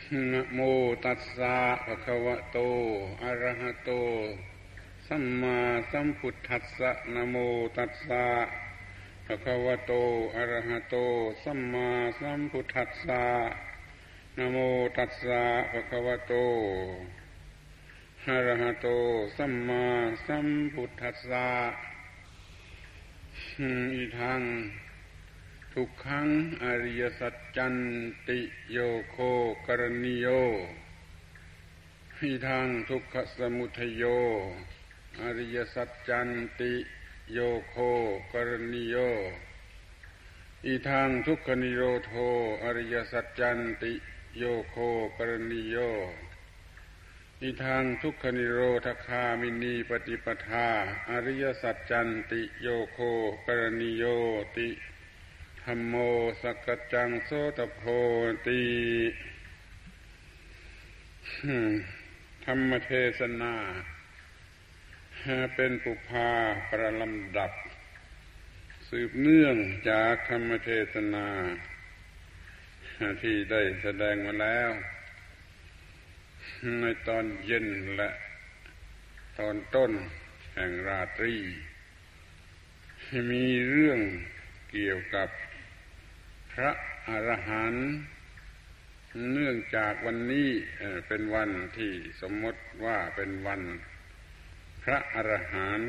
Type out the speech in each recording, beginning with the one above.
นะโมตัสสะภะคะวะโตอะระหะโตสัมมาสัมพุทธัสสะนะโมตัสสะภะคะวะโตอะระหะโตสัมมาสัมพุทธัสสะนะโมตัสสะภะคะวะโตอะระหะโตสัมมาสัมพุทธัสสะอีทังทุกขังอริยสัจจันติโยโคกรณิโยอีทังทุกขสมุทัยโยอริยสัจจันติโยโคกรณิโยอีทังทุกขนิโรโธอริยสัจจันติโยโคกรณิโยอีทังทุกขนิโรธคามินีปฏิปทาอริยสัจจันติโยโคกรณิโยติธัมโมสักกัจจังโสตโพติธรรมเทศนาเป็นปุพพาประลำดับสืบเนื่องจากธรรมเทศนาที่ได้แสดงมาแล้วในตอนเย็นและตอนต้นแห่งราตรีมีเรื่องเกี่ยวกับพระอรหันต์เนื่องจากวันนี้เป็นวันที่สมมติว่าเป็นวันพระอรหันต์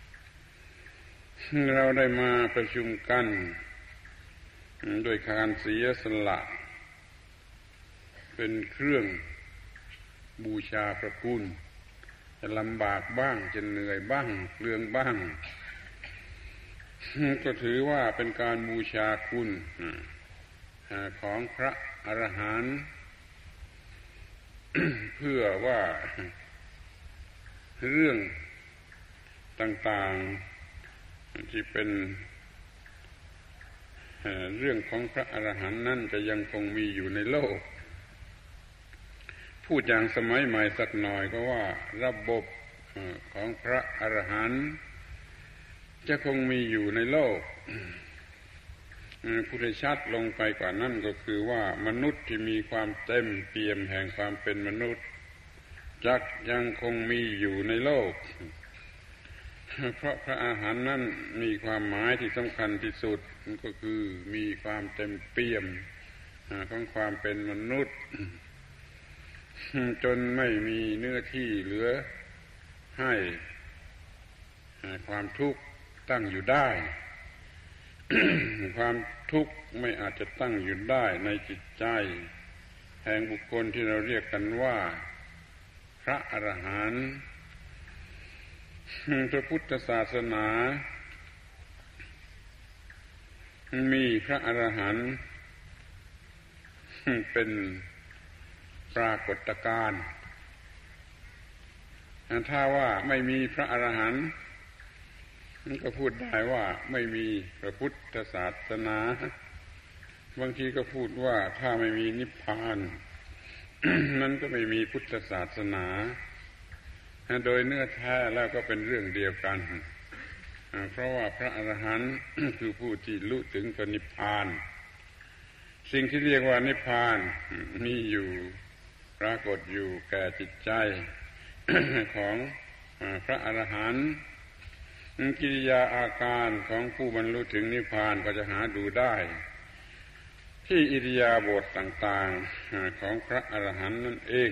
เราได้มาประชุมกันด้วยการเสียสละเป็นเครื่องบูชาพระคุณจะลำบากบ้างจะเหนื่อยบ้างเปลืองบ้างก็ถือว่าเป็นการบูชาคุณของพระอรหันต์เพื่อว่าเรื่องต่างๆที่เป็นเรื่องของพระอรหันต์นั่นจะยังคงมีอยู่ในโลกพูดอย่างสมัยใหม่สักหน่อยก็ว่าระบบของพระอรหันต์จะคงมีอยู่ในโลกผู้ได้ชัดลงไปกว่านั้นก็คือว่ามนุษย์ที่มีความเต็มเปี่ยมแห่งความเป็นมนุษย์จักยังคงมีอยู่ในโลกเพราะพระอรหันต์นั้นมีความหมายที่สำคัญที่สุดก็คือมีความเต็มเปี่ยมของความเป็นมนุษย์จนไม่มีเนื้อที่เหลือให้ความทุกข์ตั้งอยู่ได้ ความทุกข์ไม่อาจจะตั้งอยู่ได้ในจิตใจแห่งบุคคลที่เราเรียกกันว่าพระอรหันต์พระพุทธศาสนามีพระอรหันต์เป็นปรากฏการณ์ถ้าว่าไม่มีพระอรหันต์ก็พูดได้ว่าไม่มีพระพุทธศาสนาบางทีก็พูดว่าถ้าไม่มีนิพพานนั้นก็ไม่มีพุทธศาสนาโดยเนื้อแท้แล้วก็เป็นเรื่องเดียวกันเพราะว่าพระอรหันต์คือผู้ที่รู้ถึงพระนิพพานสิ่งที่เรียกว่านิพพานมีอยู่ปรากฏอยู่แก่จิตใจของพระอรหันต์กิริยาอาการของผู้บรรลุถึงนิพพานก็จะหาดูได้ที่อิริยาบถต่างๆของพระอรหันต์นั่นเอง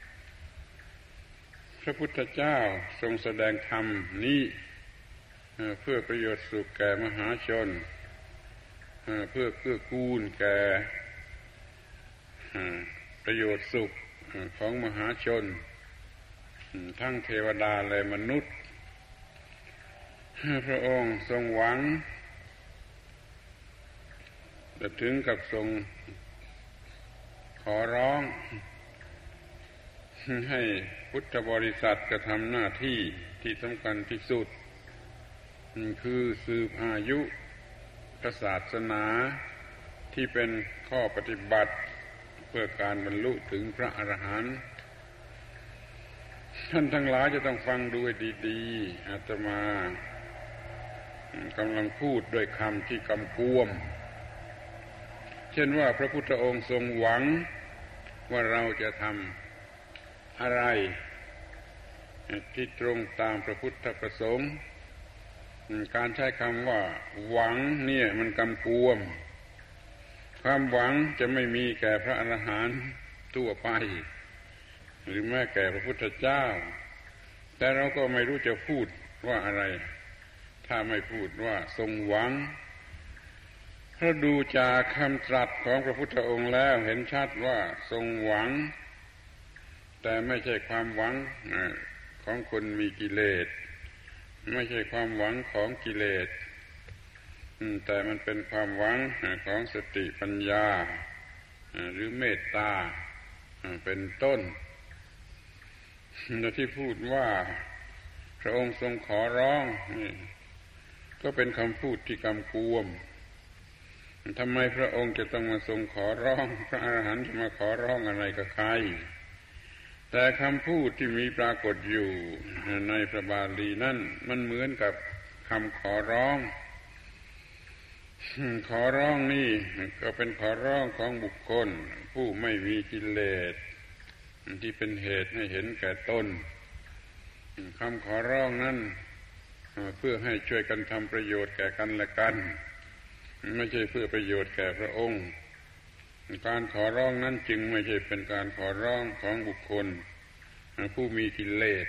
พระพุทธเจ้าทรงแสดงธรรมนี้เพื่อประโยชน์สุขแก่มหาชนเพื่อเกื้อกูลแก่ประโยชน์สุขของมหาชนทั้งเทวดาและมนุษย์พระองค์ทรงหวังจะถึงกับทรงขอร้องให้พุทธบริษัทกระทำหน้าที่ที่สำคัญที่สุดคือสืบอายุศาสนาที่เป็นข้อปฏิบัติเพื่อการบรรลุถึงพระอรหันต์ท่านทั้งหลายจะต้องฟังดูให้ดีๆอาตมากำลังพูดด้วยคำที่กำกวมเช่นว่าพระพุทธองค์ทรงหวังว่าเราจะทำอะไรที่ตรงตามพระพุทธประสงค์การใช้คำว่าหวังเนี่ยมันกำกวมความหวังจะไม่มีแก่พระอรหันต์ทั่วไปหรือแม้แก่พระพุทธเจ้าแต่เราก็ไม่รู้จะพูดว่าอะไรถ้าไม่พูดว่าทรงหวังเพราะดูจากคำตรัสของพระพุทธองค์แล้วเห็นชัดว่าทรงหวังแต่ไม่ใช่ความหวังของคนมีกิเลสไม่ใช่ความหวังของกิเลสแต่มันเป็นความหวังของสติปัญญาหรือเมตตาเป็นต้นที่พูดว่าพระองค์ทรงขอร้องก็เป็นคำพูดที่กำกวมทำไมพระองค์จะต้องมาทรงขอร้องพระอรหันต์จะมาขอร้องอะไรกับใครแต่คำพูดที่มีปรากฏอยู่ในพระบาลีนั่นมันเหมือนกับคำขอร้องขอร้องนี่ก็เป็นขอร้องของบุคคลผู้ไม่มีกิเลสที่เป็นเหตุให้เห็นแก่ตนคำขอร้องนั้นเพื่อให้ช่วยกันทำประโยชน์แก่กันและกันไม่ใช่เพื่อประโยชน์แก่พระองค์การขอร้องนั้นจึงไม่ใช่เป็นการขอร้องของบุคคลผู้มีกิเลส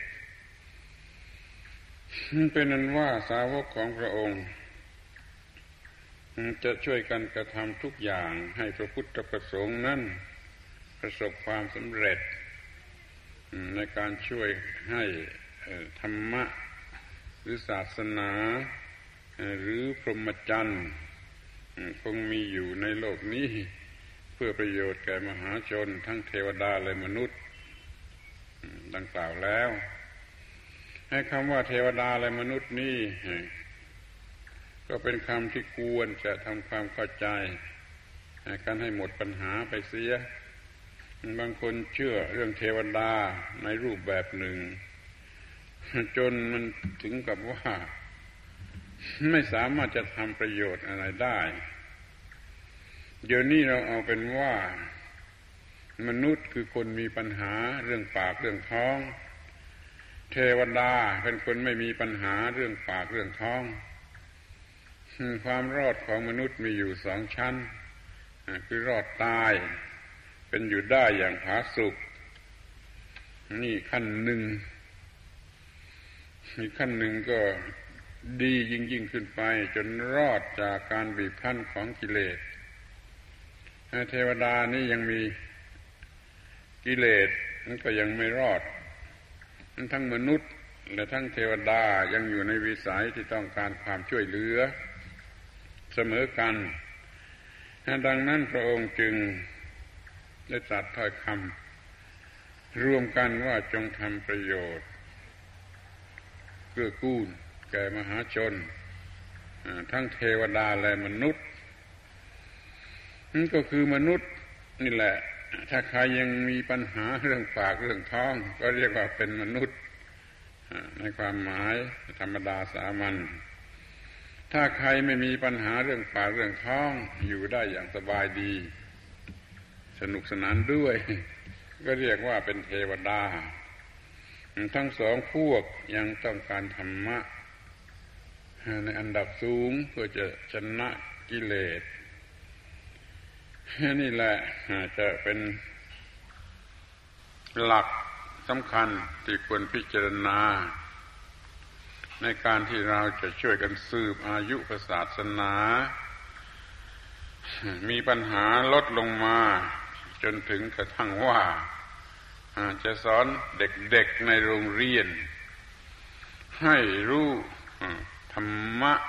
เป็นนั้นว่าสาวกของพระองค์จะช่วยกันกระทำทุกอย่างให้พระพุทธประสงค์นั้นประสบความสำเร็จในการช่วยให้ธรรมะหรือศาสนาหรือพรหมจรรย์คงมีอยู่ในโลกนี้เพื่อประโยชน์แก่มหาชนทั้งเทวดาและมนุษย์ดังกล่าวแล้วให้คำว่าเทวดาและมนุษย์นี่ก็เป็นคำที่ควรจะทำความเข้าใจกันให้หมดปัญหาไปเสียบางคนเชื่อเรื่องเทวดาในรูปแบบหนึ่งจนมันถึงกับว่าไม่สามารถจะทำประโยชน์อะไรได้เดี๋ยวนี้เราเอาเป็นว่ามนุษย์คือคนมีปัญหาเรื่องปากเรื่องท้องเทวดาเป็นคนไม่มีปัญหาเรื่องปากเรื่องท้องความรอดของมนุษย์มีอยู่สองชั้นคือรอดตายเป็นอยู่ได้อย่างผาสุกนี่ขั้นหนึ่งอีกขั้นหนึ่งก็ดียิ่งขึ้นไปจนรอดจากการบีบคั้นของกิเลสเทวดานี่ยังมีกิเลสมันก็ยังไม่รอดทั้งมนุษย์และทั้งเทวดายังอยู่ในวิสัยที่ต้องการความช่วยเหลือเสมอกันดังนั้นพระองค์จึงได้ตรัสถ้อยคำรวมกันว่าจงทำประโยชน์เกื้อกูลแก่มหาชนทั้งเทวดาและมนุษย์นั่นก็คือมนุษย์นี่แหละถ้าใครยังมีปัญหาเรื่องปากเรื่องท้องก็เรียกว่าเป็นมนุษย์ในความหมายธรรมดาสามัญถ้าใครไม่มีปัญหาเรื่องปากเรื่องท้องอยู่ได้อย่างสบายดีสนุกสนานด้วยก็เรียกว่าเป็นเทวดาทั้งสองพวกยังต้องการธรรมะในอันดับสูงเพื่อจะชนะกิเลสนี่แหละจะเป็นหลักสำคัญที่ควรพิจารณาในการที่เราจะช่วยกันสืบอายุศาสนามีปัญหาลดลงมาจนถึงกระทั่งว่าจะสอนเด็กๆในโรงเรียนให้รู้ธรรมะ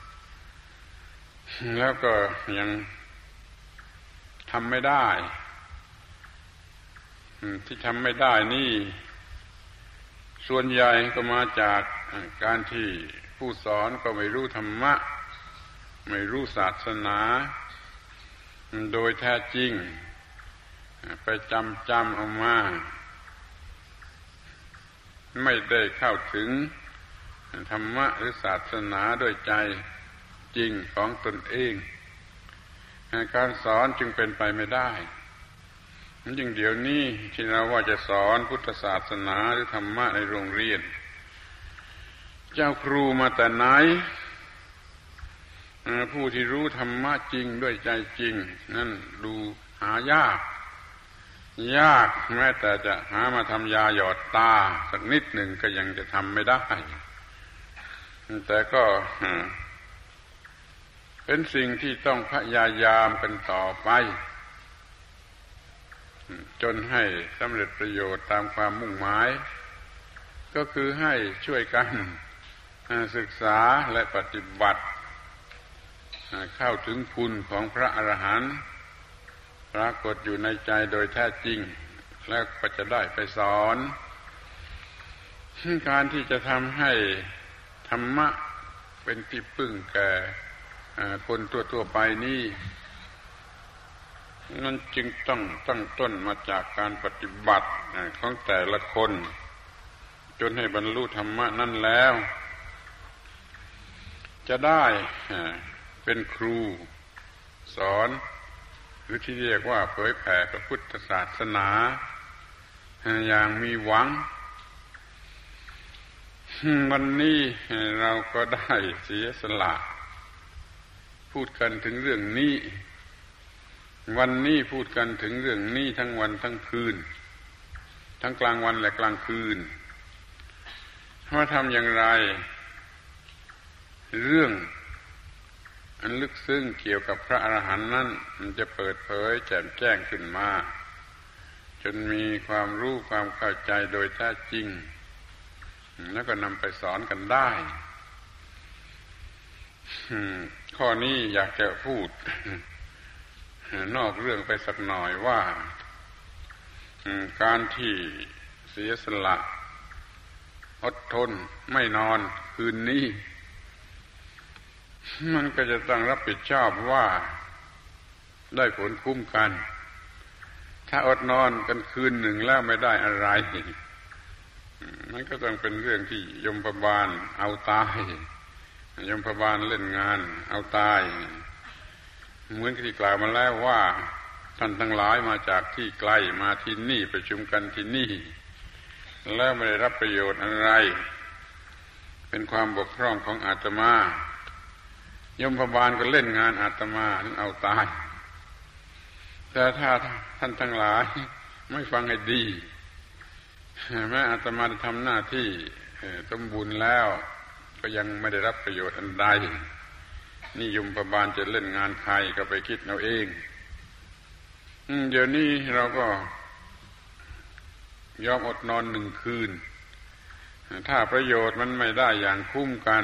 แล้วก็ยังทำไม่ได้ที่ทำไม่ได้นี่ส่วนใหญ่ก็มาจากการที่ผู้สอนก็ไม่รู้ธรรมะไม่รู้ศาสนาโดยแท้จริงไปจำเอามาไม่ได้เข้าถึงธรรมะหรือศาสนาด้วยใจจริงของตนเองการสอนจึงเป็นไปไม่ได้ยิ่งเดี๋ยวนี้ที่เราว่าจะสอนพุทธศาสนาหรือธรรมะในโรงเรียนเจ้าครูมาแต่ไหนผู้ที่รู้ธรรมะจริงด้วยใจจริงนั่นดูหายากแม้แต่จะหามาทำยาหยอดตาสักนิดหนึ่งก็ยังจะทำไม่ได้แต่ก็เป็นสิ่งที่ต้องพยายามกันต่อไปจนให้สำเร็จประโยชน์ตามความมุ่งหมายก็คือให้ช่วยกันศึกษาและปฏิบัติเข้าถึงคุณของพระอรหันต์ปรากฏอยู่ในใจโดยแท้จริงแล้วก็จะได้ไปสอนการที่จะทำให้ธรรมะเป็นที่พึ่งแก่คนทั่วไปนี้นั่นจึงต้องตั้งต้นมาจากการปฏิบัติของแต่ละคนจนให้บรรลุธรรมะนั่นแล้วจะได้เป็นครูสอนหรือที่เรียกว่าเผยแผ่พระพุทธศาสนาอย่างมีหวังวันนี้เราก็ได้เสียสละพูดกันถึงเรื่องนี้วันนี้พูดกันถึงเรื่องนี้ทั้งวันทั้งคืนทั้งกลางวันและกลางคืนว่าทำอย่างไรเรื่องอันลึกซึ้งเกี่ยวกับพระอรหันต์นั้นมันจะเปิดเผยแจ่มแจ้งขึ้นมาจนมีความรู้ความเข้าใจโดยแท้จริงแล้วก็นำไปสอนกันได้ข้อนี้อยากจะพูดนอกเรื่องไปสักหน่อยว่าการที่เสียสละอดทนไม่นอนคืนนี้มันก็จะต้องรับผิดชอบว่าได้ผลคุ้มกันถ้าอดนอนกันคืนหนึ่งแล้วไม่ได้อะไรมันก็ต้องเป็นเรื่องที่ยมบาลเอาตายยมบาลเล่นงานเอาตายเหมือนที่กล่าวมาแล้วว่าท่านทั้งหลายมาจากที่ไกลมาที่นี่ประชุมกันที่นี่แล้วไม่ได้รับประโยชน์อะไรเป็นความบกพร่องของอาตมายมบาลก็เล่นงานอาตมาถึงเอาตายแต่ถ้าท่านทั้งหลายไม่ฟังให้ดีแม้อาตมาจะทำหน้าที่สมบูรณ์แล้วก็ยังไม่ได้รับประโยชน์อันใดนี่ยมบาลจะเล่นงานใครก็ไปคิดเอาเองเดี๋ยวนี้เราก็ยอมอดนอน1 คืนถ้าประโยชน์มันไม่ได้อย่างคุ้มกัน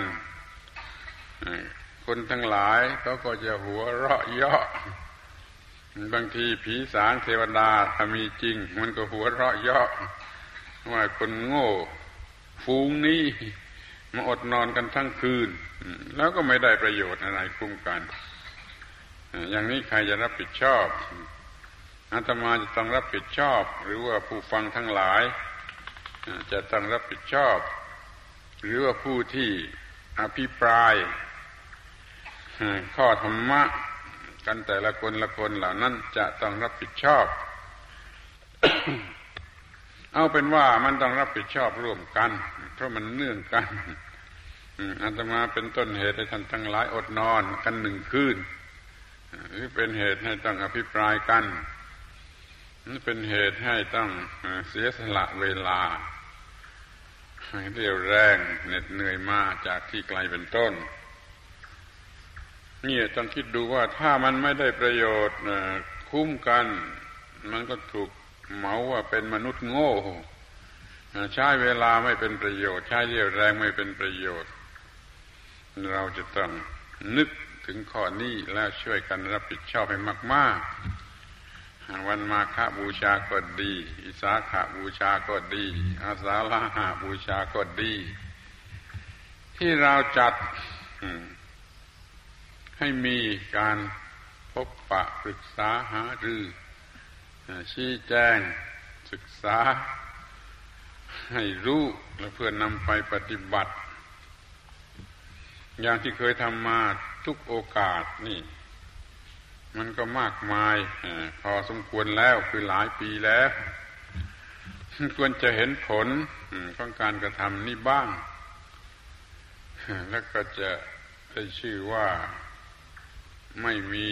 คนทั้งหลายเขาก็จะหัวเราะเยาะบางทีผีสางเทวดาถ้ามีจริงมันก็หัวเราะเยาะว่าคนโง่ฝูงนี้มาอดนอนกันทั้งคืนแล้วก็ไม่ได้ประโยชน์อะไรคุ้มกันอย่างนี้ใครจะรับผิดชอบอาตมาจะต้องรับผิดชอบหรือว่าผู้ฟังทั้งหลายจะต้องรับผิดชอบหรือว่าผู้ที่อภิปรายข้อธรรมะกันแต่ละคนเหล่านั้นจะต้องรับผิดชอบ เอาเป็นว่ามันต้องรับผิดชอบร่วมกันเพราะมันเนื่องกันอาตมาเป็นต้นเหตุให้ท่านทั้งหลายอดนอนกัน1 คืนหรือเป็นเหตุให้ต้องอภิปรายกันนี่เป็นเหตุให้ต้องเสียสละเวลาเรี่ยวแรงเหน็ดเหนื่อยมาจากที่ไกลเป็นต้นนี่ต้องคิดดูว่าถ้ามันไม่ได้ประโยชน์คุ้มกันมันก็ถูกเหมาว่าเป็นมนุษย์โง่ใช้เวลาไม่เป็นประโยชน์ใช้เรี่ยวแรงไม่เป็นประโยชน์เราจะต้องนึกถึงข้อนี้แล้วช่วยกันรับผิดชอบให้มากๆวันมาฆบูชาก็ดีอิสาขบูชาก็ดีอาสาฬหบูชาก็ดีที่เราจัดให้มีการพบปะปรึกษาหารือชี้แจงศึกษาให้รู้และเพื่อนำไปปฏิบัติอย่างที่เคยทำมาทุกโอกาสนี่มันก็มากมายพอสมควรแล้วคือหลายปีแล้วควรจะเห็นผลของการกระทำนี้บ้างแล้วก็จะได้ชื่อว่าไม่มี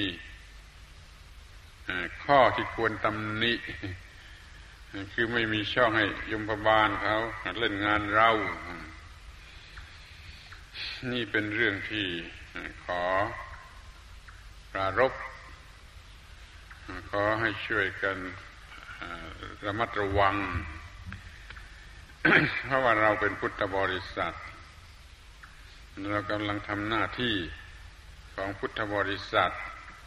ข้อที่ควรตำหนิคือไม่มีช่องให้ยมบาลเขาเล่นงานเรานี่เป็นเรื่องที่ขอปรารภขอให้ช่วยกันระมัดระวัง เพราะว่าเราเป็นพุทธบริษัทเรากำลังทำหน้าที่ของพุทธบริษัท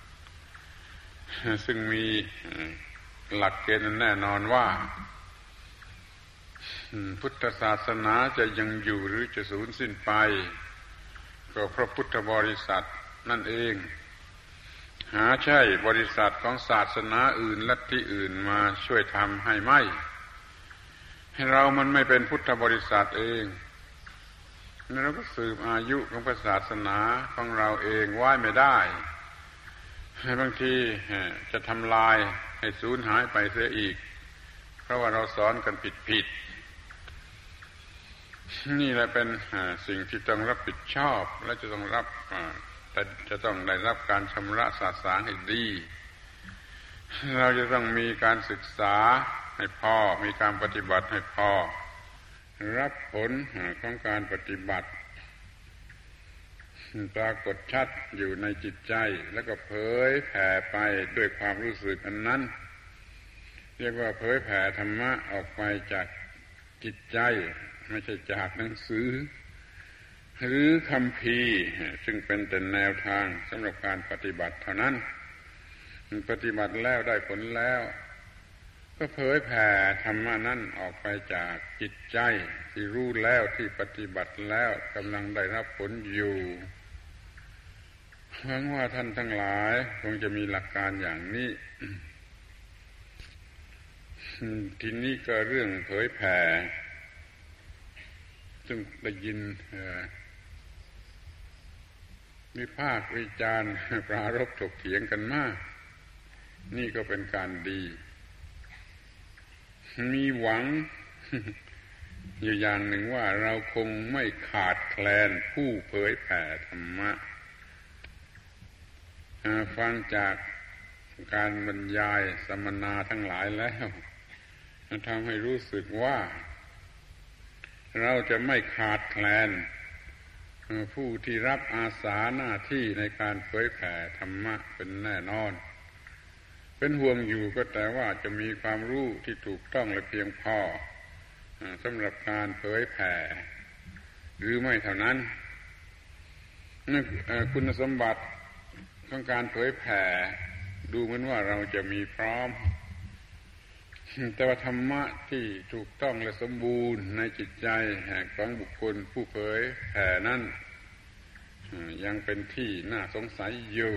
ซึ่งมีหลักเกณฑ์แน่นอนว่าพุทธศาสนาจะยังอยู่หรือจะสูญสิ้นไปก็เพราะพุทธบริษัทนั่นเองหาใช่บริษัทของศาสนาอื่นลัทธิอื่นมาช่วยทำให้ไม่ให้เรามันไม่เป็นพุทธบริษัทเองเราก็สืบอายุของศาสนาของเราเองไว้ไม่ได้บางทีจะทำลายให้สูญหายไปเสียอีกเพราะว่าเราสอนกันผิดนี่แหละเป็นสิ่งที่ต้องรับผิดชอบและจะต้องรับแต่จะต้องได้รับการชำระสาสางให้ดีเราจะต้องมีการศึกษาให้พอมีการปฏิบัติให้พอรับผลของการปฏิบัติปรากฏชัดอยู่ในจิตใจแล้วก็เผยแผ่ไปด้วยความรู้สึกอันนั้นเรียกว่าเผยแผ่ธรรมะออกไปจากจิตใจไม่ใช่จากหนังสือหรือคัมภีร์ซึ่งเป็นแต่แนวทางสำหรับการปฏิบัติเท่านั้นปฏิบัติแล้วได้ผลแล้วก็เผยแผ่ธรรมะนั้นออกไปจากจิตใจที่รู้แล้วที่ปฏิบัติแล้วกำลังได้รับผลอยู่หวังว่าท่านทั้งหลายคงจะมีหลักการอย่างนี้ทีนี้ก็เรื่องเผยแผ่ซึ่งได้ยินวิพากษ์วิจารณ์ปรารภถกเถียงกันมากนี่ก็เป็นการดีมีหวังอยู่อย่างหนึ่งว่าเราคงไม่ขาดแคลนผู้เผยแผ่ธรรมะฟังจากการบรรยายสัมมนาทั้งหลายแล้วทำให้รู้สึกว่าเราจะไม่ขาดแคลนผู้ที่รับอาสาหน้าที่ในการเผยแผ่ธรรมะเป็นแน่นอนเป็นห่วงอยู่ก็แต่ว่าจะมีความรู้ที่ถูกต้องและเพียงพอสำหรับการเผยแผ่หรือไม่เท่านั้นคุณสมบัติของการเผยแผ่ดูเหมือนว่าเราจะมีพร้อมแต่ว่าธรรมะที่ถูกต้องและสมบูรณ์ในจิตใจของบุคคลผู้เผยแผ่นั้นยังเป็นที่น่าสงสัยอยู่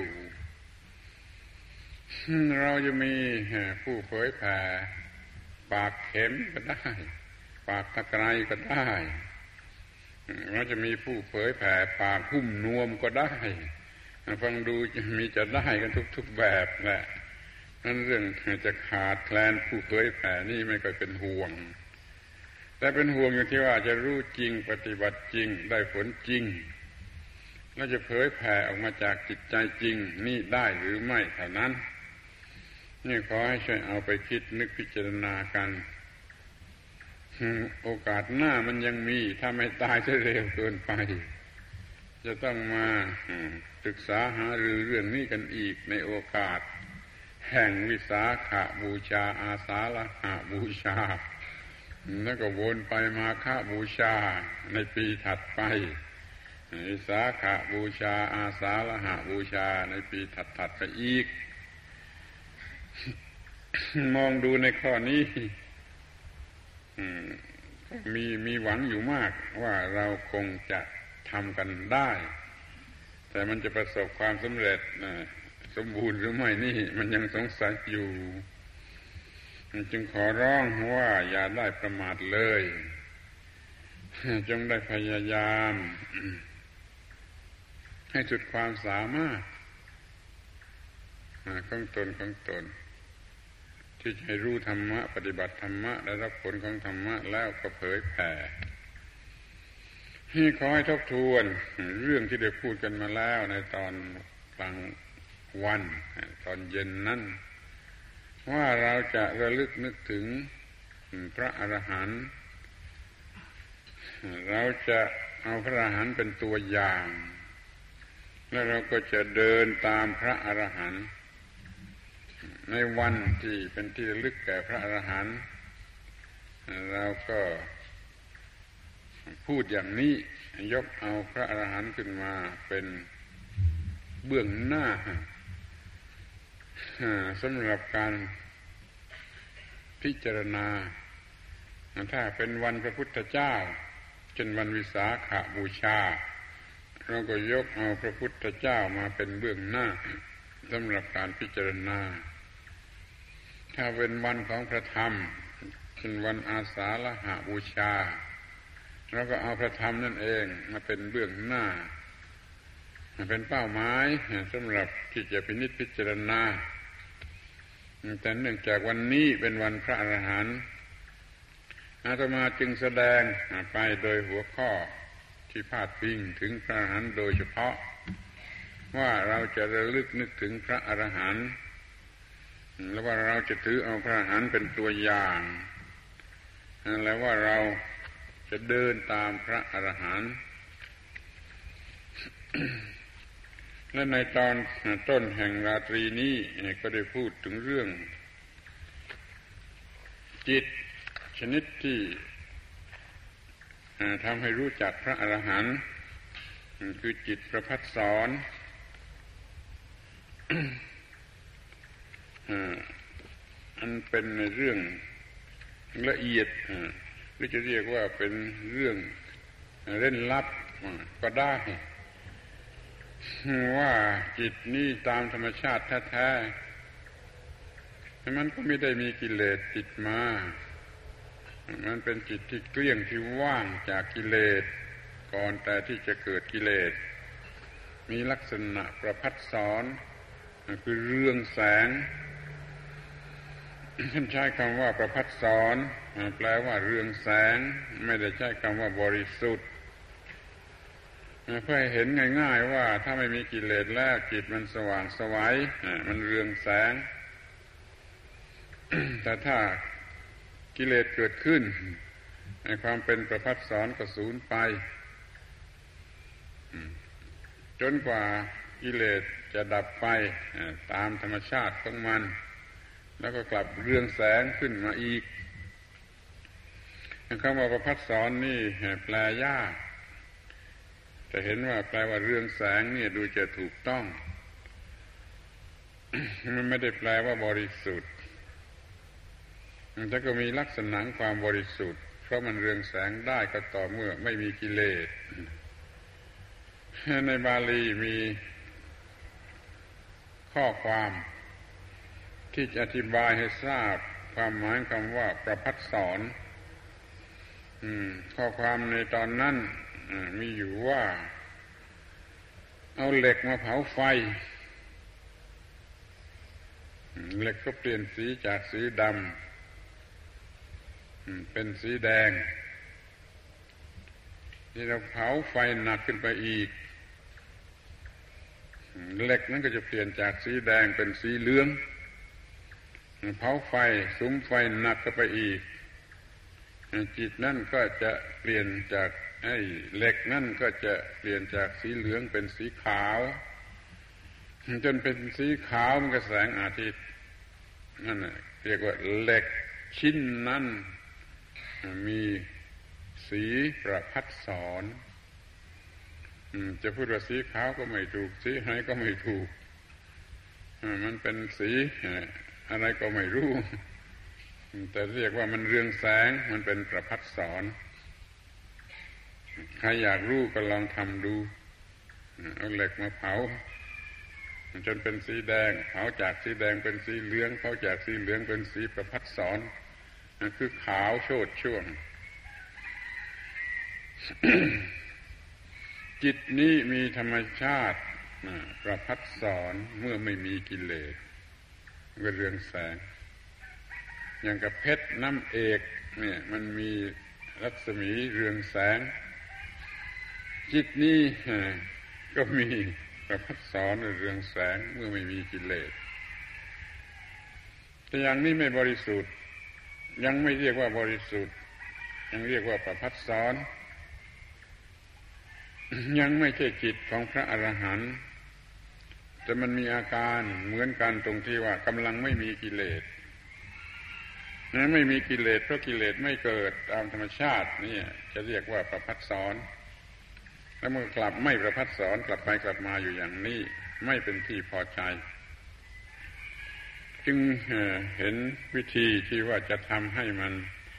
เราจะมีผู้เผยแผ่ปากเข็มก็ได้ปากตะไคร้ก็ได้เราจะมีผู้เผยแผ่ปากหุ้มนวมก็ได้ฟังดูจะได้กันทุกๆแบบแหละนั่นเรื่องจะขาดแคลนผู้เผยแผ่นี่ไม่ค่อยเป็นห่วงแต่เป็นห่วงอยู่ที่ว่าจะรู้จริงปฏิบัติจริงได้ผลจริงแล้วจะเผยแผ่ออกมาจากจิตใจจริงนี่ได้หรือไม่เท่านั้นนี่ขอให้ช่วยเอาไปคิดนึกพิจารณากันโอกาสหน้ามันยังมีถ้าไม่ตายจะเร็วเกินไปจะต้องมาศึกษาหารือเรื่องนี้กันอีกในโอกาสแห่งวิสาขบูชาอาสาฬหบูชาแล้วก็วนไปมาฆบูชาในปีถัดไปวิสาขบูชาอาสาฬหบูชาในปีถัดไปอีกมองดูในข้อนี้มีหวังอยู่มากว่าเราคงจะทำกันได้แต่มันจะประสบความสำเร็จสมบูรณ์หรือไม่นี่มันยังสงสัยอยู่จึงขอร้องว่าอย่าได้ประมาทเลยจงได้พยายามให้สุดความสามารถของตนที่จะให้รู้ธรรมะปฏิบัติธรรมะได้รับผลของธรรมะแล้วก็เผยแผ่ให้ขอให้ทบทวนเรื่องที่ได้พูดกันมาแล้วในตอนกลางวันตอนเย็นนั้นว่าเราจะระลึกนึกถึงพระอรหันต์เราจะเอาพระอรหันต์เป็นตัวอย่างแล้วเราก็จะเดินตามพระอรหันต์ในวันที่เป็นที่ระลึกแก่พระอรหันต์เราก็พูดอย่างนี้ยกเอาพระอรหันต์ขึ้นมาเป็นเบื้องหน้าสำหรับการพิจารณาถ้าเป็นวันพระพุทธเจ้าเช่นวันวิสาขบูชาเราก็ยกเอาพระพุทธเจ้ามาเป็นเบื้องหน้าสำหรับการพิจารณาถ้าเป็นวันของพระธรรมเช่นวันอาสาฬหบูชาเราก็เอาพระธรรมนั่นเองมาเป็นเบื้องหน้าเป็นเป้าหมายสำหรับที่จะพินิจพิจารณาแต่เนื่องจากวันนี้เป็นวันพระอรหันต์อาตมาจึงแสดงไปโดยหัวข้อที่พาดพิงถึงพระอรหันต์โดยเฉพาะว่าเราจะระลึกนึกถึงพระอรหันต์แล้วว่าเราจะถือเอาพระอรหันต์เป็นตัวอย่างแล้วว่าเราจะเดินตามพระอรหันต์และในตอนต้นแห่งราตรีนี้ก็ได้พูดถึงเรื่องจิตชนิดที่ทำให้รู้จักพระอรหันต์คือจิตประภัสสรอันเป็นในเรื่องละเอียดหรือจะเรียกว่าเป็นเรื่องเร้นลับก็ได้ว่าจิตนี้ตามธรรมชาติแท้ๆมันก็ไม่ได้มีกิเลสติดมามันเป็นจิตที่เกลี้ยงที่ว่างจากกิเลสก่อนแต่ที่จะเกิดกิเลสมีลักษณะประภัสสรคือเรืองแสงท่านใช้คำว่าประภัสสรแปลว่าเรืองแสงไม่ได้ใช้คำว่าบริสุทธิ์เพื่อให้เห็นง่ายๆว่าถ้าไม่มีกิเลสแล้วจิตมันสว่างไสวมันเรืองแสงแต่ถ้ากิเลสเกิดขึ้นในความเป็นประภัสสรก็สูญไปจนกว่ากิเลสจะดับไปตามธรรมชาติของมันแล้วก็กลับเรืองแสงขึ้นมาอีกคำว่าประภัสสรนี่แปลยากแต่เห็นว่าแปลว่าเรืองแสงนี่ดูจะถูกต้องมันไม่ได้แปลว่าบริสุทธิ์แต่ก็มีลักษณะความบริสุทธิ์เพราะมันเรืองแสงได้ก็ต่อเมื่อไม่มีกิเลสในบาลีมีข้อความที่จะอธิบายให้ทราบความหมายคำว่าประภัสสรข้อความในตอนนั้นมีอยู่ว่าเอาเหล็กมาเผาไฟเหล็กก็เปลี่ยนสีจากสีดำเป็นสีแดงที่เราเผาไฟหนักขึ้นไปอีกเหล็กนั้นก็จะเปลี่ยนจากสีแดงเป็นสีเหลืองเผาไฟสุมไฟหนักก็ไปอีกจิตนั่นก็จะเปลี่ยนจากเหล็กนั่นก็จะเปลี่ยนจากสีเหลืองเป็นสีขาวจนเป็นสีขาวมันก็แสงอาทิตย์นั่นเรียกว่าเหล็กชิ้นนั้นมีสีประภัสสรจะพูดว่าสีขาวก็ไม่ถูกสีไหนก็ไม่ถูกมันเป็นสีอะไรก็ไม่รู้แต่เรียกว่ามันเรืองแสงมันเป็นประภัสสรใครอยากรู้ก็ลองทำดูเอาเหล็กมาเผาจนเป็นสีแดงเผาจากสีแดงเป็นสีเหลืองเผาจากสีเหลืองเป็นสีประภัสสรคือขาวโชติช่วง จิตนี้มีธรรมชาติประภัสสรเมื่อไม่มีกิเลสก็เรืองแสงอย่างกับเพชรน้ำเอกเนี่ยมันมีรัศมีเรืองแสงจิตนี้ก็มีประภัสสรเรืองแสงเมื่อไม่มีกิเลสแต่อย่างนี้ไม่บริสุทธิ์ยังไม่เรียกว่าบริสุทธิ์ยังเรียกว่าประภัสสรยังไม่ใช่จิตของพระอรหันต์แต่มันมีอาการเหมือนกันตรงที่ว่ากำลังไม่มีกิเลสนั้นไม่มีกิเลสเพราะกิเลสไม่เกิดตามธรรมชาตินี่จะเรียกว่าประภัสสรแล้วเมื่อกลับไม่ประภัสสรกลับไปกลับมาอยู่อย่างนี้ไม่เป็นที่พอใจจึงเห็นวิธีที่ว่าจะทำให้มัน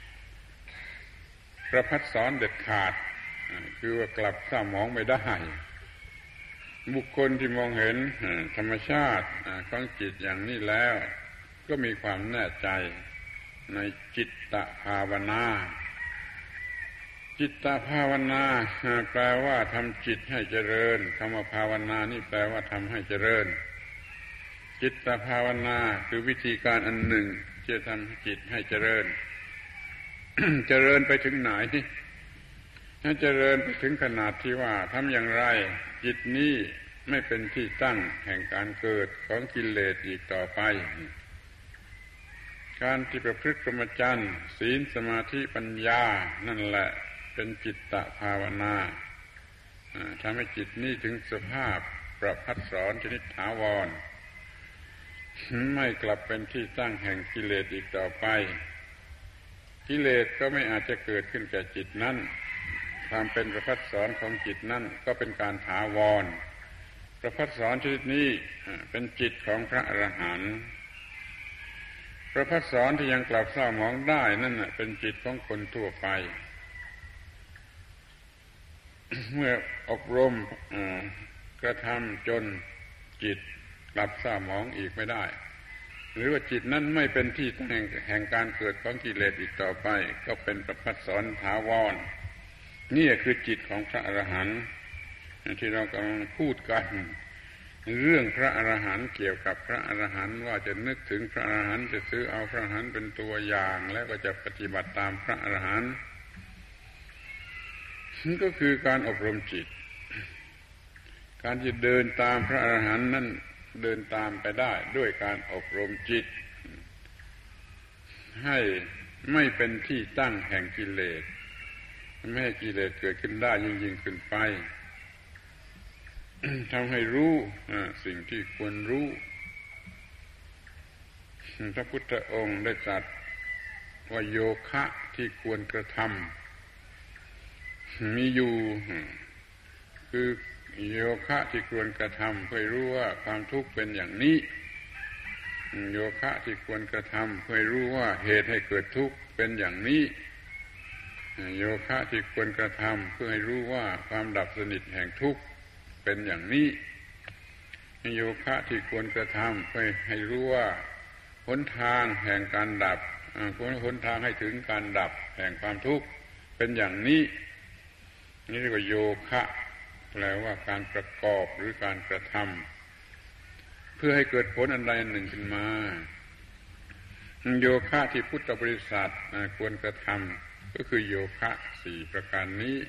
ประภัสสรเด็ดขาดคือว่ากลับเศร้าหมองไม่ได้บุคคลที่มองเห็นธรรมชาติของจิตอย่างนี้แล้วก็มีความแน่ใจในจิตตภาวนาจิตตภาวนาแปลว่าทำจิตให้เจริญคำว่าภาวนานี่แปลว่าทำให้เจริญจิตตภาวนาคือวิธีการอันหนึ่งที่จะทำจิตให้เจริญ เจริญไปถึงไหนถ้าเจริญไปถึงขนาดที่ว่าทำอย่างไรจิตนี้ไม่เป็นที่ตั้งแห่งการเกิดของกิเลสอีกต่อไปการที่ประพฤติพรหมจรรย์ศีลสมาธิปัญญานั่นแหละเป็นจิตตภาวนาทำให้จิตนี้ถึงสภาพประภัสสรชนิดถาวรไม่กลับเป็นที่ตั้งแห่งกิเลสอีกต่อไปกิเลสก็ไม่อาจจะเกิดขึ้นแก่จิตนั้นความเป็นประภัสสรของจิตนั้นก็เป็นการถาวรประภัสสรชนิดนี้เป็นจิตของพระอรหันต์ประภัสสรที่ยังกลับเศร้าหมองได้นั่นเป็นจิตของคนทั่วไปเมื่ออบรมกระทำจนจิตกลับเศร้าหมองอีกไม่ได้หรือว่าจิตนั้นไม่เป็นที่ตั้งแห่งการเกิดของกิเลสอีกต่อไปก็เป็นประภัสสรถาวรนี่คือจิตของพระอรหันต์ที่เรากำลังพูดกันเรื่องพระอรหันต์เกี่ยวกับพระอรหันต์ว่าจะนึกถึงพระอรหันต์จะถือเอาพระอรหันต์เป็นตัวอย่างแล้วก็จะปฏิบัติตามพระอรหันต์นั่นก็คือการอบรมจิตการที่เดินตามพระอรหันต์นั้นเดินตามไปได้ด้วยการอบรมจิตให้ไม่เป็นที่ตั้งแห่งกิเลสไม่ให้กิเลสเกิดขึ้นได้ยิ่งขึ้นไปทำให้รู้สิ่งที่ควรรู้พระพุทธองค์ได้ตรัสว่าโยคะที่ควรกระทำมีอยู่คือโยคะที่ควรกระทำเพื่อรู้ว่าความทุกข์เป็นอย่างนี้โยคะที่ควรกระทำเพื่อรู้ว่าเหตุให้เกิดทุกข์เป็นอย่างนี้โยคะที่ควรกระทำเพื่อให้รู้ว่าความดับสนิทแห่งทุกข์เป็นอย่างนี้โยคะที่ควรกระทำเพื่อให้รู้ว่าหนทางแห่งการดับหนทางให้ถึงการดับแห่งความทุกข์เป็นอย่างนี้นี่เรียกว่าโยคะแปลว่าการประกอบหรือการกระทำเพื่อให้เกิดผลอันใดอันหนึ่งขึ้นมาโยคะที่พุทธบริษัทควรกระทำก็คือโยคะ4ประการนี้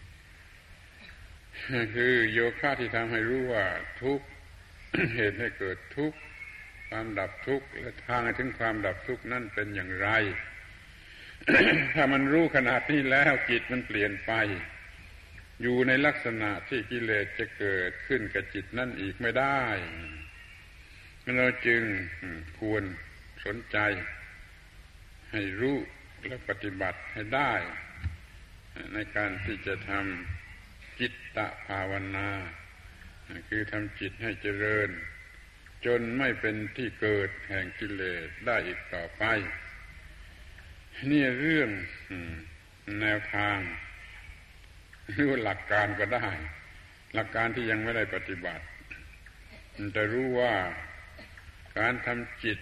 คือโยคะที่ทำให้รู้ว่าทุกข์ เหตุให้เกิดทุกข์ความดับทุกข์และทางถึงความดับทุกข์นั่นเป็นอย่างไร ถ้ามันรู้ขนาดนี้แล้วจิตมันเปลี่ยนไปอยู่ในลักษณะที่กิเลสจะเกิดขึ้นกับจิตนั่นอีกไม่ได้เราจึงควรสนใจให้รู้และปฏิบัติให้ได้ในการที่จะทำจิตตภาวนาคือทำจิตให้เจริญจนไม่เป็นที่เกิดแห่งกิเลสได้อีกต่อไปนี่เรื่องแนวทางหรือหลักการก็ได้หลักการที่ยังไม่ได้ปฏิบัติจะรู้ว่าการทำจิต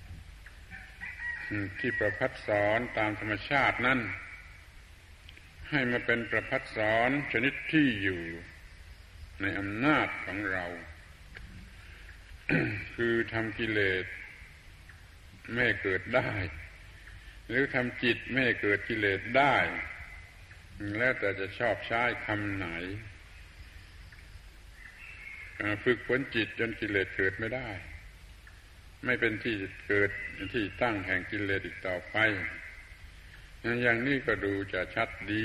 ที่ประภัสสรตามธรรมชาตินั้นให้มาเป็นประภัสสรชนิดที่อยู่ในอำนาจของเรา คือทำกิเลสไม่ให้เกิดได้หรือทำจิตไม่ให้เกิดกิเลสได้แล้วแต่จะชอบใช้คำไหนฝึกฝนจิตจนกิเลสเกิดไม่ได้ไม่เป็นที่เกิดที่ตั้งแห่งกิเลสอีกต่อไปอย่างนี้ก็ดูจะชัดดี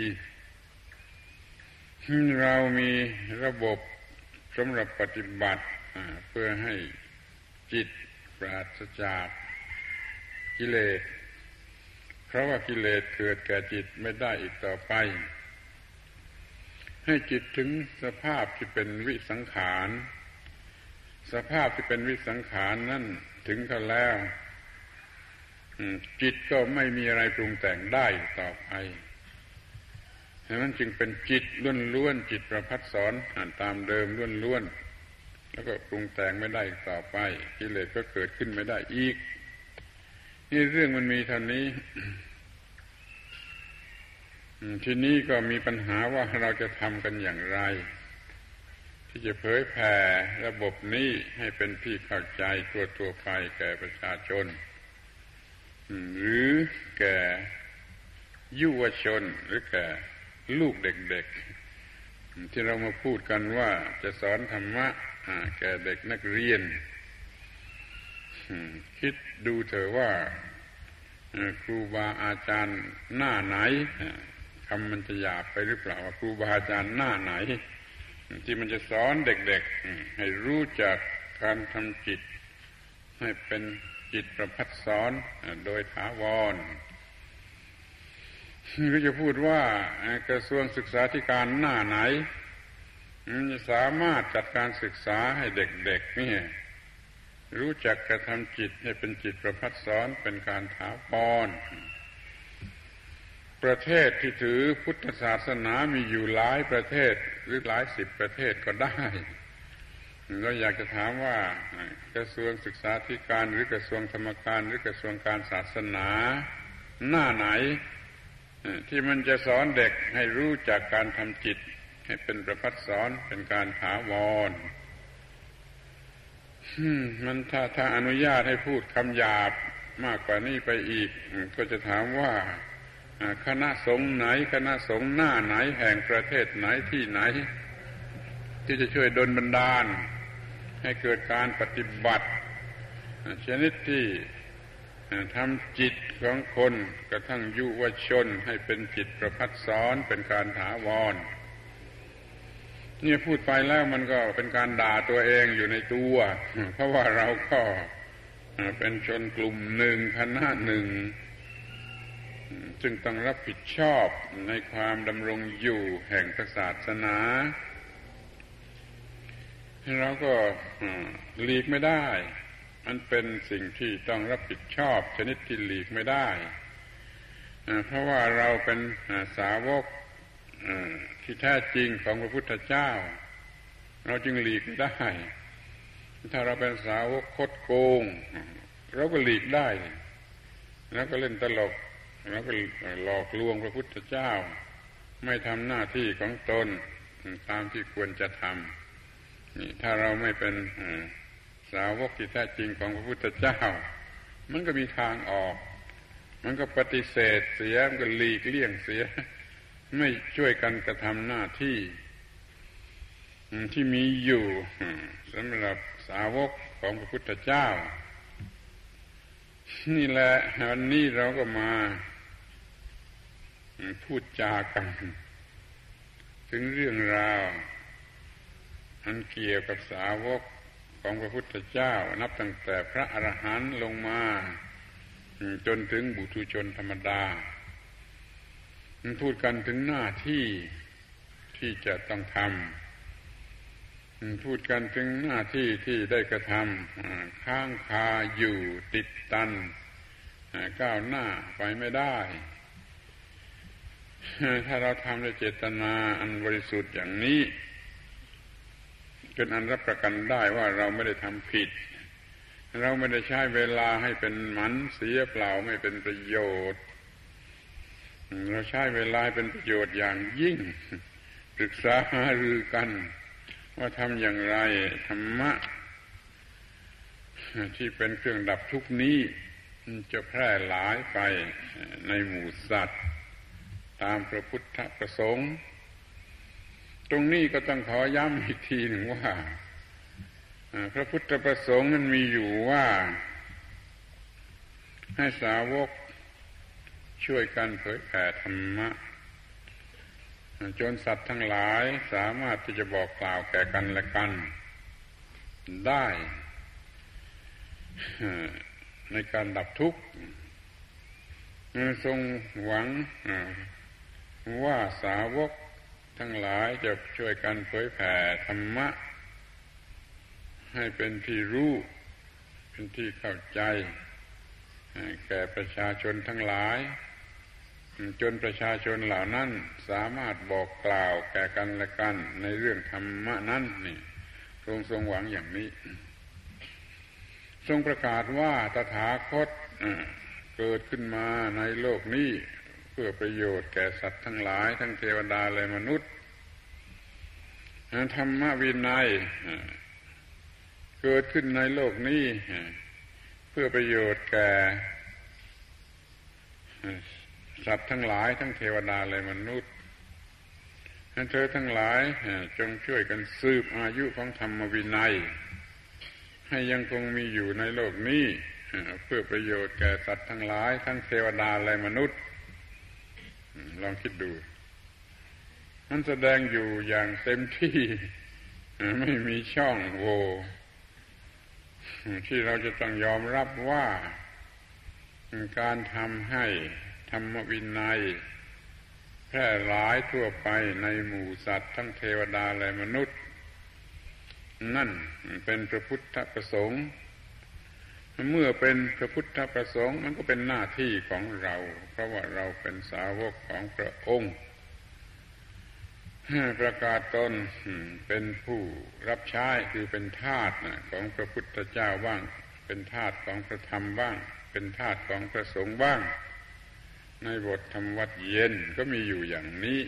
เรามีระบบสำหรับปฏิบัติเพื่อให้จิตปราศจากกิเลสเพราะว่ากิเลสเกิดแก่จิตไม่ได้อีกต่อไปให้จิตถึงสภาพที่เป็นวิสังขารสภาพที่เป็นวิสังขารนั่นถึงเขาแล้วจิตก็ไม่มีอะไรปรุงแต่งได้ต่อไปฉะนั้นจึงเป็นจิตล้วนๆจิตประภัสสรตามเดิมล้วนๆแล้วก็ปรุงแต่งไม่ได้ต่อไปกิเลสก็เกิดขึ้นไม่ได้อีกนี่เรื่องมันมีเท่านี้ทีนี้ก็มีปัญหาว่าเราจะทำกันอย่างไรที่จะเผยแผ่ระบบนี้ให้เป็นที่เข้าใจทั่วไปแก่ประชาชนหรือแก่ยุวชนหรือแก่ลูกเด็กๆที่เรามาพูดกันว่าจะสอนธรรมะแก่เด็กนักเรียนคิดดูเถอะว่าครูบาอาจารย์หน้าไหนคำมันจะหยาบไปหรือเปล่าว่าครูบาอาจารย์หน้าไหนที่มันจะสอนเด็กๆให้รู้จักการทำจิตให้เป็นจิตประภัสสรโดยถาวรก็จะพูดว่ากระทรวงศึกษาธิการหน้าไหนจะสามารถจัดการศึกษาให้เด็กๆนี่รู้จักกระทำจิตให้เป็นจิตประภัสสรเป็นการถาวรประเทศที่ถือพุทธศาสนามีอยู่หลายประเทศหรือหลายสิบประเทศก็ได้เราอยากจะถามว่ากระทรวงศึกษาธิการหรือกระทรวงธรรมการหรือกระทรวงการศาสนาหน้าไหนที่มันจะสอนเด็กให้รู้จักการทำจิตให้เป็นประภัสสรเป็นการถาวรมันถ้าอนุญาตให้พูดคำหยาบมากกว่านี้ไปอีกก็จะถามว่าคณะสงฆ์ไหนคณะสงฆ์หน้าไหนแห่งประเทศไหนที่ไหนที่จะช่วยดลบันดาลให้เกิดการปฏิบัติชนิดที่ทำจิตของคนกระทั่งยุวชนให้เป็นจิตประภัสสรเป็นการถาวรเนี่ยพูดไปแล้วมันก็เป็นการด่าตัวเองอยู่ในตัวเพราะว่าเราก็เป็นชนกลุ่มหนึ่งคณะหนึ่งจึงต้องรับผิดชอบในความดำรงอยู่แห่งศาสนาเราก็หลีกไม่ได้มันเป็นสิ่งที่ต้องรับผิดชอบชนิดที่หลีกไม่ได้เพราะว่าเราเป็นสาวกที่แท้จริงของพระพุทธเจ้าเราจึงหลีกไม่ได้ถ้าเราเป็นสาวกคดโกงเราก็หลีกได้แล้วก็เล่นตลกแล้วก็หลอกลวงพระพุทธเจ้าไม่ทำหน้าที่ของตนตามที่ควรจะทำนี่ถ้าเราไม่เป็นสาวกที่แท้จริงของพระพุทธเจ้ามันก็มีทางออกมันก็ปฏิเสธเสียมันก็หลีกเลี่ยงเสียไม่ช่วยกันกระทำหน้าที่ที่มีอยู่สำหรับสาวกของพระพุทธเจ้านี่แหละวันนี้เราก็มาพูดจากันถึงเรื่องราวอันเกี่ยวกับสาวกของพระพุทธเจ้านับตั้งแต่พระอรหันต์ลงมาจนถึงบุถุชนธรรมดาพูดกันถึงหน้าที่ที่จะต้องทำพูดกันถึงหน้าที่ที่ได้กระทำค้างคาอยู่ติดตันก้าวหน้าไปไม่ได้ถ้าเราทำด้วยเจตนาอันบริสุทธิ์อย่างนี้จนอันรับประกันได้ว่าเราไม่ได้ทำผิดเราไม่ได้ใช้เวลาให้เป็นหมันเสียเปล่าไม่เป็นประโยชน์เราใช้เวลาเป็นประโยชน์อย่างยิ่งปรึกษาหารือกันว่าทำอย่างไรธรรมะที่เป็นเครื่องดับทุกข์นี้จะแพร่หลายไปในหมู่สัตว์ตามพระพุทธประสงค์ตรงนี้ก็ต้องขอย้ำอีกทีหนึ่งว่าพระพุทธประสงค์นั้นมีอยู่ว่าให้สาวกช่วยกันเผยแผ่ธรรมะจนสัตว์ทั้งหลายสามารถที่จะบอกกล่าวแก่กันและกันได้ในการดับทุกข์ทรงหวังว่าสาวกทั้งหลายจะช่วยกันเผยแผ่ธรรมะให้เป็นที่รู้เป็นที่เข้าใจแก่ประชาชนทั้งหลายจนประชาชนเหล่านั้นสามารถบอกกล่าวแก่กันและกันในเรื่องธรรมะนั้นนี่ทรงหวังอย่างนี้ทรงประกาศว่าตถาคตเกิดขึ้นมาในโลกนี้เพื่อประโยชน์แก่สัตว์ทั้งหลายทั้งเทวดาและมนุษย์ธรรมวินัยเกิดขึ้นในโลกนี้เพื่อประโยชน์แก่สัตว์ทั้งหลายทั้งเทวดาและมนุษย์เธอทั้งหลายจงช่วยกันสืบอายุของธรรมวินัยให้ยังคงมีอยู่ในโลกนี้เพื่อประโยชน์แก่สัตว์ทั้งหลายทั้งเทวดาและมนุษย์ลองคิดดูมันแสดงอยู่อย่างเต็มที่ไม่มีช่องโหว่ที่เราจะต้องยอมรับว่าการทำให้ธรรมวินัยแพร่หลายทั่วไปในหมู่สัตว์ทั้งเทวดาและมนุษย์นั่นเป็นพระพุทธประสงค์เมื่อเป็นพระพุทธประสงค์มันก็เป็นหน้าที่ของเราเพราะว่าเราเป็นสาวกของพระองค์ประกาศตนเป็นผู้รับใช้คือเป็นทาสของพระพุทธเจ้าบ้างเป็นทาสของพระธรรมบ้างเป็นทาสของพระสงฆ์บ้างในบทธรรมวัดเย็นก็มีอยู่อย่างนี้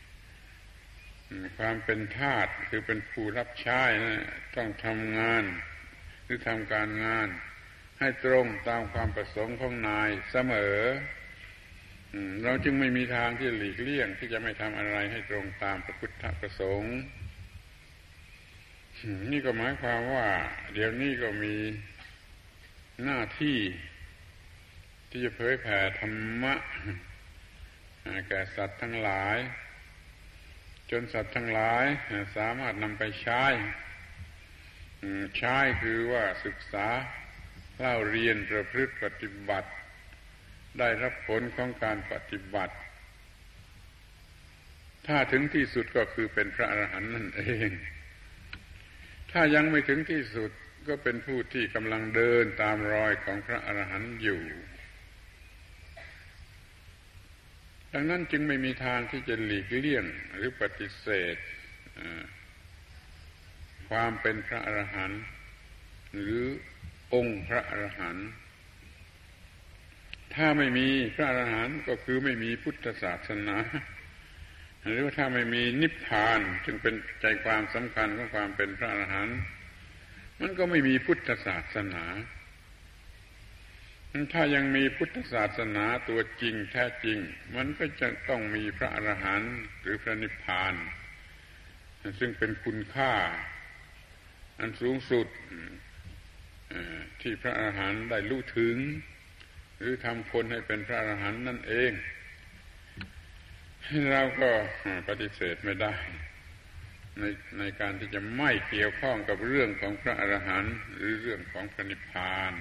ความเป็นทาสคือเป็นผู้รับใช้ต้องทำงานหรือทำการงานให้ตรงตามความประสงค์ของนายเสมอเราจึงไม่มีทางที่หลีกเลี่ยงที่จะไม่ทำอะไรให้ตรงตามพระพุทธประสงค์นี่ก็หมายความว่าเดี๋ยวนี้ก็มีหน้าที่ที่จะเผยแผ่ธรรมะแก่สัตว์ทั้งหลายจนสัตว์ทั้งหลายสามารถนำไปใช้คือว่าศึกษาเล่าเรียนประพฤติปฏิบัติได้รับผลของการปฏิบัติถ้าถึงที่สุดก็คือเป็นพระอรหันต์นั่นเองถ้ายังไม่ถึงที่สุดก็เป็นผู้ที่กำลังเดินตามรอยของพระอรหันต์อยู่ดังนั้นจึงไม่มีทางที่จะหลีกเลี่ยงหรือปฏิเสธความเป็นพระอรหันต์หรือองค์พระอรหันต์ถ้าไม่มีพระอรหันต์ก็คือไม่มีพุทธศาสนาหรือว่าถ้าไม่มีนิพพานซึ่งเป็นใจความสำคัญของความเป็นพระอรหันต์มันก็ไม่มีพุทธศาสนาถ้ายังมีพุทธศาสนาตัวจริงแท้จริงมันก็จะต้องมีพระอรหันต์หรือพระนิพพานซึ่งเป็นคุณค่าอันสูงสุดที่พระอรหันต์ได้รู้ถึงหรือทำคนให้เป็นพระอรหันต์นั่นเองเราก็ปฏิเสธไม่ได้ในการที่จะไม่เกี่ยวข้องกับเรื่องของพระอรหันต์หรือเรื่องของพระนิพพาน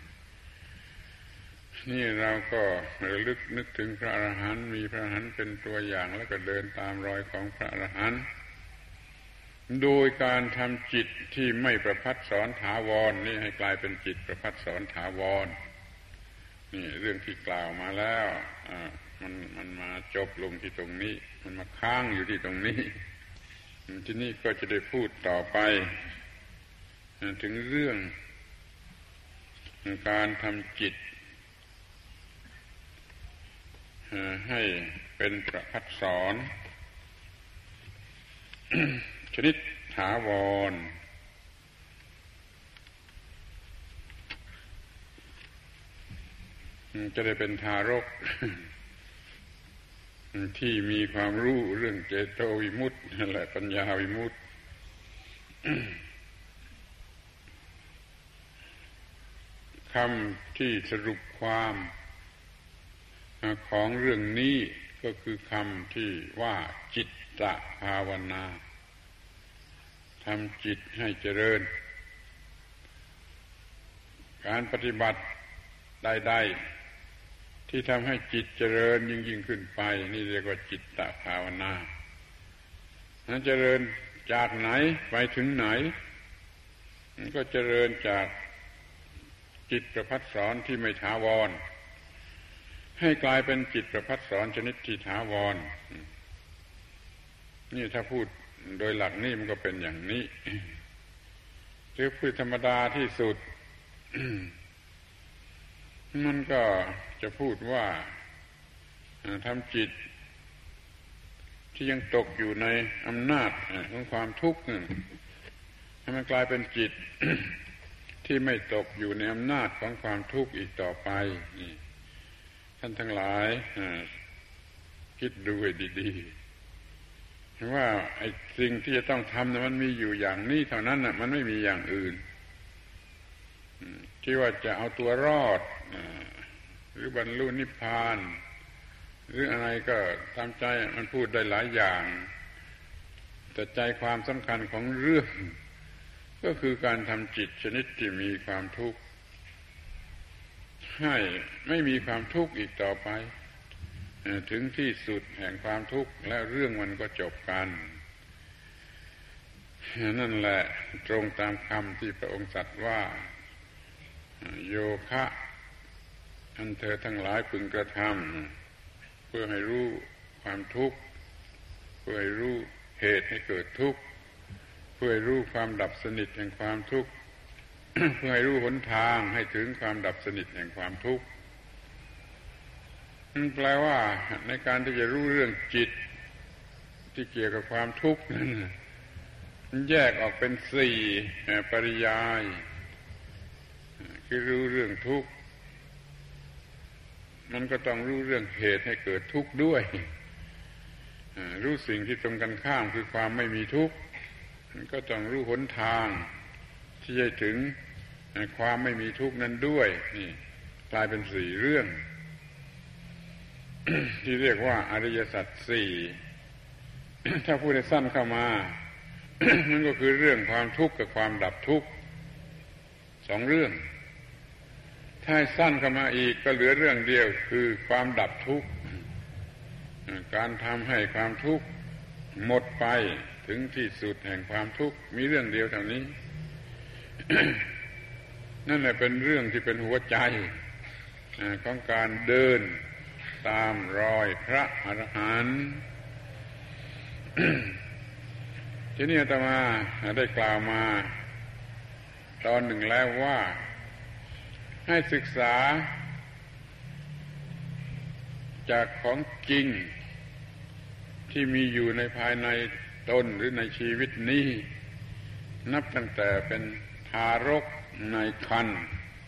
นี่เราก็ระลึกนึกถึงพระอรหันต์มีพระอรหันต์เป็นตัวอย่างแล้วก็เดินตามรอยของพระอรหันต์โดยการทำจิตที่ไม่ประพัดสอนถาวรนี่ให้กลายเป็นจิตประพัดสอนถาวรนี่เรื่องที่กล่าวมาแล้วมันมาจบลงที่ตรงนี้มันมาค้างอยู่ที่ตรงนี้ที่นี่ก็จะได้พูดต่อไปถึงเรื่องการทำจิตให้เป็นประภัสสร ชนิดถาวรจะได้เป็นทารกที่มีความรู้เรื่องเจโตวิมุตติและปัญญาวิมุตติคำที่สรุปความของเรื่องนี้ก็คือคำที่ว่าจิตตภาวนาทำจิตให้เจริญการปฏิบัติใดๆที่ทำให้จิตเจริญยิ่งขึ้นไปนี่เรียกว่าจิตตภาวนานั้นเจริญจากไหนไปถึงไหนมันก็เจริญจากจิตประภัสสรที่ไม่ถาวรให้กลายเป็นจิตประภัสสรชนิดที่ถาวรนี่ถ้าพูดโดยหลักนี่มันก็เป็นอย่างนี้หรือพูดธรรมดาที่สุดมันก็จะพูดว่าทำจิตที่ยังตกอยู่ในอำนาจของความทุกข์ให้มันกลายเป็นจิตที่ไม่ตกอยู่ในอำนาจของความทุกข์อีกต่อไปท่านทั้งหลายคิดดูให้ดีๆว่าไอ้สิ่งที่จะต้องทำนั้นมันมีอยู่อย่างนี้เท่านั้นน่ะมันไม่มีอย่างอื่นที่ว่าจะเอาตัวรอดหรือบรรลุนิพพานหรืออะไรก็ตามใจมันพูดได้หลายอย่างแต่ใจความสำคัญของเรื่องก็คือการทำจิตชนิดที่มีความทุกข์ให้ไม่มีความทุกข์อีกต่อไปถึงที่สุดแห่งความทุกข์และเรื่องมันก็จบกันนั่นแหละตรงตามคำที่พระองค์ตรัสว่าโยคะอันเธอทั้งหลายพึงกระทำเพื่อให้รู้ความทุกข์เพื่อให้รู้เหตุให้เกิดทุกข์เพื่อให้รู้ความดับสนิทแห่งความทุกข์ เพื่อให้รู้หนทางให้ถึงความดับสนิทแห่งความทุกข์นั่นแปลว่าในการที่จะรู้เรื่องจิตที่เกี่ยวกับความทุกข์นั้นแยกออกเป็นสี่ปริยายคือรู้เรื่องทุกข์มันก็ต้องรู้เรื่องเหตุให้เกิดทุกข์ด้วยรู้สิ่งที่ตรงกันข้ามคือความไม่มีทุกข์มันก็ต้องรู้หนทางที่จะถึงความไม่มีทุกข์นั้นด้วยนี่กลายเป็นสี่เรื่อง ที่เรียกว่าอริยสัจสี่ ถ้าพูดให้สั้นเข้ามา นั่นก็คือเรื่องความทุกข์กับความดับทุกข์สองเรื่องถ้าให้สั้นเข้ามาอีกก็เหลือเรื่องเดียวคือความดับทุกข์การทำให้ความทุกข์หมดไปถึงที่สุดแห่งความทุกข์มีเรื่องเดียวเท่านี้ นั่นแหละเป็นเรื่องที่เป็นหัวใจของการเดินตามรอยพระอรหันต์ ที่นี่อาตมาได้กล่าวมาตอนหนึ่งแล้วว่าให้ศึกษาจากของจริงที่มีอยู่ในภายในตนหรือในชีวิตนี้นับตั้งแต่เป็นทารกในครรภ์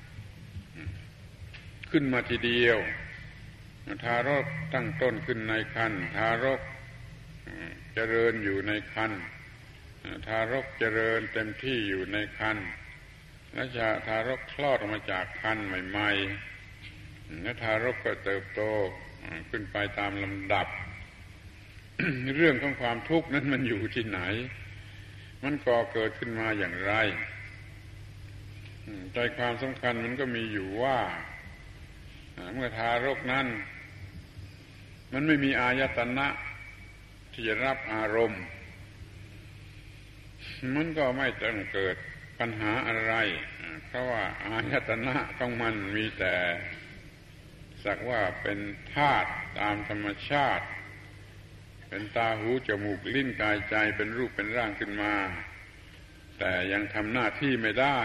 ขึ้นมาทีเดียวทารกตั้งต้นขึ้นในครรภ์ทารกเจริญอยู่ในครรภ์ทารกเจริญเต็มที่อยู่ในครรภ์และทารกคลอดออกมาจากครรภ์ใหม่ๆและทารกก็เติบโตขึ้นไปตามลำดับ เรื่องของความทุกข์นั้นมันอยู่ที่ไหนมันก่อเกิดขึ้นมาอย่างไรใจความสำคัญมันก็มีอยู่ว่าเมื่อทารกนั้นมันไม่มีอายตนะที่จะรับอารมณ์มันก็ไม่ต้องเกิดปัญหาอะไรเพราะว่าอายตนะของมันมีแต่สักว่าเป็นธาตุตามธรรมชาติเป็นตาหูจมูกลิ้นกายใจเป็นรูปเป็นร่างขึ้นมาแต่ยังทำหน้าที่ไม่ได้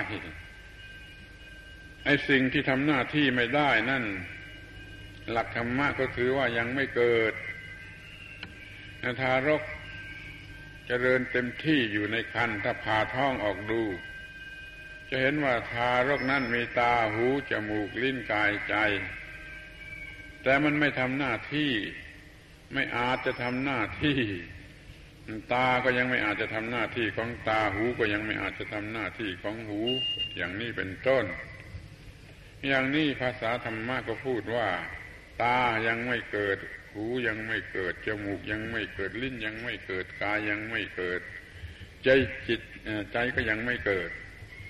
ไอ้สิ่งที่ทำหน้าที่ไม่ได้นั่นหลักธรรมะก็คือว่ายังไม่เกิดทารกเจริญเต็มที่อยู่ในครรภ์ถ้าผ่าท้องออกดูจะเห็นว่าทารกนั้นมีตาหูจมูกลิ้นกายใจแต่มันไม่ทำหน้าที่ไม่อาจจะทำหน้าที่ตาก็ยังไม่อาจจะทำหน้าที่ของตาหูก็ยังไม่อาจจะทำหน้าที่ของหูอย่างนี้เป็นต้นอย่างนี้ภาษาธรรมะก็พูดว่าตายังไม่เกิดหูยังไม่เกิดจมูกยังไม่เกิดลิ้นยังไม่เกิดกายยังไม่เกิดใจก็ยังไม่เกิด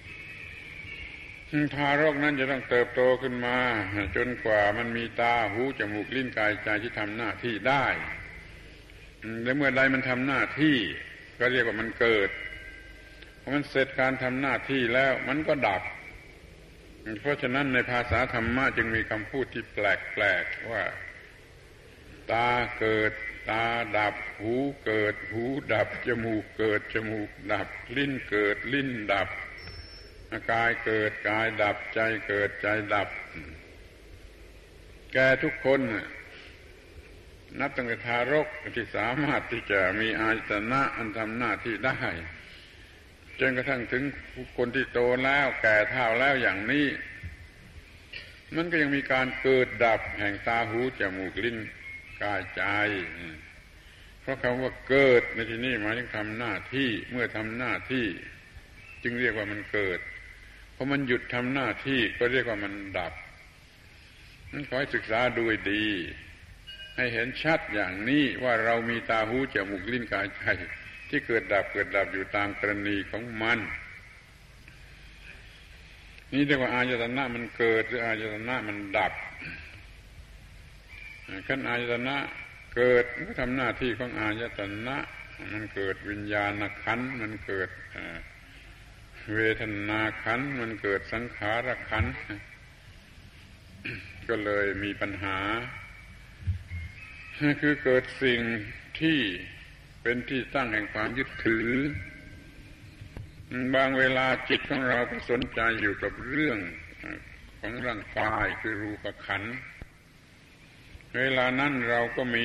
ทารกนั้นจะต้องเติบโตขึ้นมาจนกว่ามันมีตาหูจมูกลิ้นกายใจที่ทำหน้าที่ได้และเมื่อใดมันทำหน้าที่ก็เรียกว่ามันเกิดพอมันเสร็จการทำหน้าที่แล้วมันก็ดับเพราะฉะนั้นในภาษาธรรมะจึงมีคำพูดที่แปลกๆว่าตาเกิดตาดับหูเกิดหูดับจมูกเกิดจมูกดับลิ้นเกิดลิ้นดับกายเกิดกายดับใจเกิดใจดับแกทุกคนนับตั้งแต่ทารกที่สามารถที่จะมีอายตนะอันทำหน้าที่ได้จนกระทั่งถึงคนที่โตแล้วแก่เฒ่าแล้วอย่างนี้มันก็ยังมีการเกิดดับแห่งตาหูจมูกลิ้นกายใจเพราะคำว่าเกิดในที่นี้หมายถึงทำหน้าที่เมื่อทำหน้าที่จึงเรียกว่ามันเกิดพอมันหยุดทำหน้าที่ก็เรียกว่ามันดับนั้นขอให้ศึกษาดูให้ดีให้เห็นชัดอย่างนี้ว่าเรามีตาหูจมูกลิ้นกายใจที่เกิดดับอยู่ตามกรณีของมันนี่เรียกว่าอายตนะมันเกิดหรืออายตนะมันดับขั้นอายตนะเกิดมันก็ทำหน้าที่ของอายตนะมันเกิดวิญญาณขันธ์มันเกิดเวทนาขันธ์มันเกิดสังขารขันธ์ก็เลยมีปัญหาคือเกิดสิ่งที่เป็นที่ตั้งแห่งความยึดถือบางเวลาจิตของเราก็สนใจอยู่กับเรื่องของร่างกายคือรูปขันธ์เวลานั้นเราก็มี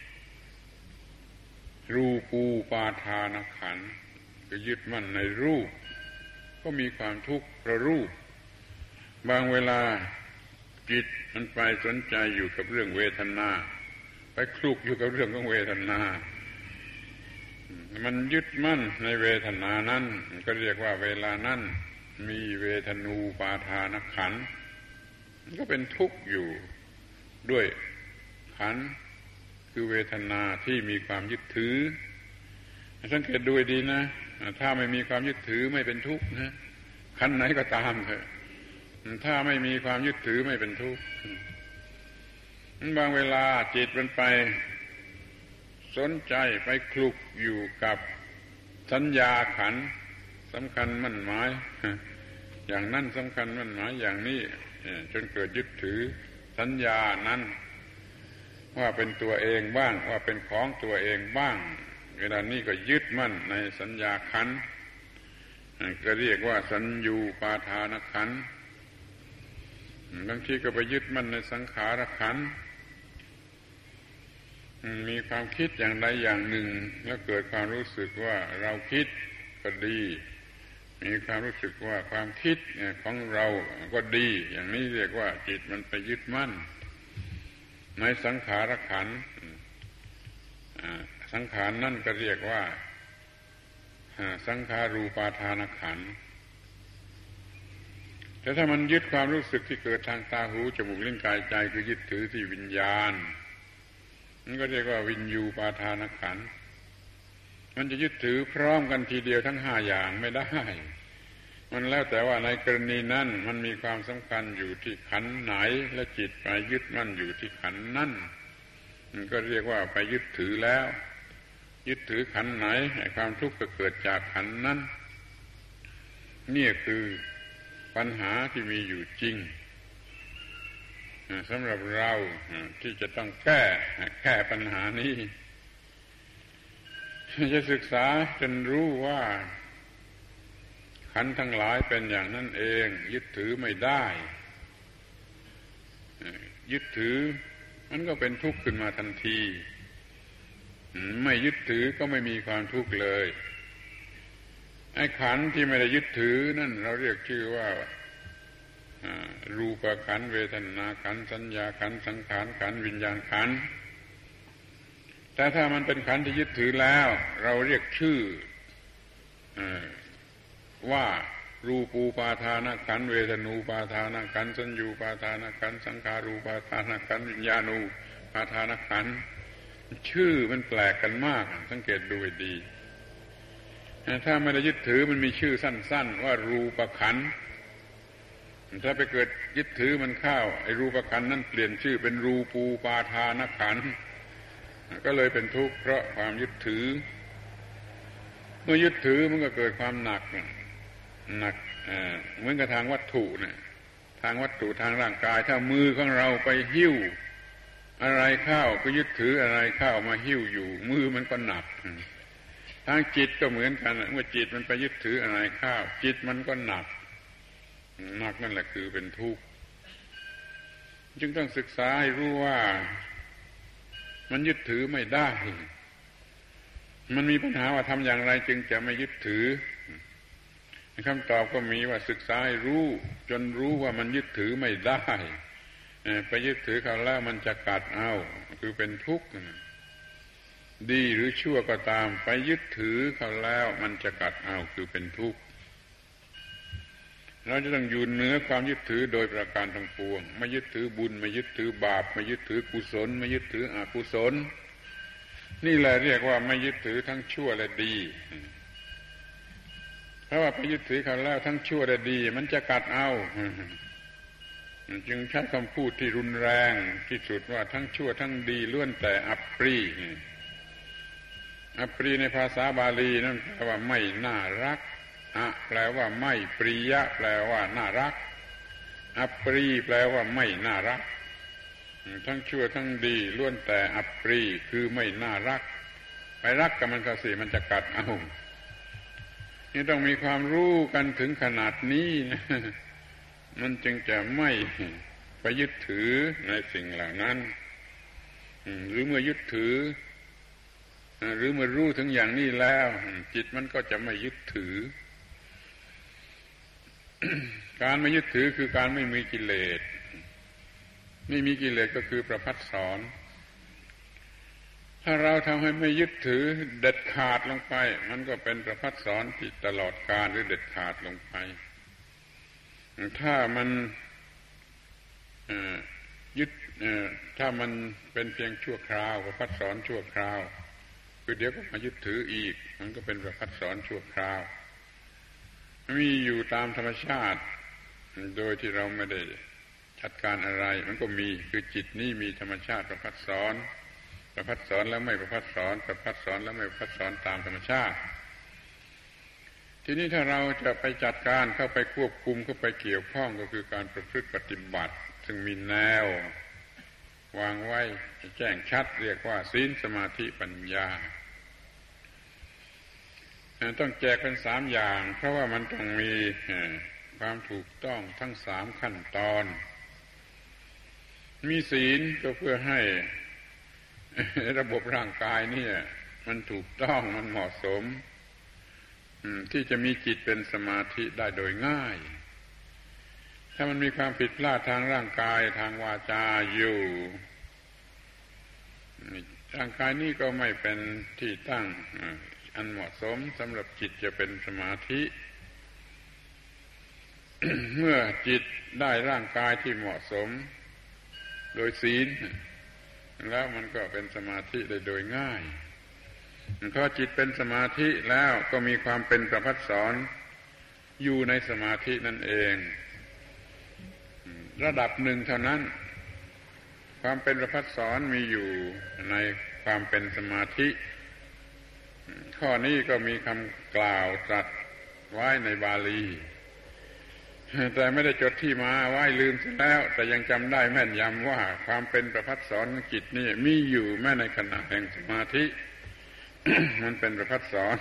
รูปูปาทานขันธ์คือยึดมั่นในรูปก็มีความทุกข์เพราะรูปบางเวลาจิตมันไปสนใจอยู่กับเรื่องเวทนาไปคลุกอยู่กับเรื่องของเวทนามันยึดมั่นในเวทนานั้นก็เรียกว่าเวลานั้นมีเวทนูปาทานขันธ์ก็เป็นทุกข์อยู่ด้วยขันธ์คือเวทนาที่มีความยึดถือสังเกตดูดีนะถ้าไม่มีความยึดถือไม่เป็นทุกข์นะขันธ์ไหนก็ตามเถอะถ้าไม่มีความยึดถือไม่เป็นทุกข์บางเวลาจิตมันไปสนใจไปคลุกอยู่กับสัญญาขันธ์สำคัญมั่นหมายอย่างนั้นสำคัญมั่นหมายอย่างนี้จนเกิดยึดถือสัญญานั้นว่าเป็นตัวเองบ้างว่าเป็นของตัวเองบ้างเวลานี้ก็ยึดมั่นในสัญญาขันธ์ก็เรียกว่าสัญญูปาทานขันธ์บางทีก็ไปยึดมั่นในสังขารขันธ์มีความคิดอย่างใดอย่างหนึ่งแล้วเกิดความรู้สึกว่าเราคิดก็ดีมีความรู้สึกว่าความคิดของเราก็ดีอย่างนี้เรียกว่าจิตมันไปยึดมั่นในสังขารขันธ์สังขารนั่นก็เรียกว่าสังขารูปาทานขันธ์แต่ถ้ามันยึดความรู้สึกที่เกิดทางตาหูจมูกลิ้นกายใจคือยึดถือที่วิญญาณมันก็เรียกว่าวิญญูปาทานขันธ์มันจะยึดถือพร้อมกันทีเดียวทั้ง5อย่างไม่ได้มันแล้วแต่ว่าในกรณีนั้นมันมีความสำคัญอยู่ที่ขันธ์ไหนและจิตไปยึดมั่นอยู่ที่ขันธ์นั้นมันก็เรียกว่าไปยึดถือแล้วยึดถือขันธ์ไหนความทุกข์ก็เกิดจากขันธ์นั้นนี่คือปัญหาที่มีอยู่จริงสำหรับเราที่จะต้องแก้ปัญหานี้จะศึกษาจนรู้ว่าขันธ์ทั้งหลายเป็นอย่างนั้นเองยึดถือไม่ได้ยึดถือมันก็เป็นทุกข์ขึ้นมาทันทีไม่ยึดถือก็ไม่มีความทุกข์เลยไอ้ขันธ์ที่ไม่ได้ยึดถือนั่นเราเรียกชื่อว่ารูปขันธ์เวทนาขันธ์สัญญาขันธ์สังขารขันธ์วิญญาณขันธ์แต่ถ้ามันเป็นขันธ์ที่ยึดถือแล้วเราเรียกชื่อว่ารูปูปาทานขันธ์เวทนูปาทานขันธ์สัญญูปาทานขันธ์สังขารูปาทานขันธ์วิญญาณูปาทานขันธ์ชื่อมันแปลกกันมากสังเกตดูให้ดีถ้าไม่ได้ยึดถือมันมีชื่อสั้นๆว่ารูปขันธ์ถ้าไปเกิดยึดถือมันเข้าไอ้รูปขันธ์นั้นเปลี่ยนชื่อเป็นรูปูปาทานขันธ์ก็เลยเป็นทุกข์เพราะความยึดถือเมื่อยึดถือมันก็เกิดความหนักเหมือนกับทางวัตถุเนี่ยทางวัตถุทางร่างกายถ้ามือของเราไปหิ้วอะไรเข้าก็ยึดถืออะไรเข้ามาหิ้วอยู่มือมันก็หนักทางจิตก็เหมือนกันเมื่อจิตมันไปยึดถืออะไรเข้าจิตมันก็หนักนั่นแหละคือเป็นทุกข์จึงต้องศึกษาให้รู้ว่ามันยึดถือไม่ได้มันมีปัญหาว่าทำอย่างไรจึงจะไม่ยึดถือคำตอบก็มีว่าศึกษาให้รู้จนรู้ว่ามันยึดถือไม่ได้ไปยึดถือเขาแล้วมันจะกัดเอาคือเป็นทุกข์ดีหรือชั่วก็ตามไปยึดถือเขาแล้วมันจะกัดเอาคือเป็นทุกข์เราจะต้องอยู่เหนือความยึดถือโดยประการทั้งปวงไม่ยึดถือบุญไม่ยึดถือบาปไม่ยึดถือกุศลไม่ยึดถืออกุศลนี่แหละเรียกว่าไม่ยึดถือทั้งชั่วและดีเพราะว่าไปยึดถือเขาแล้วทั้งชั่วและดีมันจะกัดเอาจึงใช้คำพูดที่รุนแรงที่สุดว่าทั้งชั่วทั้งดีล้วนแต่อัปรีอัปรีในภาษาบาลีนั่นแปลว่าไม่น่ารักแปลว่าไม่ปริยะแปลว่าน่ารักอัปรีแปลว่าไม่น่ารักทั้งชั่วทั้งดีล้วนแต่อัปรีคือไม่น่ารักไปรักกับมันก็สิมันจะกัดเอานี่ต้องมีความรู้กันถึงขนาดนี้นะมันจึงจะไม่ไปยึดถือในสิ่งเหล่านั้นหรือเมื่อยึดถือหรือเมื่อรู้ถึงอย่างนี้แล้วจิตมันก็จะไม่ยึดถือการไม่ยึดถือคือการไม่มีกิเลสไม่มีกิเลสก็คือประภัสสรถ้าเราทำให้ไม่ยึดถือเด็ดขาดลงไปมันก็เป็นประภัสสรที่ตลอดกาลหรือเด็ดขาดลงไปถ้ามันยึดถ้ามันเป็นเพียงชั่วคราวประภัสสรชั่วคราวคือเดี๋ยวก็มายึดถืออีกมันก็เป็นประภัสสรชั่วคราวมีอยู่ตามธรรมชาติโดยที่เราไม่ได้จัดการอะไรมันก็มีคือจิตนี้มีธรรมชาติประภัสสรแล้วไม่ประภัสสรประภัสสรแล้วไม่ประภัสสรตามธรรมชาติทีนี้ถ้าเราจะไปจัดการเข้าไปควบคุมเข้าไปเกี่ยวข้องก็คือการประพฤติปฏิบัติซึ่งมีแนววางไว้แจ้งชัดเรียกว่าศีลสมาธิปัญญาต้องแจกเป็น3อย่างเพราะว่ามันต้องมีความถูกต้องทั้ง3ขั้นตอนมีศีลก็เพื่อให้ระบบร่างกายนี่มันถูกต้องมันเหมาะสมที่จะมีจิตเป็นสมาธิได้โดยง่ายถ้ามันมีความผิดพลาดทางร่างกายทางวาจาอยู่ร่างกายนี้ก็ไม่เป็นที่ตั้งอันเหมาะสมสำหรับจิตจะเป็นสมาธิ เมื่อจิตได้ร่างกายที่เหมาะสมโดยศีลแล้วมันก็เป็นสมาธิได้โดยง่ายพอจิตเป็นสมาธิแล้วก็มีความเป็นประภัสสรอยู่ในสมาธินั่นเองระดับหนึ่งเท่านั้นความเป็นประภัสสรมีอยู่ในความเป็นสมาธิข้อนี้ก็มีคำกล่าวตรัสไว้ในบาลีแต่ไม่ได้จดที่มาไว้ลืมซะแล้วแต่ยังจำได้แม่นยำว่าความเป็นประภัสสรของจิตนี่มีอยู่แม้ในขณะแห่งสมาธิ มันเป็นประภัสสร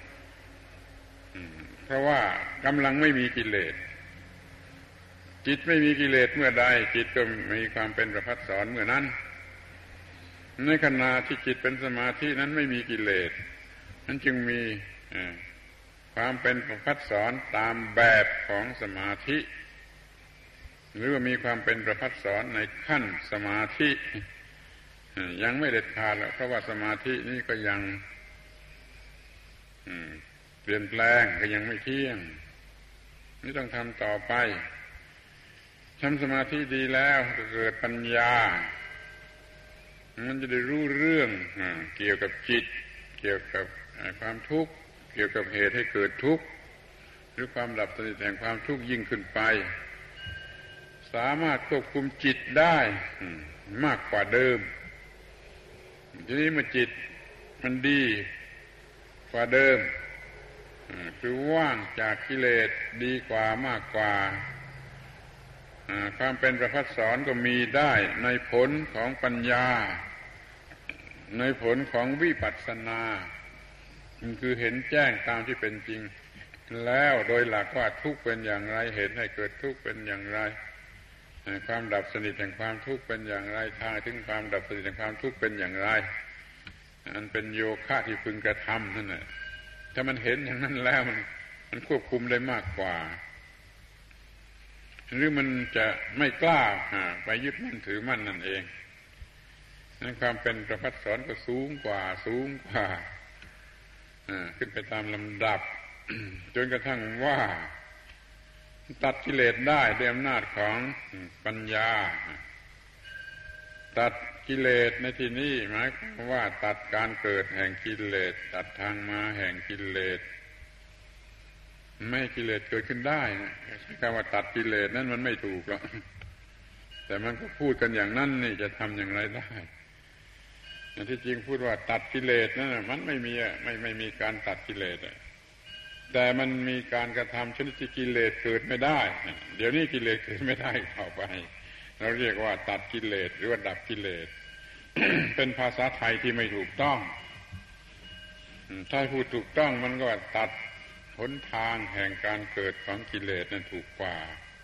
เพราะว่ากำลังไม่มีกิเลสจิตไม่มีกิเลสเมื่อใดจิตก็มีความเป็นประภัสสรเมื่อนั้นในขณะที่จิตเป็นสมาธินั้นไม่มีกิเลสนั้นจึงมีความเป็นประภัสสรตามแบบของสมาธิหรือว่ามีความเป็นประภัสสรในขั้นสมาธิยังไม่เด็ดขาดแล้วเพราะว่าสมาธินี้ก็ยังเปลี่ยนแปลงก็ยังไม่เที่ยงนี่ต้องทำต่อไปทำสมาธิดีแล้วก็เกิดปัญญามันจะได้รู้เรื่องเกี่ยวกับจิตเกี่ยวกับความทุกข์เกี่ยวกับเหตุให้เกิดทุกข์หรือความดับสนิทแห่งความทุกข์ยิ่งขึ้นไปสามารถควบคุมจิตได้มากกว่าเดิมทีนี้เมื่อจิตมันดีกว่าเดิมคือว่างจากกิเลสดีกว่ามากกว่าความเป็นประภัสสรก็มีได้ในผลของปัญญาในผลของวิปัสสนาคือเห็นแจ้งตามที่เป็นจริงแล้วโดยหลักว่าทุกข์เป็นอย่างไรเหตุให้เกิดทุกข์เป็นอย่างไรความดับสนิทแห่งความทุกข์เป็นอย่างไรทางถึงความดับสนิทแห่งความทุกข์เป็นอย่างไรอันเป็นโยคะที่พึงกระทำนั่นแหละถ้ามันเห็นอย่างนั้นแล้วมันควบคุมได้มากกว่าหรือมันจะไม่กล้าไปยึดมั่นถือมั่นนั่นเองนั้นความเป็นประภัสสรก็สูงกว่าขึ้นไปตามลำดับ จนกระทั่งว่าตัดกิเลสได้ด้วยอำนาจของปัญญาตัดกิเลสในที่นี้หมายความว่าตัดการเกิดแห่งกิเลสตัดทางมาแห่งกิเลสไม่ให้กิเลสเกิดขึ้นได้ใช้คำว่าตัดกิเลสนั้นมันไม่ถูกหรอกแต่มันก็พูดกันอย่างนั้นนี่จะทำอย่างไรได้ที่จริงพูดว่าตัดกิเลสนั่นมันไม่มีการตัดกิเลสแต่มันมีการกระทำชนิดที่กิเลสเกิดไม่ได้เดี๋ยวนี้กิเลสเกิดไม่ได้ต่อไปเราเรียกว่าตัดกิเลสหรือว่าดับกิเลส เป็นภาษาไทยที่ไม่ถูกต้องถ้าพูดถูกต้องมันก็ตัดหนทางแห่งการเกิดของกิเลสนั่นถูกกว่า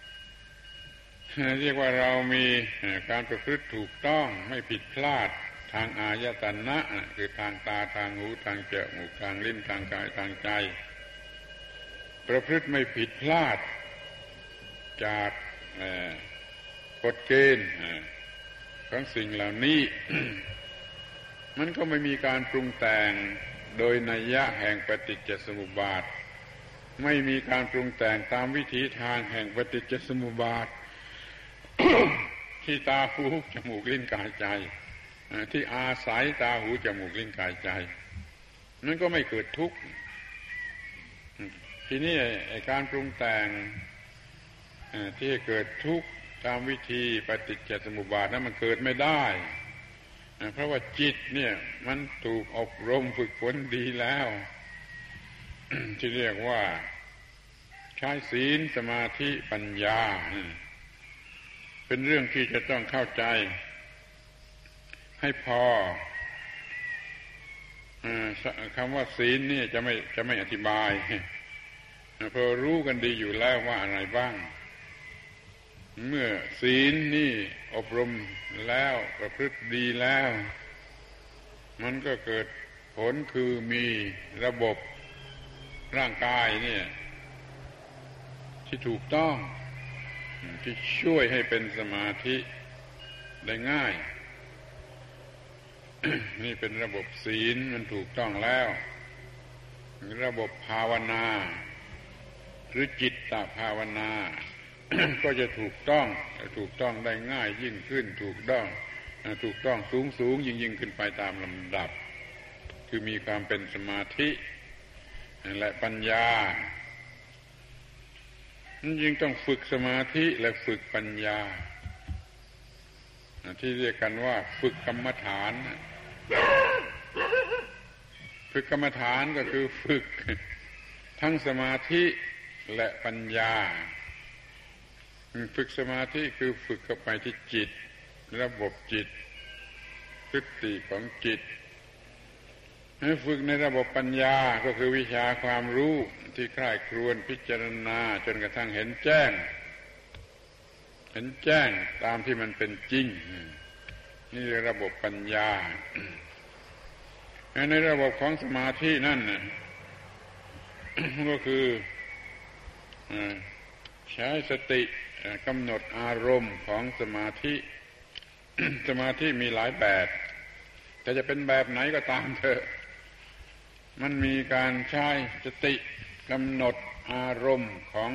เรียกว่าเรามีการประพฤติถูกต้องไม่ผิดพลาดทางอายตนะคือทางตาทางหูทางจมูกทางลิ้นทางกายทางใจประพฤติไม่ผิดพลาดจากกฎเกณฑ์ของสิ่งเหล่านี้ มันก็ไม่มีการปรุงแต่งโดยนัยยะแห่งปฏิจจสมุปบาทไม่มีการปรุงแต่งตามวิถีทางแห่งปฏิจจสมุปบาท ที่ตาหูจมูกลิ้นกายใจที่อาศัยตาหูจมูกลิ้นกายใจนั่นก็ไม่เกิดทุกข์ทีนี้ไอ้การปรุงแต่งที่ให้เกิดทุกข์ตามวิธีปฏิจจสมุปบาทนั้นมันเกิดไม่ได้เพราะว่าจิตเนี่ยมันถูกอบรมฝึกฝนดีแล้ว ที่เรียกว่าใช้ศีลสมาธิปัญญาเป็นเรื่องที่จะต้องเข้าใจให้พอคำว่าศีลนี่จะไม่อธิบายเพราะรู้กันดีอยู่แล้วว่าอะไรบ้างเมื่อศีลนี่อบรมแล้วประพฤติดีแล้วมันก็เกิดผลคือมีระบบร่างกายเนี่ยที่ถูกต้องที่ช่วยให้เป็นสมาธิได้ง่าย นี่เป็นระบบศีลมันถูกต้องแล้วระบบภาวนาหรือจิตตภาวนา ก็จะถูกต้องได้ง่ายยิ่งขึ้นถูกต้องสูงยิ่งขึ้นไปตามลำดับคือมีความเป็นสมาธิและปัญญายิ่งต้องฝึกสมาธิและฝึกปัญญาที่เรียกกันว่าฝึกกรรมฐานฝึกกรรมฐานก็คือฝึกทั้งสมาธิและปัญญาฝึกสมาธิคือฝึกเข้าไปที่จิตระบบจิตพฤติของจิตให้ฝึกในระบบปัญญาก็คือวิชาความรู้ที่ใคร่ครวญพิจารณาจนกระทั่งเห็นแจ้งตามที่มันเป็นจริงนี่คือระบบปัญญาในระบบของสมาธินั่นก็คือใช้สติกำหนดอารมณ์ของสมาธิ สมาธิมีหลายแบบแต่จะเป็นแบบไหนก็ตามเถอะมันมีการใช้สติกำหนดอารมณ์ของ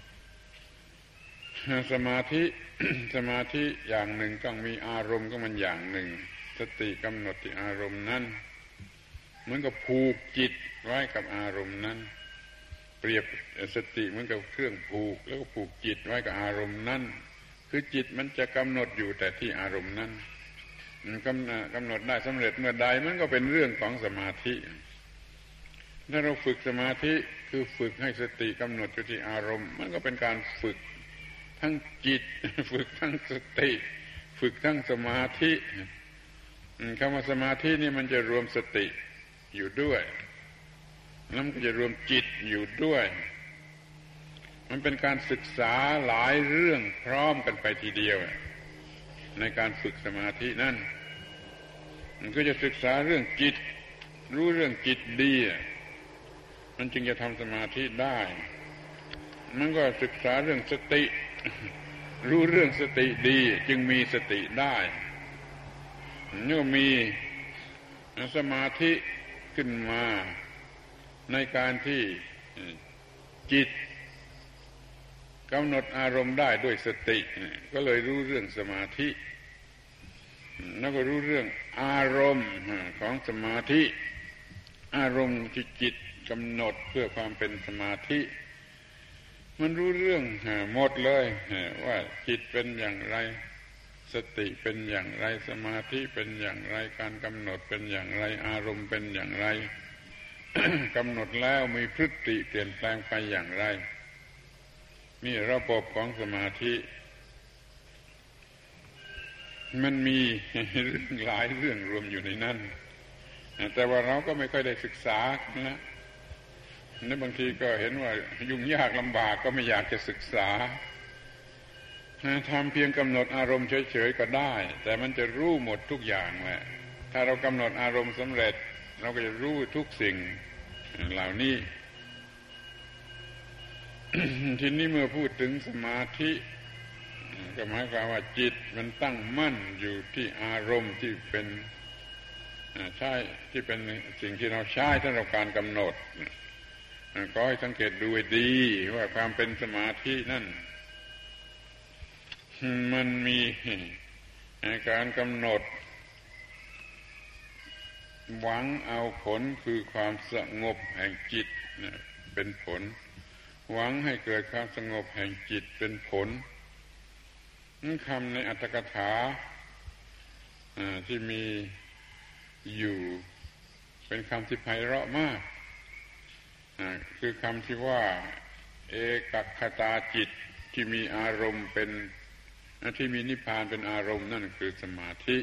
สมาธิ สมาธิอย่างหนึ่งต้องมีอารมณ์ของมันอย่างหนึ่งสติกำหนดที่อารมณ์นั้นเหมือนกับผูกจิตไว้กับอารมณ์นั้นเปรียบสติเหมือนกับเครื่องผูกแล้วก็ผูกจิตไว้กับอารมณ์นั้นคือจิตมันจะกำหนดอยู่แต่ที่อารมณ์นั้นกำหนดได้สำเร็จเมื่อใดมันก็เป็นเรื่องของสมาธิถ้าเราฝึกสมาธิคือฝึกให้สติกำหนดอยู่ที่อารมณ์มันก็เป็นการฝึกทั้งจิตฝึกทั้งสติฝึกทั้งสมาธิคำว่าสมาธินี่มันจะรวมสติอยู่ด้วยแล้วมันก็จะรวมจิตอยู่ด้วยมันเป็นการศึกษาหลายเรื่องพร้อมกันไปทีเดียวในการฝึกสมาธินั่นมันก็จะศึกษาเรื่องจิตรู้เรื่องจิตดีมันจึงจะทำสมาธิได้มันก็ศึกษาเรื่องสติรู้เรื่องสติดีจึงมีสติได้เมื่อมีสมาธิขึ้นมาในการที่จิตกำหนดอารมณ์ได้ด้วยสติก็เลยรู้เรื่องสมาธิแล้วก็รู้เรื่องอารมณ์ของสมาธิอารมณ์ที่จิตกำหนดเพื่อความเป็นสมาธิมันรู้เรื่องหมดเลยว่าจิตเป็นอย่างไรสติเป็นอย่างไรสมาธิเป็นอย่างไรการกำหนดเป็นอย่างไรอารมณ์เป็นอย่างไร กำหนดแล้วมีพฤติเปลี่ยนแปลงไปอย่างไรนี่ระบบของสมาธิมันมีเรื่องหลายเรื่องรวมอยู่ในนั้นแต่ว่าเราก็ไม่ค่อยได้ศึกษานะบางทีก็เห็นว่ายุ่งยากลำบากก็ไม่อยากจะศึกษาทำเพียงกำหนดอารมณ์เฉยๆก็ได้แต่มันจะรู้หมดทุกอย่างแหละถ้าเรากำหนดอารมณ์สำเร็จเราก็จะรู้ทุกสิ่งเหล่านี้ ทีนี้เมื่อพูดถึงสมาธิก็หมายความว่าจิตมันตั้งมั่นอยู่ที่อารมณ์ที่เป็นใช่ที่เป็นสิ่งที่เราใช้สำหรับการกำหนดก็ให้สังเกตดูให้ดีว่าความเป็นสมาธินั่นมันมีการกำหนดหวังเอาผลคือความสงบแห่งจิตเป็นผลหวังให้เกิดความสงบแห่งจิตเป็นผลคำในอรรถกถาที่มีอยู่เป็นคำที่ไพเราะมากคือคำที่ว่าเอกัคคตาจิตที่มีอารมณ์เป็นที่มีนิพพานเป็นอารมณ์นั่นคือสมาธิ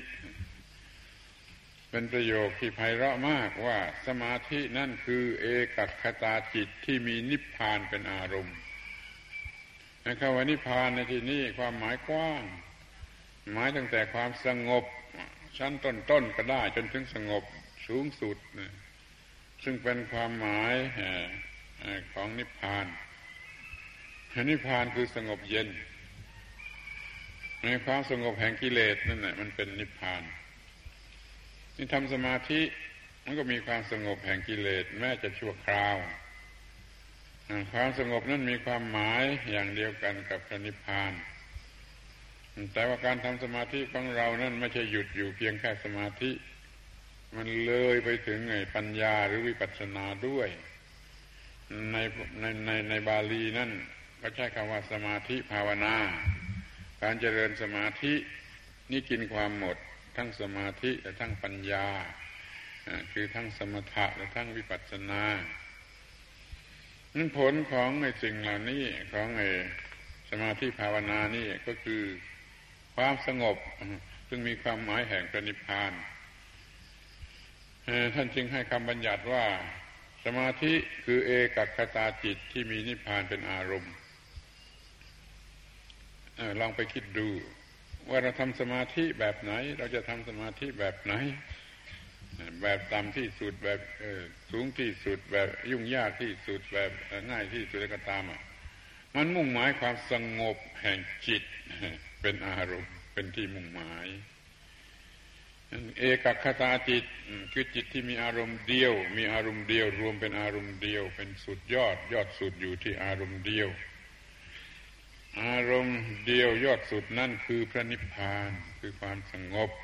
เป็นประโยคที่ไพเราะมากว่าสมาธินั่นคือเอกัคคตาจิตที่มีนิพพานเป็นอารมณ์คำว่านิพพานในที่นี้ความหมายกว้างหมายตั้งแต่ความสงบชั้นต้นๆก็ได้จนถึงสงบสูงสุดซึ่งเป็นความหมายของนิพพานนิพพานคือสงบเย็นในความสงบแห่งกิเลสนั่นแหละมันเป็นนิพพานนี่ทำสมาธิมันก็มีความสงบแห่งกิเลสแม้จะชั่วคราวความสงบนั้นมีความหมายอย่างเดียวกันกับพระนิพพานแต่ว่าการทำสมาธิของเรานั้นไม่ใช่หยุดอยู่เพียงแค่สมาธิมันเลยไปถึงปัญญาหรือวิปัสสนาด้วยในบาลีนั่นก็ใช้คำว่าสมาธิภาวนาการเจริญสมาธินี่กินความหมดทั้งสมาธิและทั้งปัญญาคือทั้งสมถะและทั้งวิปัสสนานั้นผลของสิ่งเหล่านี้ของสมาธิภาวนานี่ก็คือความสงบซึ่งมีความหมายแห่งพระนิพพานท่านจึงให้คำบัญญัติว่าสมาธิคือเอกัคคตาจิตที่มีนิพพานเป็นอารมณ์ลองไปคิดดูว่าเราทำสมาธิแบบไหนเราจะทำสมาธิแบบไหนแบบต่ำที่สุดแบบสูงที่สุดแบบยุ่งยากที่สุดแบบง่ายที่สุดก็ตามมันมุ่งหมายความสงบแห่งจิตเป็นอารมณ์เป็นที่มุ่งหมายเอกคตาจิตคือจิตที่มีอารมณ์เดียวมีอารมณ์เดียวรวมเป็นอารมณ์เดียวเป็นสุดยอดสุดอยู่ที่อารมณ์เดียวอารมณ์เดียวยอดสุดนั่นคือพระนิพพานคือความสงบ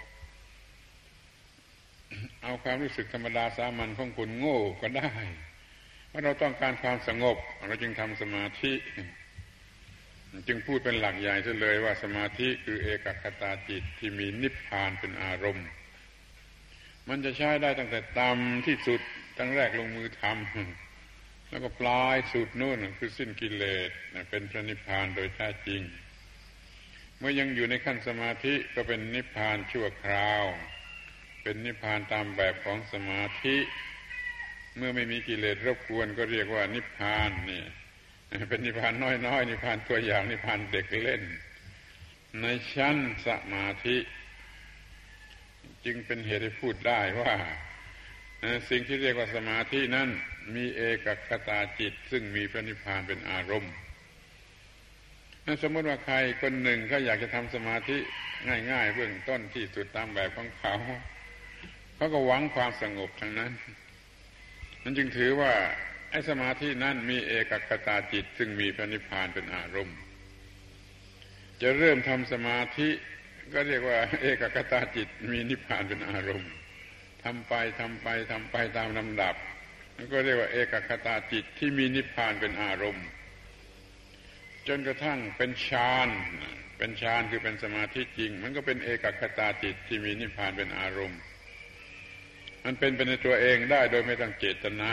เอาความรู้สึกธรรมดาสามัญของคนโง่ก็ได้ว่าเราต้องการความสงบเราจึงทำสมาธิจึงพูดเป็นหลักใหญ่ซะเลยว่าสมาธิคือเอกคตาจิตที่มีนิพพานเป็นอารมณ์มันจะใช้ได้ตั้งแต่ต่ำที่สุดตั้งแรกลงมือทำแล้วก็ปลายสุดนู่นคือสิ้นกิเลสเป็นพระนิพพานโดยแท้จริงเมื่อยังอยู่ในขั้นสมาธิก็เป็นนิพพานชั่วคราวเป็นนิพพานตามแบบของสมาธิเมื่อไม่มีกิเลสรบกวนก็เรียกว่านิพพานนี่เป็นนิพพานน้อยๆนิพพานตัวอย่างนิพพานเด็กเล่นในชั้นสมาธิจึงเป็นเหตุให้พูดได้ว่าสิ่งที่เรียกว่าสมาธินั้นมีเอกคตาจิตซึ่งมีพระนิพพานเป็นอารมณ์สมมติว่าใครคนหนึ่งเขาอยากจะทำสมาธิง่ายๆเบื้องต้นที่สุดตามแบบของเขาก็หวังความสงบทั้งนั้นนั่นจึงถือว่าไอ้สมาธินั้นมีเอกคตาจิตซึ่งมีพระนิพพานเป็นอารมณ์จะเริ่มทำสมาธิก็เรียกว่าเอกคตาจิตมีนิพพานเป็นอารมณ์ทำไปตามลำดับก็เรียกว่าเอกคตาจิตที่มีนิพพานเป็นอารมณ์จนกระทั่งเป็นฌานคือเป็นสมาธิจริงมันก็เป็นเอกคตาจิตที่มีนิพพานเป็นอารมณ์มันเป็นไปในตัวเองได้โดยไม่ต้องเจตนา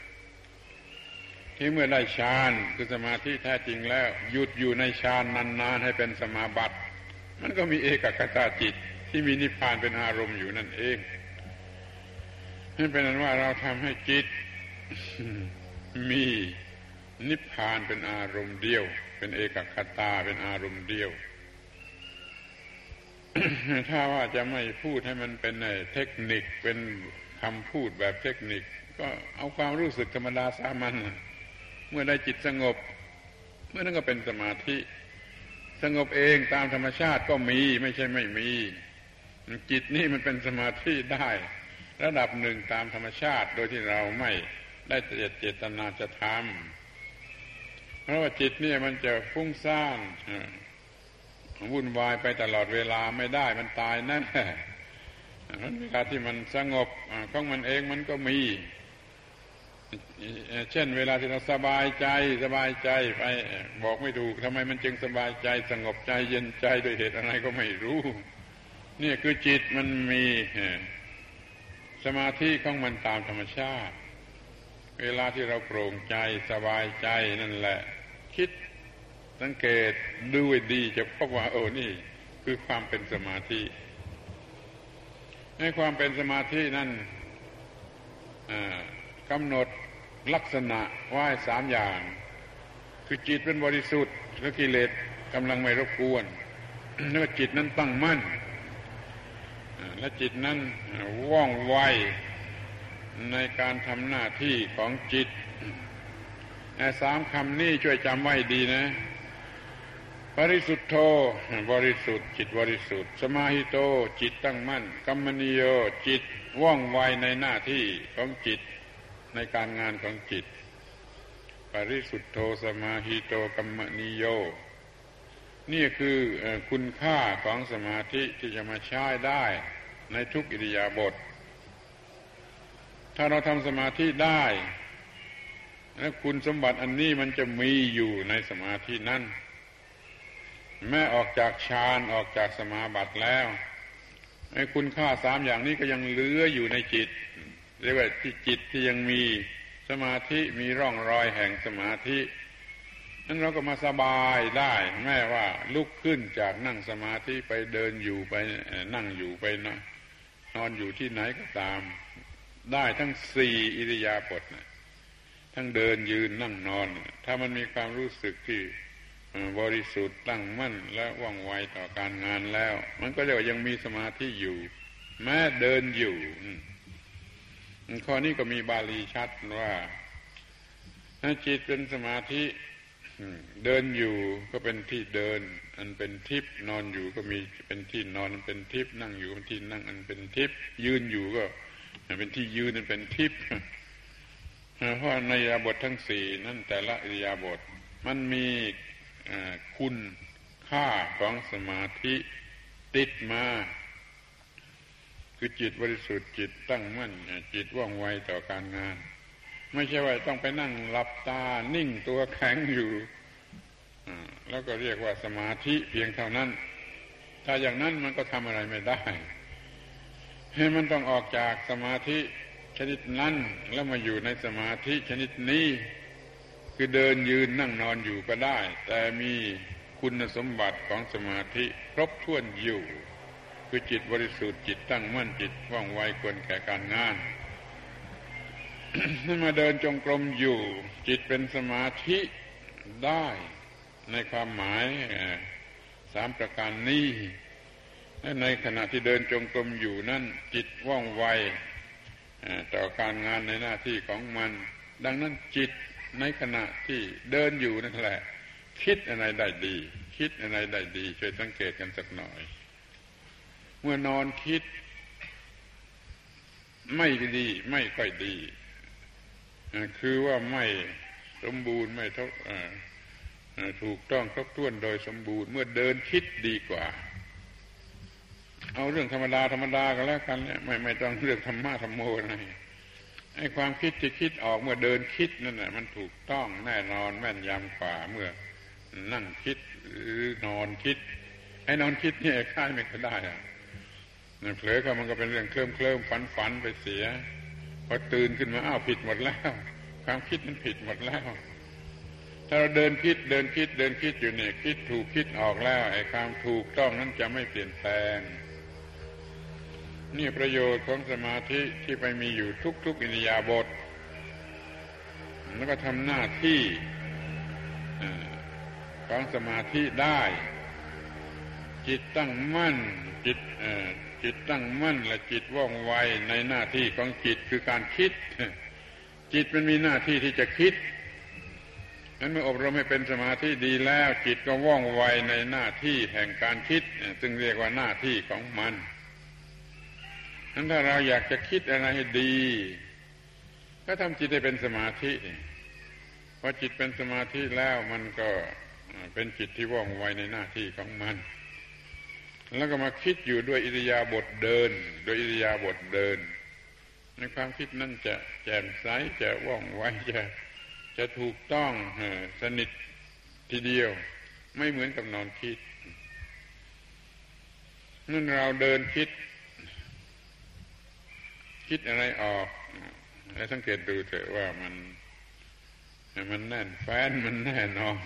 ที่เมื่อได้ฌานคือสมาธิแท้จริงแล้วหยุดอยู่ในฌานนานๆให้เป็นสมาบัติมันก็มีเอกคตาจิตที่มีนิพพานเป็นอารมณ์อยู่นั่นเองนั่นเป็นนั้นว่าเราทำให้จิตมีนิพพานเป็นอารมณ์เดียวเป็นเอกคตาเป็นอารมณ์เดียว ถ้าว่าจะไม่พูดให้มันเป็นเทคนิคเป็นคำพูดแบบเทคนิคก็เอาความรู้สึกธรรมดาสามัญเมื่อได้จิตสงบเมื่อนั้นก็เป็นสมาธิสงบเองตามธรรมชาติก็มีไม่ใช่ไม่มีจิตนี่มันเป็นสมาธิได้ระดับหนึ่งตามธรรมชาติโดยที่เราไม่ได้เจตนาจะทำเพราะว่าจิตนี่มันจะฟุ้งซ่านวุ่นวายไปตลอดเวลาไม่ได้มันตายนั่นแหละเวลาที่มันสงบของมันเองมันก็มีเช่นเวลาที่เราสบายใจไปบอกไม่ถูกทำไมมันจึงสบายใจสงบใจเย็นใจโดยเหตุอะไรก็ไม่รู้นี่คือจิตมันมีสมาธิของมันตามธรรมชาติเวลาที่เราโปร่งใจสบายใจนั่นแหละคิดสังเกตดูให้ดีจะพบว่านี่คือความเป็นสมาธิในความเป็นสมาธินั้นกำหนดลักษณะไว้3อย่างคือจิตเป็นบริสุทธิ์และกิเลสกำลังไม่รบกวนแล้วจิตนั้นตั้งมั่นและจิตนั้นว่องไวในการทำหน้าที่ของจิต3คำนี้ช่วยจำไว้ดีนะบริสุทธโธบริสุทธิ์จิตบริสุทธิ์สมาหิโตจิตตั้งมั่นกัมมนิโยจิตว่องไวในหน้าที่ของจิตในการงานของจิตบริสุทธโธสมาหิโตกัมมนิโยนี่คือคุณค่าของสมาธิที่จะมาใช้ได้ในทุกอิริยาบถถ้าเราทำสมาธิได้และคุณสมบัติอันนี้มันจะมีอยู่ในสมาธินั้นแม้ออกจากฌานออกจากสมาบัติแล้วไอ้คุณค่า3อย่างนี้ก็ยังเหลืออยู่ในจิตเรียกว่าที่จิตที่ยังมีสมาธิมีร่องรอยแห่งสมาธินั้นเราก็มาสบายได้แม้ว่าลุกขึ้นจากนั่งสมาธิไปเดินอยู่ไปนั่งอยู่ไปนอนอยู่ที่ไหนก็ตามได้ทั้ง4อิริยาบถทั้งเดินยืนนั่งนอนถ้ามันมีความรู้สึกที่บริสุทธิ์ตั้งมั่นและว่องไวต่อการงานแล้วมันก็เรียกว่ายังมีสมาธิอยู่แม้เดินอยู่ข้อนี้ก็มีบาลีชัดว่าจิตเป็นสมาธิเดินอยู่ก็เป็นที่เดินอันเป็นทิพย์นอนอยู่ก็มีเป็นที่นอนอันเป็นทิพย์นั่งอยู่เป็นที่นั่งอันเป็นทิพย์ยืนอยู่ก็เป็นที่ยืนอันเป็นทิพย์เพราะในอิริยาบถทั้งสี่นั่นแต่ละอิริยาบถมันมีคุณค่าของสมาธิติดมาคือจิตบริสุทธิ์จิตตั้งมั่นจิตว่องไวต่อการงานไม่ใช่ว่าต้องไปนั่งหลับตานิ่งตัวแข็งอยู่แล้วก็เรียกว่าสมาธิเพียงเท่านั้นถ้าอย่างนั้นมันก็ทำอะไรไม่ได้ให้มันต้องออกจากสมาธิชนิดนั้นแล้วมาอยู่ในสมาธิชนิดนี้คือเดินยืนนั่งนอนอยู่ก็ได้แต่มีคุณสมบัติของสมาธิครบถ้วนอยู่คือจิตบริสุทธิ์จิตตั้งมั่นจิตว่องไวควรแก่การงานนั่นมาเดินจงกรมอยู่จิตเป็นสมาธิได้ในความหมาย3ประการนี้และในขณะที่เดินจงกรมอยู่นั่นจิตว่องไวต่อการงานในหน้าที่ของมันดังนั้นจิตในขณะที่เดินอยู่นั่นแหละคิดอะไรได้ดีคิดอะไรได้ดีช่วยสังเกตกันสักหน่อยเมื่อนอนคิดไม่ดีไม่ค่อยดีคือว่าไม่สมบูรณ์ไม่ถูกต้องครบถ้วนโดยสมบูรณ์เมื่อเดินคิดดีกว่าเอาเรื่องธรรมดาก็แล้วกันเนี่ยไม่ต้องเรื่องธรรมะธรรมโมอะไรไอ้ความคิดที่คิดออกเมื่อเดินคิดนั่นแหละมันถูกต้องแน่นอนแม่นยำกว่าเมื่อนั่งคิดหรือนอนคิดไอ้นอนคิดนี่ค่ายไม่ค่อยได้เผลอก็มันก็เป็นเรื่องเคลิ้มฝันไปเสียพอตื่นขึ้นมาอ้าวผิดหมดแล้วความคิดมันผิดหมดแล้วถ้าเราเดินคิดอยู่เนี่ยคิดถูกคิดออกแล้วไอ้ความถูกต้องนั้นจะไม่เปลี่ยนแปลงนี่ประโยชน์ของสมาธิที่ไปมีอยู่ทุกอิริยาบถแล้วก็ทำหน้าที่ของสมาธิได้จิตตั้งมั่นจิตตั้งมั่นและจิตว่องไวในหน้าที่ของจิตคือการคิดจิตมันมีหน้าที่ที่จะคิดนั้นเมื่ออบรมให้เป็นสมาธิดีแล้วจิตก็ว่องไวในหน้าที่แห่งการคิดซึ่งเรียกว่าหน้าที่ของมันนั้นถ้าเราอยากจะคิดอะไรให้ดีก็ทำจิตให้เป็นสมาธิพอจิตเป็นสมาธิแล้วมันก็เป็นจิตที่ว่องไวในหน้าที่ของมันแล้วก็มาคิดอยู่ด้วยอิริยาบถเดินโดยอิริยาบถเดินในความคิดนั้นจะแจ่มใสจะว่องไวจะถูกต้องสนิททีเดียวไม่เหมือนกับนอนคิดนั่นเราเดินคิดอะไรออกให้สังเกตดูเถอะว่ามันแน่นแฟ้นมันแน่นอน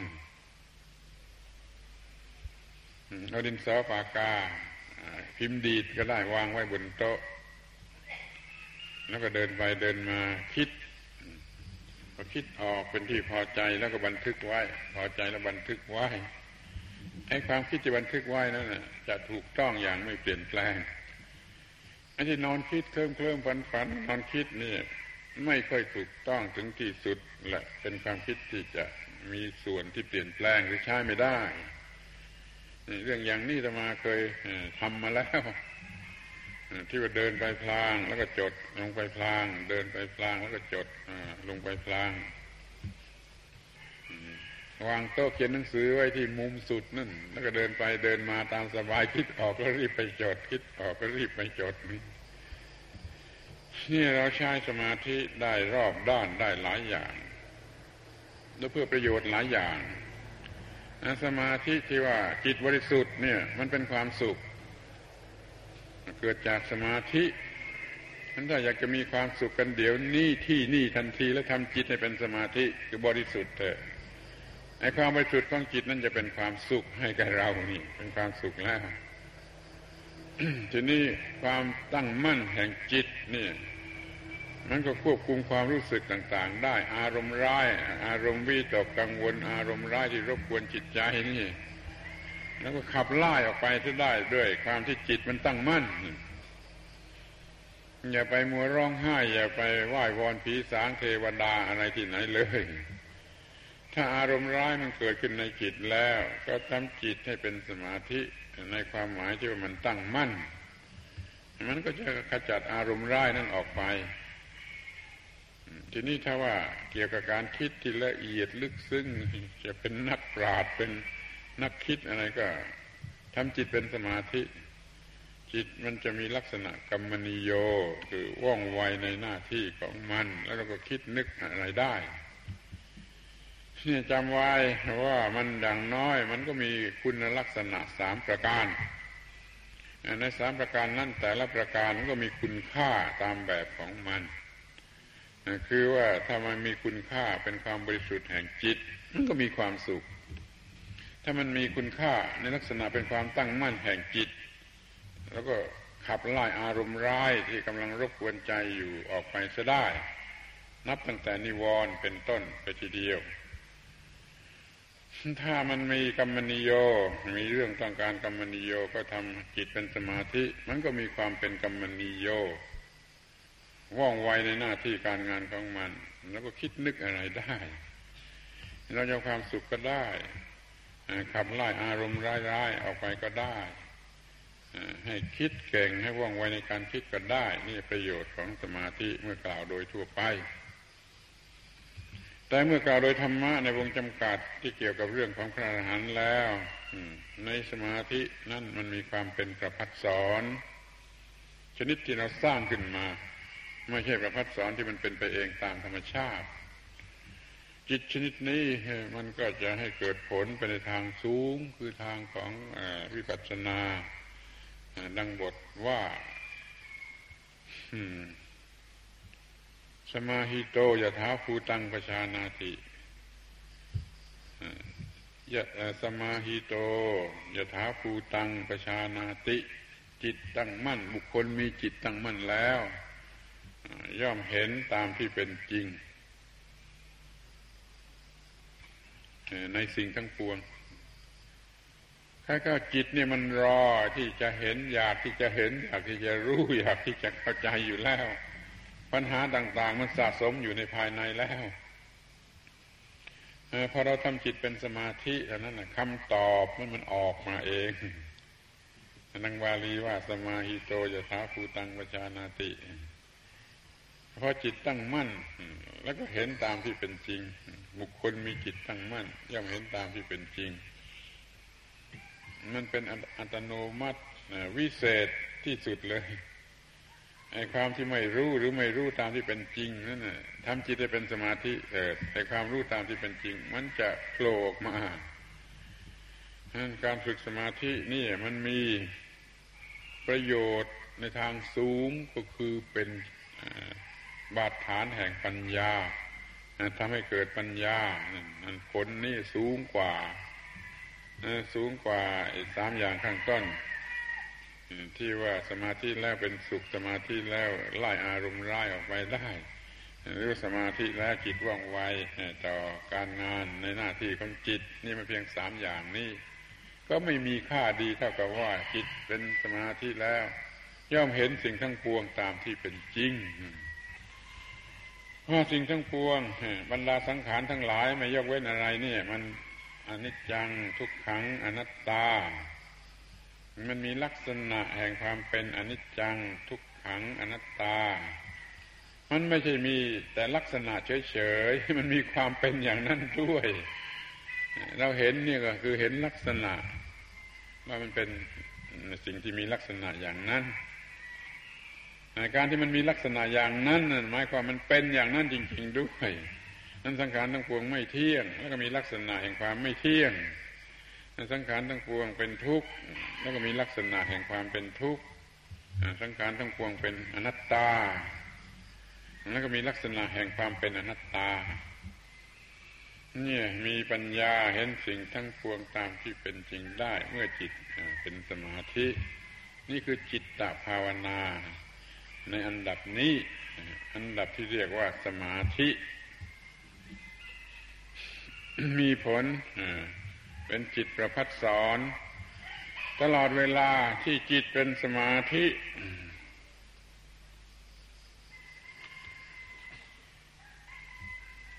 เอาดินสอปากกาพิมพ์ดีดก็ได้วางไว้บนโต๊ะแล้วก็เดินไปเดินมาคิดพอคิดออกเป็นที่พอใจแล้วก็บันทึกไว้พอใจแล้วบันทึกไว้ไอ้ความคิดจะบันทึกไว้นั่นน่ะจะถูกต้องอย่างไม่เปลี่ยนแปลงไอ้ที่นอนคิดเคลิ้มฝันนอนคิดนี่ไม่ค่อยถูกต้องถึงที่สุดและเป็นความคิดที่จะมีส่วนที่เปลี่ยนแปลงหรือใช้ไม่ได้เรื่องอย่างนี้อาตมาเคยทำมาแล้วที่ว่าเดินไปพลางแล้วก็จดลงไปพลางเดินไปพลางแล้วก็จดลงไปพลางวางโต๊ะเขียนหนังสือไว้ที่มุมสุดนั่นแล้วก็เดินไปเดินมาตามสบายคิดออกก็รีบไปจดคิดออกก็รีบไปจดนี่เราใช้สมาธิได้รอบด้านได้หลายอย่างและเพื่อประโยชน์หลายอย่างสมาธิที่ว่าจิตบริสุทธิ์เนี่ยมันเป็นความสุขเกิดจากสมาธิฉันถ้าอยากจะมีความสุขกันเดี๋ยวนี้ที่นี่ทันทีแล้วทำจิตให้เป็นสมาธิคือบริสุทธิ์เถอะไอ้ความบริสุทธิ์ของจิตนั่นจะเป็นความสุขให้แก่เรานี่เป็นความสุขแล้ว ทีนี้ความตั้งมั่นแห่งจิตนี่มันก็ควบคุมความรู้สึกต่างๆได้อารมณ์ร้ายอารมณ์วิตกกังวลอารมณ์ร้ายที่รบกวนจิตใจนี่แล้วก็ขับไล่ออกไปจะได้ด้วยความที่จิตมันตั้งมั่นอย่าไปมัวร้องไห้อย่าไปไหว้วอนผีสางเทวดาอะไรที่ไหนเลยถ้าถ้าอารมณ์ร้ายมันเกิดขึ้นในจิตแล้วก็ทำจิตให้เป็นสมาธิในความหมายที่ว่ามันตั้งมั่นมันก็จะขจัดอารมณ์ร้ายนั้นออกไปทีนี้ถ้าว่าเกี่ยวกับการคิดที่ละเอียดลึกซึ้งจะเป็นนักปราชญ์เป็นนักคิดอะไรก็ทำจิตเป็นสมาธิจิตมันจะมีลักษณะกัมมนิโยคือว่องไวในหน้าที่ของมันแล้วเราก็คิดนึกอะไรได้เนี่ยจำไว้ว่ามันอย่างน้อยมันก็มีคุณลักษณะ3ประการใน3ประการนั้นแต่ละประการมันก็มีคุณค่าตามแบบของมันคือว่าถ้ามันมีคุณค่าเป็นความบริสุทธิ์แห่งจิตมันก็มีความสุขถ้ามันมีคุณค่าในลักษณะเป็นความตั้งมั่นแห่งจิตแล้วก็ขับไล่อารมณ์ร้ายที่กำลังรบกวนใจอยู่ออกไปซะได้นับตั้งแต่นิวรณ์เป็นต้นไปทีเดียวถ้ามันมีกัมมนิโยมีเรื่องต้องการกัมมนิโยก็ทำจิตเป็นสมาธิมันก็มีความเป็นกัมมนิโยว่องไวในหน้าที่การงานของมันแล้วก็คิดนึกอะไรได้เราจะความสุขก็ได้ขับไล่อารมณ์ร้ายๆออกไปก็ได้ให้คิดเก่งให้ว่องไวในการคิดก็ได้นี่ประโยชน์ของสมาธิเมื่อกล่าวโดยทั่วไปแต่เมื่อกล่าวโดยธรรมะในวงจำกัดที่เกี่ยวกับเรื่องของพระอรหันต์แล้วในสมาธินั่นมันมีความเป็นประภัสสรชนิดที่เราสร้างขึ้นมาไม่ใช่ประภัสสรที่มันเป็นไปเองตามธรรมชาติจิตชนิดนี้มันก็จะให้เกิดผลไปในทางสูงคือทางของวิปัสสนาดังบทว่าสมาหิโตยถาภูตังปชานาติสมาหิโตยถาภูตังปชานาติจิตตั้งมั่นบุคคลมีจิตตั้งมั่นแล้วย่อมเห็นตามที่เป็นจริงในสิ่งทั้งปวงถ้าก็จิตเนี่ยมันรอที่จะเห็นอยากที่จะเห็นอยากที่จะรู้อยากที่จะเข้าใจอยู่แล้วปัญหาต่างๆมันสะสมอยู่ในภายในแล้วพอเราทำจิตเป็นสมาธิเท่านั้นนะคำตอบมันออกมาเองนังวาลีว่าสมาหิโตยถาภูตังปชานาติพอจิตตั้งมั่นแล้วก็เห็นตามที่เป็นจริงบุคคลมีจิตตั้งมั่นย่อมเห็นตามที่เป็นจริงมันเป็นอัตโนมัติวิเศษที่สุดเลยไอ้ความที่ไม่รู้หรือไม่รู้ตามที่เป็นจริงนั่นน่ะทำจิตให้เป็นสมาธิแต่ความรู้ตามที่เป็นจริงมันจะโผล่ออกมาการฝึกสมาธินี่มันมีประโยชน์ในทางสูงก็คือเป็นบาดฐานแห่งปัญญาทำให้เกิดปัญญานั่นผลนี่สูงกว่าอีก3อย่างข้างต้นที่ว่าสมาธิแล้วเป็นสุขสมาธิแล้วไล่อารมณ์ร้ายออกไปได้หรือสมาธิแล้วจิตว่องไวต่อการงานในหน้าที่ของจิตนี่มันเพียง3อย่างนี้ก็ไม่มีค่าดีเท่ากับว่าจิตเป็นสมาธิแล้วย่อมเห็นสิ่งทั้งปวงตามที่เป็นจริงว่าสิ่งทั้งปวงบรรดาสังขารทั้งหลายไม่ยกเว้นอะไรนี่มันอนิจจังทุกขังอนัตตามันมีลักษณะแห่งความเป็นอนิจจังทุกขังอนัตตามันไม่ใช่มีแต่ลักษณะเฉยๆมันมีความเป็นอย่างนั้นด้วยเราเห็นนี่ก็คือเห็นลักษณะว่ามันเป็นสิ่งที่มีลักษณะอย่างนั้นการที่มันมีลักษณะอย่างนั้นนั่นหมายความมันเป็นอย่างนั้นจริงๆด้วยนั้นสังขารทั้งปวงไม่เที่ยงแล้วก็มีลักษณะแห่งความไม่เที่ยงสังขารทั้งปวงเป็นทุกข์แล้วก็มีลักษณะแห่งความเป็นทุกข์สังขารทั้งปวงเป็นอนัตตาแล้วก็มีลักษณะแห่งความเป็นอนัตตาเนี่ยมีปัญญาเห็นสิ่งทั้งปวงตามที่เป็นจริงได้เมื่อจิตเป็นสมาธินี่คือจิตตภาวนาในอันดับนี้อันดับที่เรียกว่าสมาธิมีผลเป็นจิตประภัสสรตลอดเวลาที่จิตเป็นสมาธิ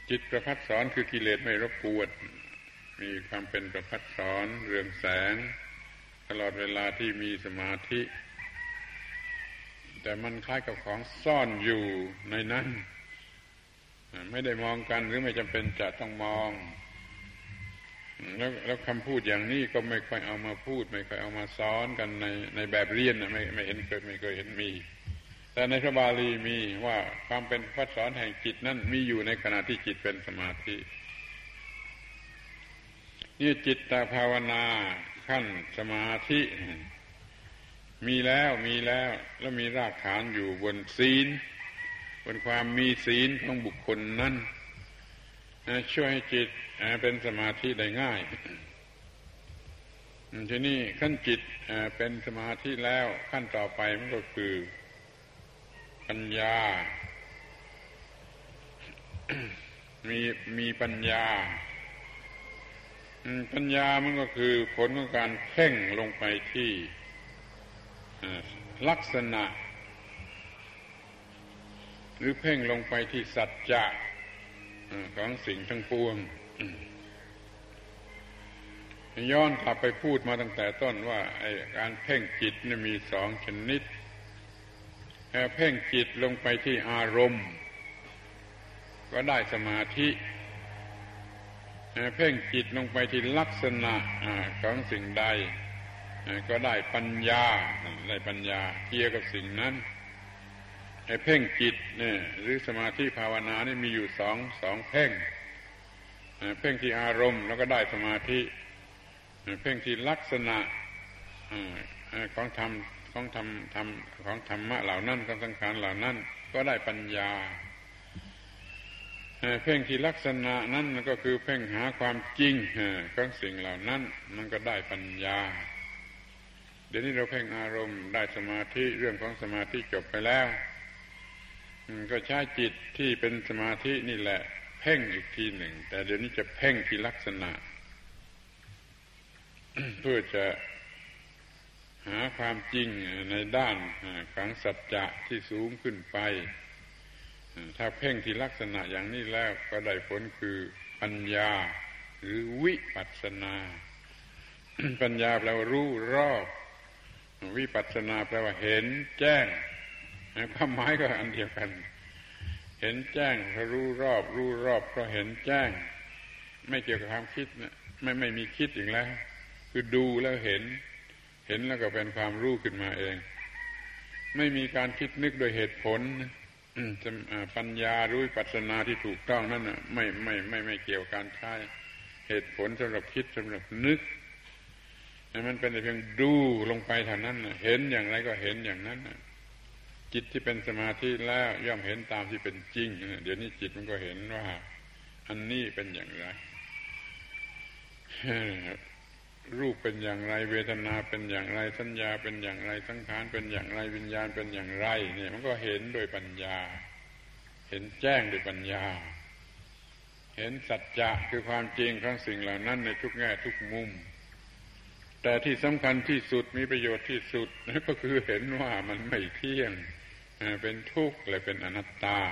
จิตประภัสสรคือกิเลสไม่รบกวนมีความเป็นประภัสสรเรืองแสงตลอดเวลาที่มีสมาธิแต่มันคล้ายกับของซ่อนอยู่ในนั้นไม่ได้มองกันหรือไม่จำเป็นจะต้องมองแล้วคำพูดอย่างนี้ก็ไม่ค่อยเอามาพูดไม่ค่อยเอามาสอนกันในแบบเรียนนะไม่เห็นไม่เคยเห็นมีแต่ในพระบาลีมีว่าความเป็นพัฒสอนแห่งจิตนั้นมีอยู่ในขณะที่จิตเป็นสมาธินี่จิตตภาวนาขั้นสมาธิมีแล้วแล้วมีรากฐานอยู่บนศีลบนความมีศีลของบุคคลนั้นช่วยให้จิตเป็นสมาธิได้ง่ายทีนี้ขั้นจิตเป็นสมาธิแล้วขั้นต่อไปมันก็คือปัญญา มีปัญญาปัญญามันก็คือผลของการเพ่งลงไปที่ลักษณะหรือเพ่งลงไปที่สัจจะของสิ่งทั้งปวงย้อนกลับไปพูดมาตั้งแต่ต้นว่าการเพ่งจิตนี่มีสองชนิดเพ่งจิตลงไปที่อารมณ์ก็ได้สมาธิเพ่งจิตลงไปที่ลักษณะของสิ่งใดก็ได้ปัญญาเกี่ยวกับสิ่งนั้นเพ่งจิตเนี่ยหรือสมาธิภาวนานี่มีอยู่สองเพ่งเพ่งที่อารมณ์แล้วก็ได้สมาธิเพ่งที่ลักษณะของธรรมะเหล่านั้นของสังขารเหล่านั้นก็ได้ปัญญาเพ่งที่ลักษณะนั้นก็คือเพ่งหาความจริงของสิ่งเหล่านั้นมันก็ได้ปัญญาเดี๋ยวนี้เราเพ่งอารมณ์ได้สมาธิเรื่องของสมาธิจบไปแล้วก็ใช้จิตที่เป็นสมาธินี่แหละเพ่งอีกทีหนึ่งแต่เดี๋ยวนี้จะเพ่งที่ลักษณะ เพื่อจะหาความจริงในด้านของสัจจะที่สูงขึ้นไปถ้าเพ่งที่ลักษณะอย่างนี้แล้วก็ได้ผลคือปัญญาหรือวิปัสสนา ปัญญาแปลว่ารู้รอบวิปัสสนาแปลว่าเห็นแจ้งความหมายก็อันเดียวกันเห็นแจ้งเพราะรู้รอบเพราะเห็นแจ้งไม่เกี่ยวกับความคิดนะไม่มีคิดอีกแล้วคือดูแล้วเห็นแล้วก็เป็นความรู้ขึ้นมาเองไม่มีการคิดนึกโดยเหตุผลปัญญารู้วิปัสสนาที่ถูกต้องนั่นน่ะไม่เกี่ยวกับการใช้เหตุผลสำหรับคิดสำหรับนึกมันเป็นเพียงดูลงไปเท่านั้นเห็นอย่างไรก็เห็นอย่างนั้นจิตที่เป็นสมาธิแล้วย่อมเห็นตามที่เป็นจริงเดี๋ยวนี้จิตมันก็เห็นว่าอันนี้เป็นอย่างไรรูปเป็นอย่างไรเวทนาเป็นอย่างไรสัญญาเป็นอย่างไรสังขารเป็นอย่างไรวิญญาณเป็นอย่างไรเนี่ยมันก็เห็นโดยปัญญาเห็นแจ้งโดยปัญญาเห็นสัจจะคือความจริงของสิ่งเหล่านั้นในทุกแง่ทุกมุมแต่ที่สำคัญที่สุดมีประโยชน์ที่สุดก็คือเห็นว่ามันไม่เที่ยงเป็นทุกข์และเป็นอนัตตา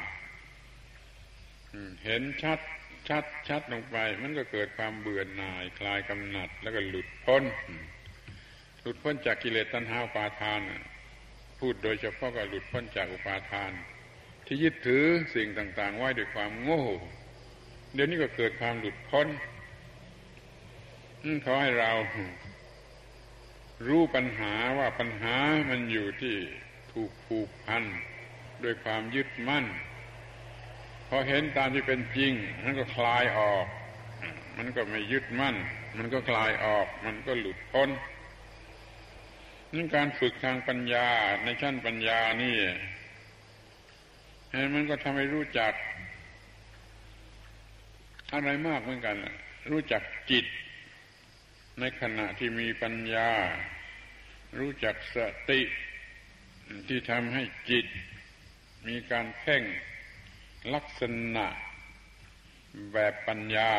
เห็นชัดลงไปมันก็เกิดความเบื่อหน่ายคลายกำหนัดแล้วก็หลุดพ้นจากกิเลสตัณหาอุปาทานพูดโดยเฉพาะก็หลุดพ้นจากอุปาทานที่ยึดถือสิ่งต่างๆไว้ด้วยความโง่เดี๋ยวนี้ก็เกิดความหลุดพ้นขอให้เรารู้ปัญหาว่าปัญหามันอยู่ที่ถูกผูกพันด้วยความยึดมั่นพอเห็นตามที่เป็นจริงมันก็คลายออกมันก็ไม่ยึดมั่นมันก็คลายออกมันก็หลุดพ้นนี่การฝึกทางปัญญาในชั้นปัญญานี่มันก็ทำให้รู้จักอะไรมากเหมือนกันรู้จักจิตในขณะที่มีปัญญารู้จักสติที่ทำให้จิตมีการเพ่งลักษณะแบบปัญญา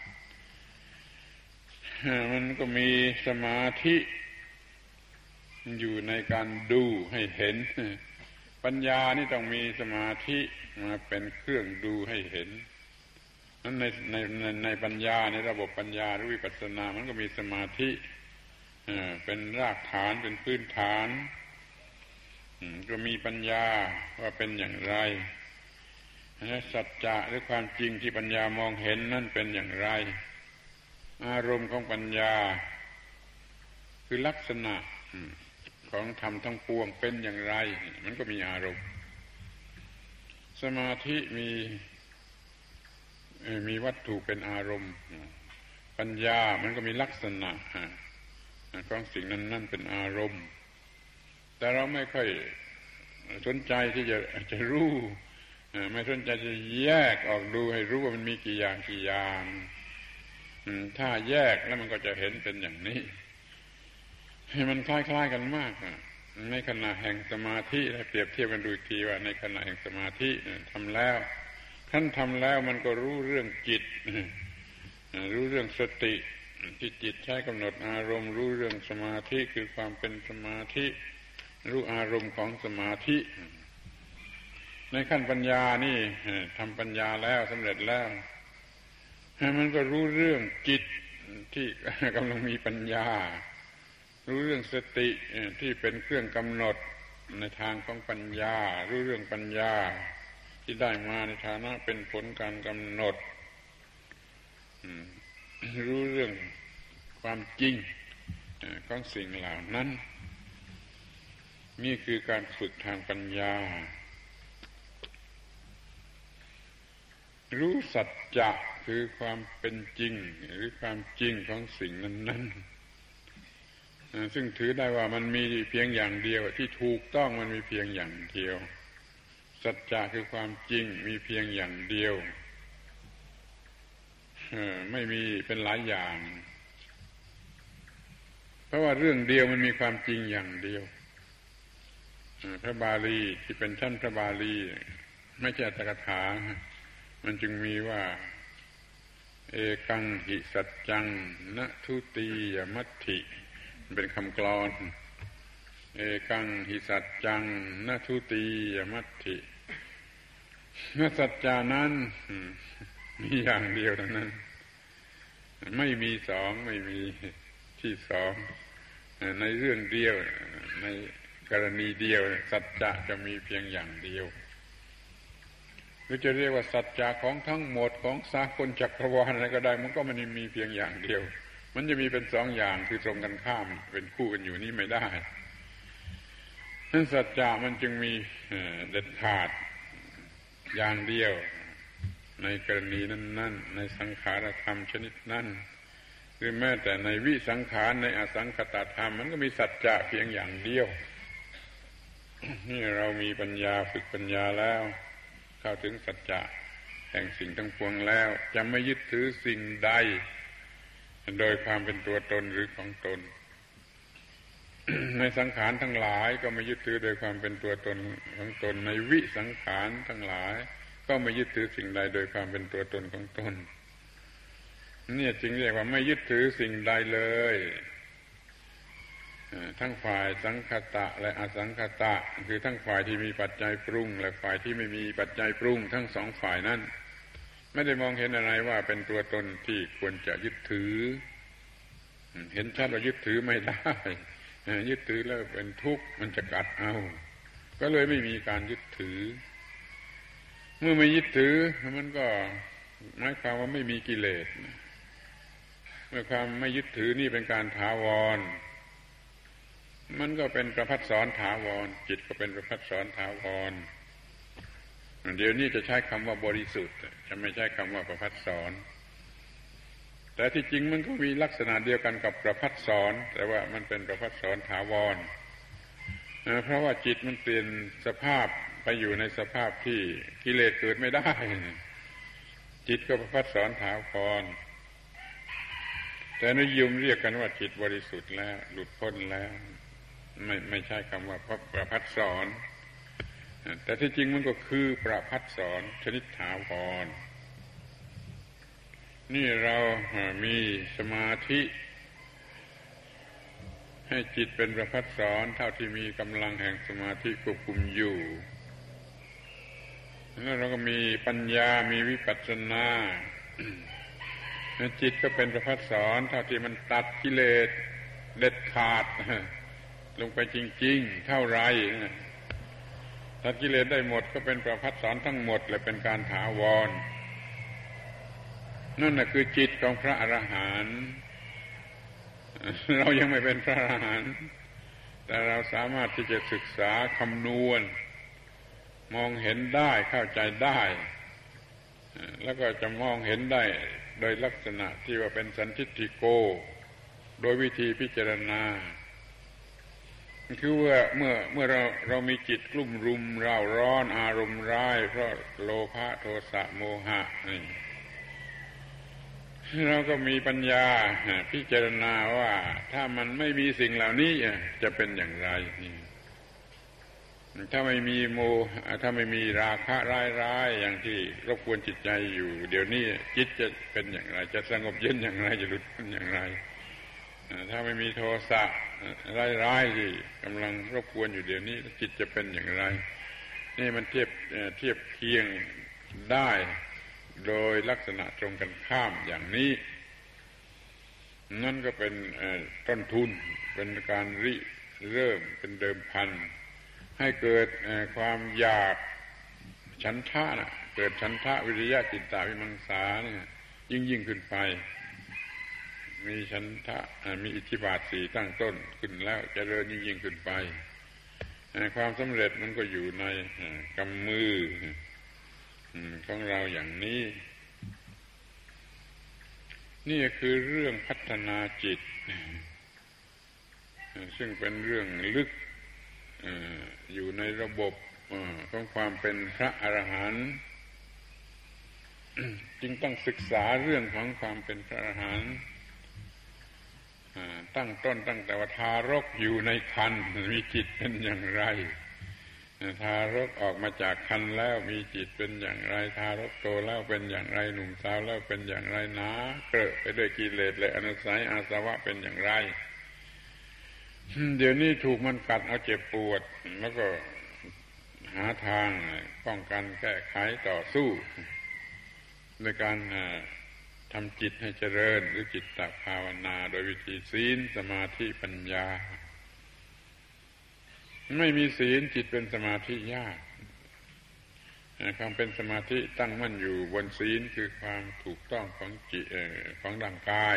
มันก็มีสมาธิอยู่ในการดูให้เห็นปัญญานี่ต้องมีสมาธิมาเป็นเครื่องดูให้เห็นนั้นในปัญญาในระบบปัญญาหรือวิปัสสนามันก็มีสมาธิเป็นรากฐานเป็นพื้นฐานก็มีปัญญาว่าเป็นอย่างไรสัจจะหรือความจริงที่ปัญญามองเห็นนั่นเป็นอย่างไรอารมณ์ของปัญญาคือลักษณะของธรรมทั้งปวงเป็นอย่างไรมันก็มีอารมณ์สมาธิมีวัตถุเป็นอารมณ์ปัญญามันก็มีลักษณะของสิ่งนั้นเป็นอารมณ์แต่เราไม่ค่อยสนใจที่จะรู้ไม่สนใจจะแยกออกดูให้รู้ว่ามันมีกี่อย่างถ้าแยกแล้วมันก็จะเห็นเป็นอย่างนี้ให้มันคล้ายๆกันมากในขณะแห่งสมาธิเปรียบเทียบกันดูทีว่าในขณะแห่งสมาธิทำแล้วท่านทำแล้วมันก็รู้เรื่องจิตรู้เรื่องสติที่จิตใช้กำหนดอารมณ์รู้เรื่องสมาธิคือความเป็นสมาธิรู้อารมณ์ของสมาธิในขั้นปัญญานี่ทำปัญญาแล้วสำเร็จแล้วมันก็รู้เรื่องจิตที่กำลังมีปัญญารู้เรื่องสติที่เป็นเครื่องกำหนดในทางของปัญญารู้เรื่องปัญญาที่ได้มาในฐานะเป็นผลการกำหนดรู้เรื่องความจริงของสิ่งเหล่านั้นนี่คือการฝึกทางปัญญารู้สัจจะคือความเป็นจริงหรือความจริงของสิ่งนั้นซึ่งถือได้ว่ามันมีเพียงอย่างเดียวที่ถูกต้องมันมีเพียงอย่างเดียวสัจจะคือความจริงมีเพียงอย่างเดียวไม่มีเป็นหลายอย่างเพราะว่าเรื่องเดียวมันมีความจริงอย่างเดียวพระบาลีที่เป็นชั้นพระบาลีไม่ใช่อัตถกถามันจึงมีว่าเอกังหิสัจจังนะทุติยมัตถิเป็นคำกลอนเอกังหิสัจจังนะทุติยมัตถิสัจจานั้นมีอย่างเดียวเท่านั้นไม่มีสองไม่มีที่สองในเรื่องเดียวในกรณีเดียวสัจจะจะมีเพียงอย่างเดียวหรือจะเรียกว่าสัจจะของทั้งหมดของสากลจักรวาลอะไรก็ได้มันก็มันมีเพียงอย่างเดียวมันจะมีเป็นสองอย่างคือตรงกันข้ามเป็นคู่กันอยู่นี่ไม่ได้นั้นสัจจะมันจึงมีเด็ดขาดอย่างเดียวในกรณีนั้นในสังขารธรรมชนิดนั้นหรือแม้แต่ในวิสังขารในอสังขตธรรมมันก็มีสัจจะเพียงอย่างเดียวนี่เรามีปัญญาฝึกปัญญาแล้วเข้าถึงสัจจะแห่งสิ่งทั้งปวงแล้วจะไม่ยึดถือสิ่งใดโดยความเป็นตัวตนหรือของตน ในสังขารทั้งหลายก็ไม่ยึดถือโดยความเป็นตัวตนของตนในวิสังขารทั้งหลายก็ไม่ยึดถือสิ่งใดโดยความเป็นตัวตนของตนนี่จึงเรียกว่าไม่ยึดถือสิ่งใดเลยทั้งฝ่ายสังคตะและอสังคตะคือทั้งฝ่ายที่มีปัจจัยปรุงและฝ่ายที่ไม่มีปัจจัยปรุงทั้งสองฝ่ายนั้นไม่ได้มองเห็นอะไรว่าเป็นตัวตนที่ควรจะยึดถือเห็นชัดว่ายึดถือไม่ได้ยึดถือแล้วเป็นทุกข์มันจะกัดเอาก็เลยไม่มีการยึดถือเมื่อไม่ยึดถือมันก็หมายความว่าไม่มีกิเลสเมื่อความไม่ยึดถือนี่เป็นการถาวรมันก็เป็นประภัสสรถาวรจิตก็เป็นประภัสสรถาวรเดี๋ยวนี้จะใช้คำว่าบริสุทธิ์จะไม่ใช้คำว่าประภัสสรแต่ที่จริงมันก็มีลักษณะเดียวกันกับประภัสสรแต่ว่ามันเป็นประภัสสรถาวรเพราะว่าจิตมันเปลี่ยนสภาพไปอยู่ในสภาพที่กิเลสเกิดไม่ได้จิตก็ประภัสสรถาวรแต่นิยมเรียกกันว่าจิตบริสุทธิ์แล้วหลุดพ้นแล้วไม่ใช่คำว่าประภัสสรแต่ที่จริงมันก็คือประภัสสรชนิดถาวรนี่เรามีสมาธิให้จิตเป็นประภัสสรเท่าที่มีกำลังแห่งสมาธิควบคุมอยู่แล้วเราก็มีปัญญามีวิปัสสนาจิตก็เป็นประภัสสรเท่าที่มันตัดกิเลสเด็ดขาดลงไปจริงๆเท่าไรตัดกิเลสได้หมดก็เป็นประภัสสรทั้งหมดและเป็นการถาวรนั่นน่ะคือจิตของพระอรหันต์เรายังไม่เป็นพระอรหันต์แต่เราสามารถที่จะศึกษาคำนวณมองเห็นได้เข้าใจได้แล้วก็จะมองเห็นได้โดยลักษณะที่ว่าเป็นสันทิฏฐิโกโดยวิธีพิจารณาคือว่าเมื่อเรามีจิตกลุ่มรุมเร่าร้อนอารมณ์ร้ายเพราะโลภะโทสะโมหะเราก็มีปัญญาพิจารณาว่าถ้ามันไม่มีสิ่งเหล่านี้จะเป็นอย่างไรถ้าไม่มีถ้าไม่มีราคะร้ายๆอย่างที่รบกวนจิตใจอยู่เดี๋ยวนี้จิตจะเป็นอย่างไรจะสงบเย็นอย่างไรจะหลุดพ้นอย่างไรถ้าไม่มีโทสะร้ายๆที่กำลังรบกวนอยู่เดี๋ยวนี้จิตจะเป็นอย่างไรนี่มันเทียบเคียงได้โดยลักษณะตรงกันข้ามอย่างนี้นั่นก็เป็นต้นทุนเป็นการเริ่มเป็นเดิมพันให้เกิดความอยากฉันทะนะเกิดฉันทะวิริยะจิตตวิมังสาเนี่ยยิ่งขึ้นไปมีฉันทะมีอิทธิบาท4ตั้งต้นขึ้นแล้วเจริญยิ่งขึ้นไปความสำเร็จมันก็อยู่ในกำมือของเราอย่างนี้นี่คือเรื่องพัฒนาจิตซึ่งเป็นเรื่องลึกอยู่ในระบบของความเป็นพระอรหันต์จึงต้องศึกษาเรื่องของความเป็นพระอรหันต์ตั้งต้นตั้งแต่ว่าทารกอยู่ในครรภ์มีจิตเป็นอย่างไรทารกออกมาจากครรภ์แล้วมีจิตเป็นอย่างไรทารกโตแล้วเป็นอย่างไรหนุ่มสาวแล้วเป็นอย่างไรหนาเกลอะไปด้วยกิเลสและอนุสัยอาสวะเป็นอย่างไรเดี๋ยวนี้ถูกมันกัดเอาเจ็บปวดแล้วก็หาทางป้องกันแก้ไขต่อสู้ในการทำจิตให้เจริญหรือจิตตภาวนาโดยวิธีศีลสมาธิปัญญาไม่มีศีลจิตเป็นสมาธิยากความเป็นสมาธิตั้งมั่นอยู่บนศีลคือความถูกต้องของจิตของร่างกาย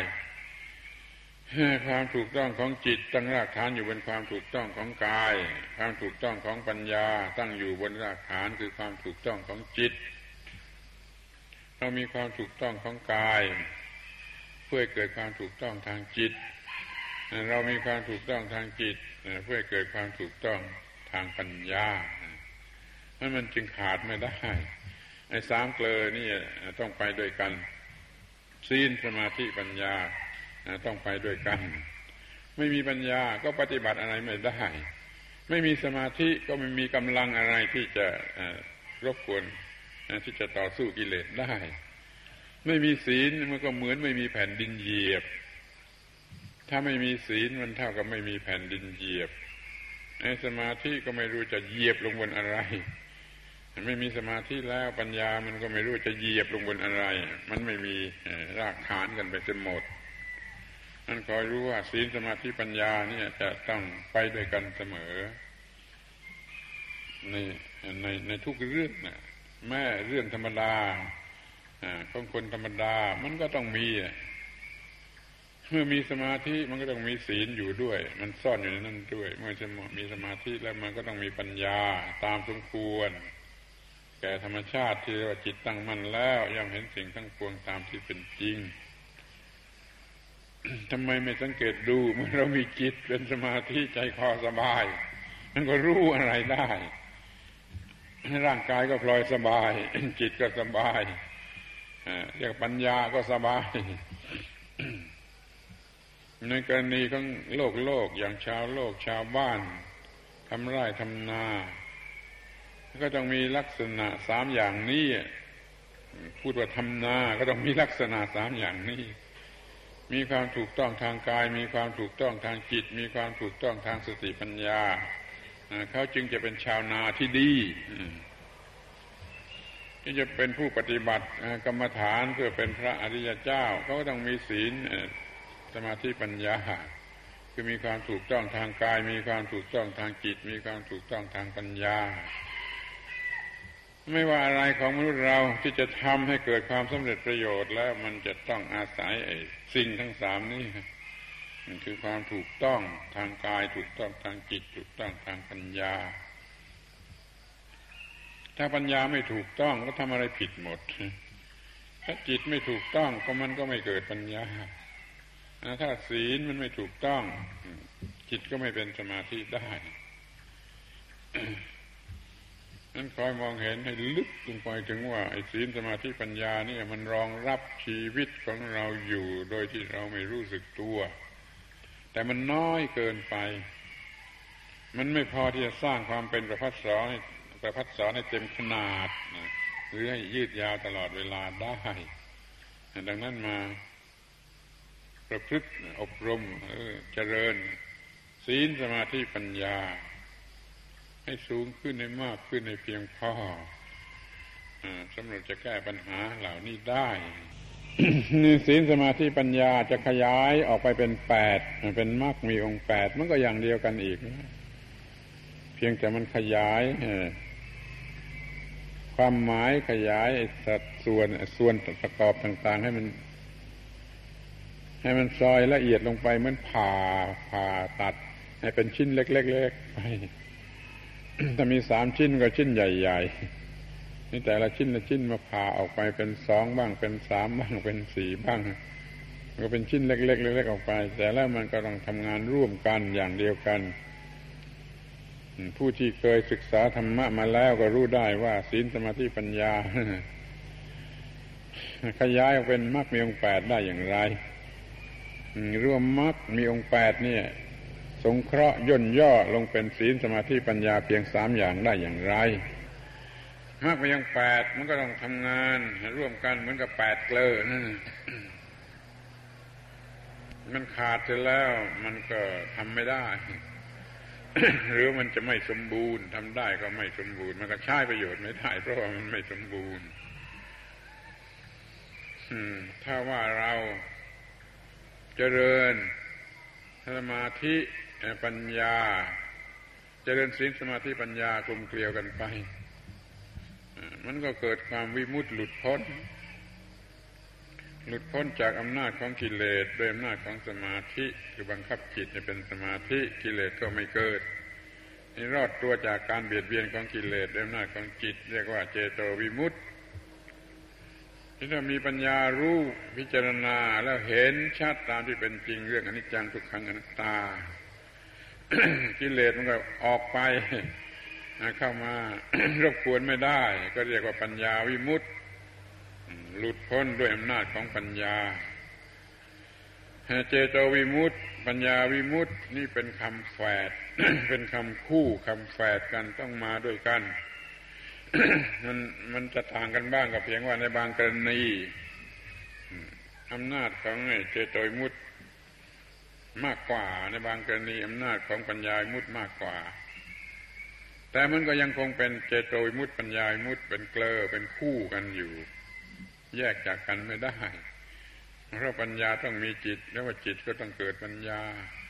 ความถูกต้องของจิตตั้งรากฐานอยู่บนความถูกต้องของกายความถูกต้องของปัญญาตั้งอยู่บนรากฐานคือความถูกต้องของจิตเรามีความถูกต้องของกายเพื่อเกิดความถูกต้องทางจิตเรามีความถูกต้องทางจิตเพื่อเกิดความถูกต้องทางปัญญามันจึงขาดไม่ได้ไอ้3เกลอนี่ต้องไปด้วยกันศีลสมาธิปัญญาต้องไปด้วยกันไม่มีปัญญาก็ปฏิบัติอะไรไม่ได้ไม่มีสมาธิก็ไม่มีกำลังอะไรที่จะรบกวนที่จะต่อสู้กิเลสได้ไม่มีศีลมันก็เหมือนไม่มีแผ่นดินเหยียบถ้าไม่มีศีลมันเท่ากับไม่มีแผ่นดินเหยียบไอ้สมาธิก็ไม่รู้จะเหยียบลงบนอะไรไม่มีสมาธิแล้วปัญญามันก็ไม่รู้จะเหยียบลงบนอะไรมันไม่มีรากฐานกันไปเสียหมดนั่นขอรู้ว่าศีลสมาธิปัญญาเนี่ยจะต้องไปด้วยกันเสมอในทุกเรื่องนะแม้เรื่องธรรมดาของคนธรรมดามันก็ต้องมีเมื่อมีสมาธิมันก็ต้องมีศีลอยู่ด้วยมันซ่อนอยู่ในนั้นด้วยเมื่อมีสมาธิแล้วมันก็ต้องมีปัญญาตามสมควรแก่ธรรมชาติที่ว่าจิตตั้งมั่นแล้วย่อมเห็นสิ่งทั้งปวงตามที่เป็นจริงทำไมไม่สังเกตดูเมื่อเรามีจิตเป็นสมาธิใจคอสบายมันก็รู้อะไรได้ร่างกายก็พลอยสบายจิตก็สบายเรียกปัญญาก็สบายในกรณีของโลกอย่างชาวโลกชาวบ้านทำไร่ทำนาก็ต้องมีลักษณะ3อย่างนี้พูดว่าทำนาก็ต้องมีลักษณะ3อย่างนี้มีความถูกต้องทางกายมีความถูกต้องทางจิตมีความถูกต้องทางสติปัญญาเขาจึงจะเป็นชาวนาที่ดีที่จะเป็นผู้ปฏิบัติกรรมฐานเพื่อเป็นพระอริยเจ้าเขาก็ต้องมีศีลสมาธิปัญญาคือมีความถูกต้องทางกายมีความถูกต้องทางจิตมีความถูกต้องทางปัญญาไม่ว่าอะไรของมนุษย์เราที่จะทำให้เกิดความสำเร็จประโยชน์แล้วมันจะต้องอาศัยสิ่งทั้งสามนี้มันคือความถูกต้องทางกายถูกต้องทางจิตถูกต้องทางปัญญาถ้าปัญญาไม่ถูกต้องก็ทำอะไรผิดหมดถ้าจิตไม่ถูกต้องก็มันก็ไม่เกิดปัญญาถ้าศีลมันไม่ถูกต้องจิตก็ไม่เป็นสมาธิได้นั้นคอยมองเห็นให้ลึกลงไปถึงว่าไอ้ศีลสมาธิปัญญานี่มันรองรับชีวิตของเราอยู่โดยที่เราไม่รู้สึกตัวแต่มันน้อยเกินไปมันไม่พอที่จะสร้างความเป็นประภัสสรให้เต็มขนาดหรือให้ยืดยาวตลอดเวลาได้ดังนั้นมาประพฤติอบรมเจริญศีลสมาธิปัญญาให้สูงขึ้นให้มากขึ้นให้เพียงพอสำหรับจะแก้ปัญหาเหล่านี้ได้ นี่ศีลสมาธิปัญญาจะขยายออกไปเป็น8เป็นมรรคมีองค์8มันก็อย่างเดียวกันอีกเพียงแต่มันขยายความหมายขยายสัดส่วนประกอบต่างๆให้มันซอยละเอียดลงไปเหมือนผ่าตัดให้เป็นชิ้นเล็กๆไปถ้ามี3ชิ้นก็ชิ้นใหญ่ๆนี่แต่ละชิ้นมาผ่าออกไปเป็น2บ้างเป็น3บ้างเป็น4บ้างก็เป็นชิ้นเล็กๆออกไปแต่แล้วมันก็ต้องทำงานร่วมกันอย่างเดียวกันผู้ที่เคยศึกษาธรรมะมาแล้วก็รู้ได้ว่าศีลสมาธิปัญญาขยายออกเป็นมรรคมีองค์8ได้อย่างไรรวมมรรคมีองค์8เนี่ยสงเคราะห์ย่นย่อลงเป็นศีลสมาธิปัญญาเพียง3อย่างได้อย่างไรมรรคมีองค์8มันก็ต้องทำงานร่วมกันเหมือนกับ8เกลอนั่นมันขาดเสร็จแล้วมันก็ทำไม่ได้ หรือมันจะไม่สมบูรณ์ทำได้ก็ไม่สมบูรณ์มันก็ใช้ประโยชน์ไม่ได้เพราะว่ามันไม่สมบูรณ์ถ้าว่าเราเจริญสมาธิปัญญาเจริญศีลสมาธิปัญญากลมเกลียวกันไปมันก็เกิดความวิมุตติหลุดพ้นจากอำนาจของกิเลสด้วยอำนาจของสมาธิคือบังคับจิตให้เป็นสมาธิกิเลสก็ไม่เกิดนี่รอดตัวจากการเบียดเบียนของกิเลสด้วยอำนาจของจิตเรียกว่าเจโตวิมุตติที่ถ้ามีปัญญารู้พิจารณาแล้วเห็นชัดตามที่เป็นจริงเรื่องอนิจจังทุกขังอนัตตา กิเลสมันก็ออกไปเข้ามารบกวนไม่ได้ก็เรียกว่าปัญญาวิมุตติหลุดพ้นด้วยอำนาจของปัญญาเจโตวิมุตติปัญญาวิมุตตินี่เป็นคำแฝด เป็นคำคู่คำแฝดกันต้องมาด้วยกัน มันจะต่างกันบ้างก็เพียงว่าในบางกรณีอำนาจของเจโตวิมุตติมากกว่าในบางกรณีอำนาจของปัญญาวิมุตติมากกว่าแต่มันก็ยังคงเป็นเจโตวิมุตติปัญญาวิมุตติเป็นเกลอเป็นคู่กันอยู่แยกจากกันไม่ได้เพราะปัญญาต้องมีจิตแล้วว่าจิตก็ต้องเกิดปัญญา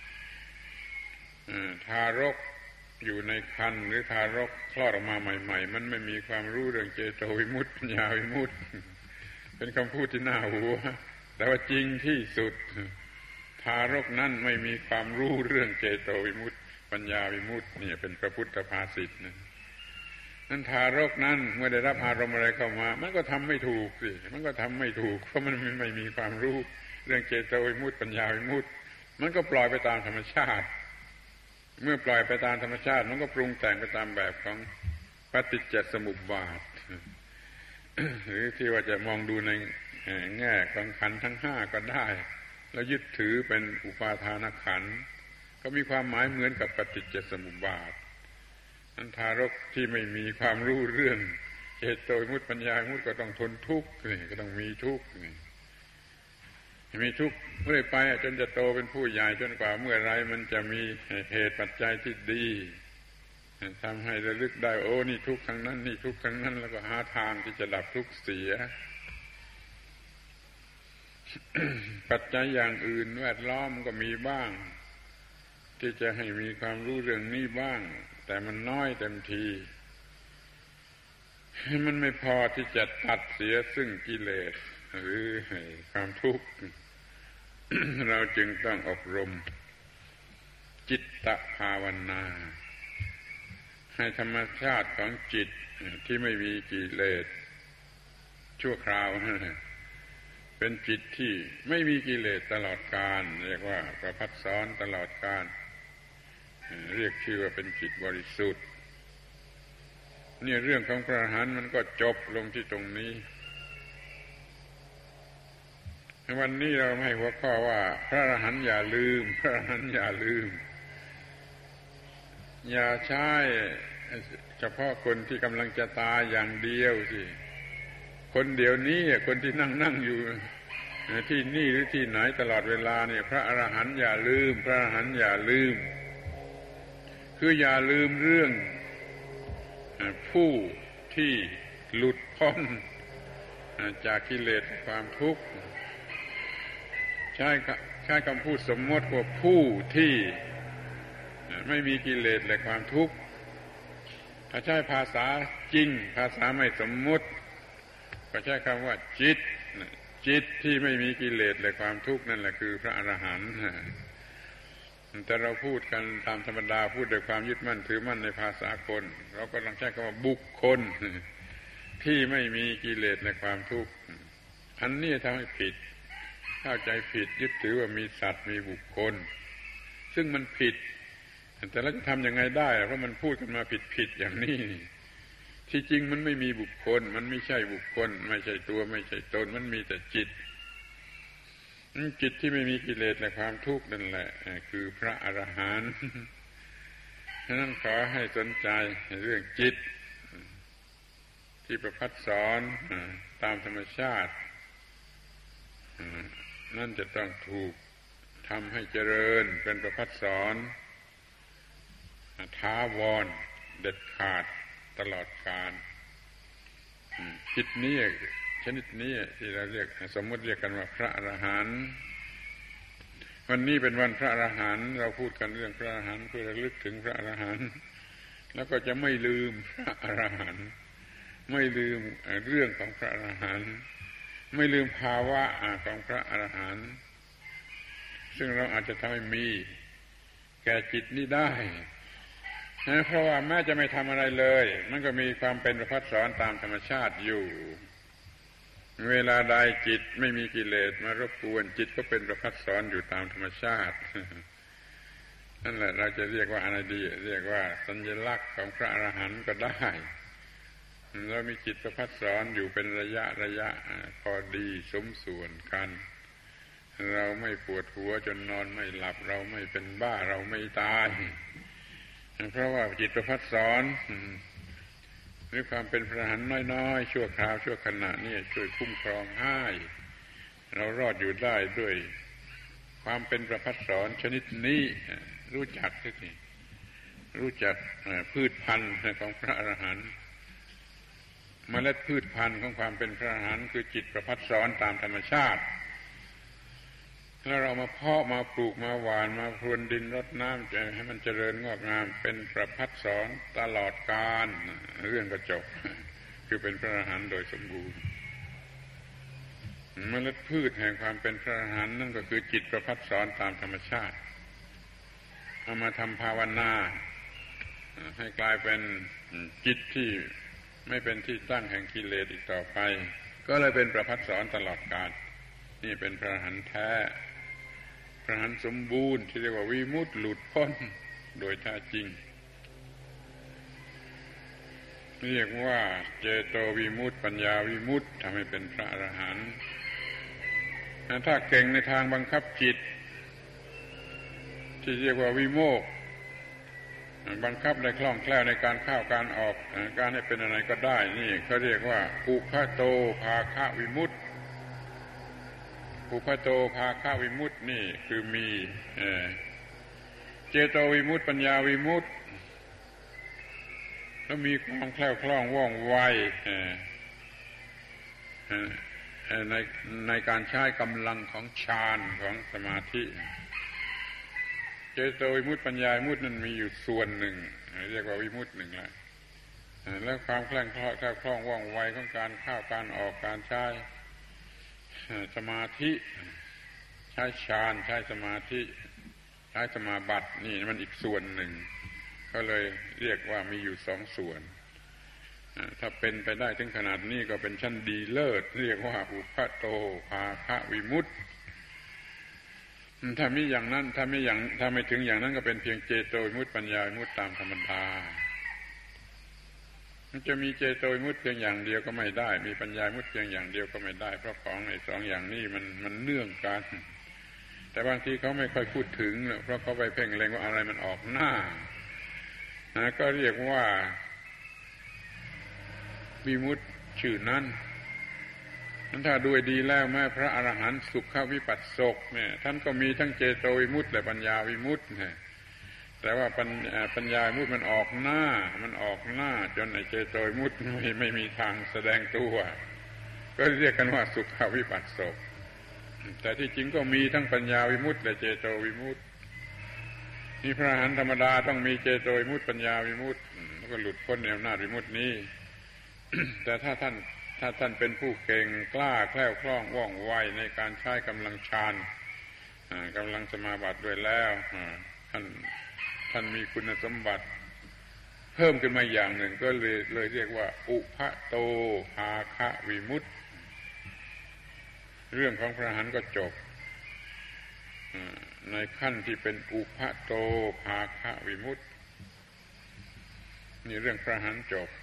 ทารกอยู่ในครรภ์หรือทารกคลอดออกมาใหม่ๆมันไม่มีความรู้เรื่องเจโตวิมุตติปัญญาวิมุตติเป็นคำพูดที่น่าหัวแต่ว่าจริงที่สุดทารกนั้นไม่มีความรู้เรื่องเจโตวิมุตติปัญญาวิมุตตินี่เป็นพระพุทธภาษิตนั้นทารกนั้นเมื่อได้รับอารมณ์อะไรเข้ามามันก็ทำไม่ถูกสิมันก็ทำไม่ถูกเพราะมันไม่มีความรู้เรื่องเจโตวิมุตติปัญญาวิมุตติมันก็ปล่อยไปตามธรรมชาติเมื่อปล่อยไปตามธรรมชาติมันก็ปรุงแต่งไปตามแบบของปฏิจจสมุปบาท หรือที่ว่าจะมองดูในแง่ของขันธ์ทั้ง5ก็ได้แล้วยึดถือเป็นอุปาทานขันธ์ก็มีความหมายเหมือนกับปฏิจจสมุปบาทนั้นทารกที่ไม่มีความรู้เรื่องเจโตวิมุตติปัญญาวิมุตติก็ต้องทนทุกข์ก็ต้องมีทุกข์มีทุกข์เรื่อยไปจนจะโตเป็นผู้ใหญ่จนกว่าเมื่อไรมันจะมีเหตุปัจจัยที่ดีทำให้ระลึกได้โอ้นี่ทุกข์ทั้งนั้นนี่ทุกข์ทั้งนั้นแล้วก็หาทางที่จะดับทุกข์เสีย ปัจจัยอย่างอื่นแวดล้อมก็มีบ้างที่จะให้มีความรู้เรื่องนี้บ้างแต่มันน้อยเต็มทีมันไม่พอที่จะตัดเสียซึ่งกิเลสหรือความทุกข์ เราจึงต้องอบรมจิตตภาวนาให้ธรรมชาติของจิตที่ไม่มีกิเลสชั่วคราวเป็นจิตที่ไม่มีกิเลสตลอดกาลเรียกว่าประภัสสรตลอดกาลเรียกชื่อว่าเป็นจิตบริสุทธิ์เนี่ยเรื่องของพระอรหันต์มันก็จบลงที่ตรงนี้วันนี้เราให้หัวข้อว่าพระอรหันต์อย่าลืมพระอรหันต์อย่าลืมอย่าใช้เฉพาะคนที่กำลังจะตายอย่างเดียวสิคนเดี๋ยวนี้คนที่นั่งอยู่ที่นี่หรือที่ไหนตลอดเวลาเนี่ยพระอรหันต์อย่าลืมพระอรหันต์อย่าลืมคืออย่าลืมเรื่องผู้ที่หลุดพ้นจากกิเลสความทุกข์ใช้คำพูดสมมติว่าผู้ที่ไม่มีกิเลสและความทุกข์ถ้าใช้ภาษาจริงภาษาไม่สมมติก็ใช้คำว่าจิตที่ไม่มีกิเลสและความทุกข์นั่นแหละคือพระอรหันต์แต่เราพูดกันตามธรรมดาพูดด้วยความยึดมั่นถือมั่นในภาษาคนเราก็ต้องใช้คำว่าบุคคลที่ไม่มีกิเลสและความทุกข์อันนี้ทำให้ผิดเข้าใจผิดยึดถือว่ามีสัตว์มีบุคคลซึ่งมันผิดแต่เราจะทำยังไงได้เพราะมันพูดกันมาผิดอย่างนี้ที่จริงมันไม่มีบุคคลมันไม่ใช่บุคคลไม่ใช่ตัวไม่ใช่ตนมันมีแต่จิตที่ไม่มีกิเลสและความทุกข์นั่นแหละคือพระอรหันต์ฉะนั้นขอให้สนใจเรื่องจิตที่ประภัสสรตามธรรมชาตินั่นจะต้องถูกทำให้เจริญเป็นประภัสสรท้าวรเด็ดขาดตลอดกาลจิตนี้ชนิดนี้ที่เราเรียกสมมติเรียกกันว่าพระอรหันต์วันนี้เป็นวันพระอรหันต์เราพูดกันเรื่องพระอรหันต์เพื่อระลึกถึงพระอรหันต์แล้วก็จะไม่ลืมพระอรหันต์ไม่ลืมเรื่องของพระอรหันต์ไม่ลืมภาวะของพระอรหันต์ซึ่งเราอาจจะทำให้มีแก่จิตนี้ได้เพราะว่าแม้จะไม่ทำอะไรเลยมันก็มีความเป็นประภัสสรตามธรรมชาติอยู่เวลาใดจิตไม่มีกิเลสมารบกวนจิตก็เป็นประภัสสรอยู่ตามธรรมชาตินั่นแหละเราจะเรียกว่าอะไรดีเรียกว่าสัญลักษณ์ของพระอรหันต์ก็ได้เรามีจิตประภัสสรอยู่เป็นระยะพอดีสมส่วนกันเราไม่ปวดหัวจนนอนไม่หลับเราไม่เป็นบ้าเราไม่ตายเพราะว่าจิตประภัสสรหรือความเป็นพระอรหันต์น้อยๆชั่วคราวชั่วขณะนี่ช่วยคุ้มครองให้เรารอดอยู่ได้ด้วยความเป็นประภัสสรชนิดนี้รู้จักสิรู้จักพืชพันธุ์ของพระอรหันต์เมล็ดพืชพันธุ์ของความเป็นพระอรหันต์คือจิตประภัสสรตามธรรมชาติแล้วเรามาเพาะมาปลูกมาหว่านมาพรวนดินรดน้ำให้มันเจริญงอกงามเป็นประภัสสรตลอดกาลเรื่องก็จบคือเป็นพระอรหันต์โดยสมบูรณ์เมล็ดพืชแห่งความเป็นพระอรหันต์นั่นก็คือจิตประภัสสรตามธรรมชาติเอามาทำภาวนาให้กลายเป็นจิตที่ไม่เป็นที่ตั้งแห่งกิเลสอีกต่อไปก็เลยเป็นประภัสสรตลอดกาลนี่เป็นพระอรหันต์แท้พระอรหันต์สมบูรณ์ที่เรียกว่าวิมุตติหลุดพ้นโดยแท้จริงเรียกว่าเจโตวิมุตติปัญญาวิมุตติทำให้เป็นพระอรหันต์ถ้าเก่งในทางบังคับจิตที่เรียกว่าวิโมกข์บังคับได้คล่องแคล่วในการเข้าการออกการให้เป็นอะไรก็ได้นี่เขาเรียกว่าอุคโตภาคะวิมุตติอุคโตภาคะวิมุตตินี่คือมีเจโตวิมุตติปัญญาวิมุตติแล้วมีความแคล่วคล่องว่องไวในการใช้กำลังของฌานของสมาธิเจโตวิมุตติปัญญาวิมุตตินั้นมีอยู่ส่วนหนึ่งเรียกว่าวิมุตติหนึ่งละแล้วความแคล่วคล่องว่องไวของการเข้าการออกการใช้สมาธิใช้ฌานใช้สมาธิใช้สมาบัตินี่มันอีกส่วนหนึ่งก็เลยเรียกว่ามีอยู่สองส่วนถ้าเป็นไปได้ถึงขนาดนี้ก็เป็นชั้นดีเลิศเรียกว่าอุปโตภาคะวิมุตติถ้ามีอย่างนั้นถ้าไม่ถึงอย่างนั้นก็เป็นเพียงเจโตวิมุตติปัญญาวิมุตติตามธรรมดามันจะมีเจโตวิมุตติเพียงอย่างเดียวก็ไม่ได้มีปัญญาวิมุตติเพียงอย่างเดียวก็ไม่ได้เพราะของไอ้สองอย่างนี้มันเนื่องกันแต่บางทีเขาไม่ค่อยพูดถึงเพราะเขาไปเพ่งเล็งว่าอะไรมันออกหน้าก็เรียกว่าวิมุตติชื่อนั้นถ้าดูดีแล้วแม้พระอรหันต์สุขวิปัสสกเนี่ยท่านก็มีทั้งเจโตวิมุตติและปัญญาวิมุตติแต่ว่าปัญญาวิมุตติมันออกหน้าจนไอ้เจโตวิมุตติไม่มีทางแสดงตัวก็เรียกกันว่าสุขวิปัสสกแต่ที่จริงก็มีทั้งปัญญาวิมุตติและเจโตวิมุตตินี่พระอรหันต์ธรรมดาต้องมีเจโตวิมุตติปัญญาวิมุตติแล้วก็หลุดพ้นในอำนาจวิมุตตินี้ แต่ถ้าท่านเป็นผู้เก่งกล้าแคล่วคล่องว่องไวในการใช้กำลังฌานกำลังสมาบัติด้วยแล้วท่านมีคุณสมบัติเพิ่มขึ้นมาอย่างหนึ่งก็เลยเรียกว่าอุปโตภาคะวิมุตติเรื่องของพระอรหันต์ก็จบในขั้นที่เป็นอุปโตภาคะวิมุตตินี่เรื่องพระอรหันต์จบ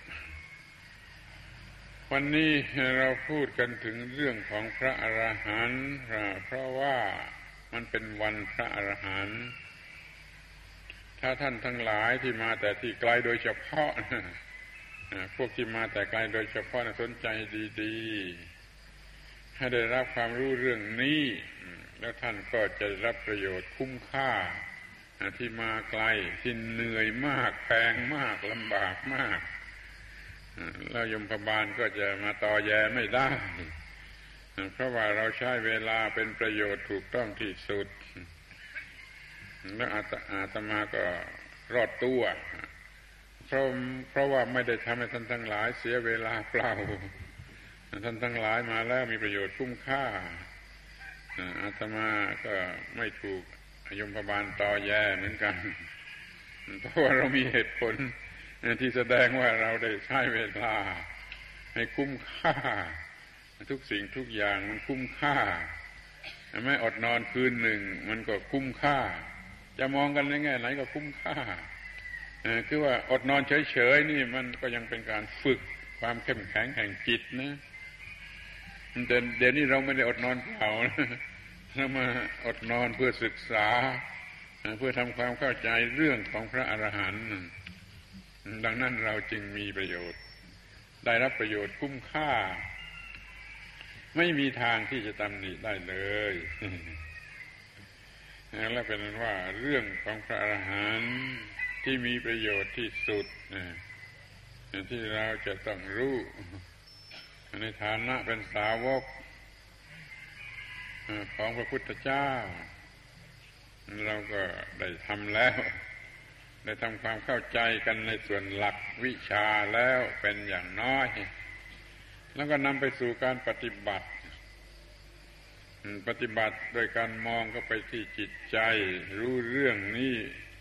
วันนี้เราพูดกันถึงเรื่องของพระอรหันต์เพราะว่ามันเป็นวันพระอรหันต์ถ้าท่านทั้งหลายที่มาแต่ที่ไกลโดยเฉพาะพวกที่มาแต่ไกลโดยเฉพาะสนใจดีๆให้ได้รับความรู้เรื่องนี้แล้วท่านก็จะรับประโยชน์คุ้มค่าที่มาไกลที่เหนื่อยมากแพงมากลำบากมากแล้วยมพบาลก็จะมาต่อแย่ไม่ได้เพราะว่าเราใช้เวลาเป็นประโยชน์ถูกต้องที่สุดแล้วอาตมาก็รอดตัวเพราะว่าไม่ได้ทำให้ท่านทั้งหลายเสียเวลาเปล่าท่านทั้งหลายมาแล้วมีประโยชน์คุ้มค่าอาตมาก็ไม่ถูกยมพบาลต่อแย่เหมือนกันเพราะว่าเรามีเหตุผลที่แสดงว่าเราได้ใช้เวลาให้คุ้มค่าทุกสิ่งทุกอย่างมันคุ้มค่าแม้อดนอนคืนหนึ่งมันก็คุ้มค่าจะมองกันในแง่ไหนก็คุ้มค่าคือว่าอดนอนเฉยๆนี่มันก็ยังเป็นการฝึกความเข้มแข็งแห่งจิตนะแต่เดี๋ยวนี้เราไม่ได้อดนอนเปล่าเรามาอดนอนเพื่อศึกษาเพื่อทำความเข้าใจเรื่องของพระอรหันต์ดังนั้นเราจึงมีประโยชน์ได้รับประโยชน์คุ้มค่าไม่มีทางที่จะตำหนิได้เลยแล้วเป็นว่าเรื่องของพระอรหันต์ที่มีประโยชน์ที่สุดที่เราจะต้องรู้ในฐานะเป็นสาวกของพระพุทธเจ้าเราก็ได้ทำแล้วได้ทำความเข้าใจกันในส่วนหลักวิชาแล้วเป็นอย่างน้อยแล้วก็นำไปสู่การปฏิบัติโดยการมองเข้าไปที่จิตใจรู้เรื่องนี้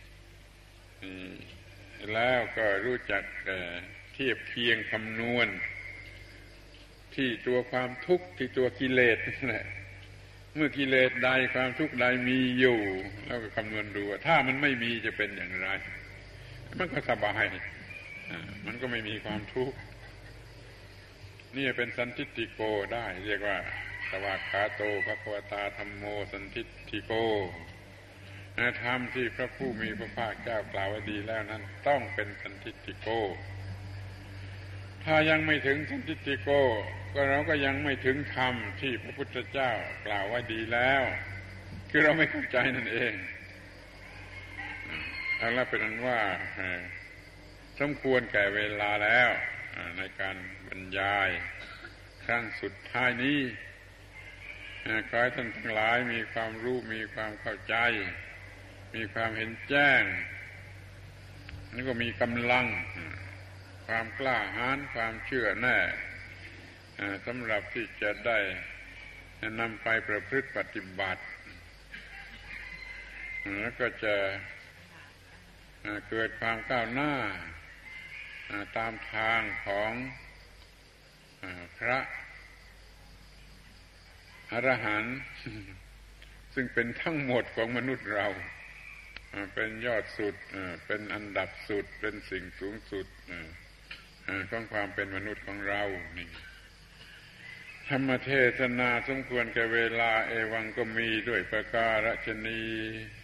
แล้วก็รู้จักเทียบเคียงคำนวณที่ตัวความทุกข์ที่ตัวกิเลสนั่นแหละเมื่อกิเลสใดความทุกข์ใดมีอยู่แล้วก็คำนวณดูว่าถ้ามันไม่มีจะเป็นอย่างไรมันก็สบายมันก็ไม่มีความทุกข์นี่เป็นสันทิฏฐิโกได้เรียกว่าสวากขาโตภควตาธัมโมสันทิฏฐิโกธรรมที่พระผู้มีพระภาคเจ้ากล่าวไว้ดีแล้วนั้นต้องเป็นสันทิฏฐิโกถ้ายังไม่ถึงสันทิฏฐิโกก็เราก็ยังไม่ถึงธรรมที่พระพุทธเจ้ากล่าวไว้ดีแล้วคือเราไม่เข้าใจนั่นเองแล้วเป็นอันว่าสมควรแก่เวลาแล้วในการบรรยายครั้งสุดท้ายนี้ขอให้ท่านทั้งหลายมีความรู้มีความเข้าใจมีความเห็นแจ้งแล้วก็มีกำลังความกล้าหาญความเชื่อแน่สำหรับที่จะได้นำไปประพฤติปฏิบัติแล้วก็จะเกิดความก้าวหน้าตามทางของพระอรหันต์ซึ่งเป็นทั้งหมดของมนุษย์เราเป็นยอดสุดเป็นอันดับสุดเป็นสิ่งสูงสุดของความเป็นมนุษย์ของเรานี่ธรรมเทศนาสมควรแก่เวลาเอวังก็มีด้วยประการฉะนี้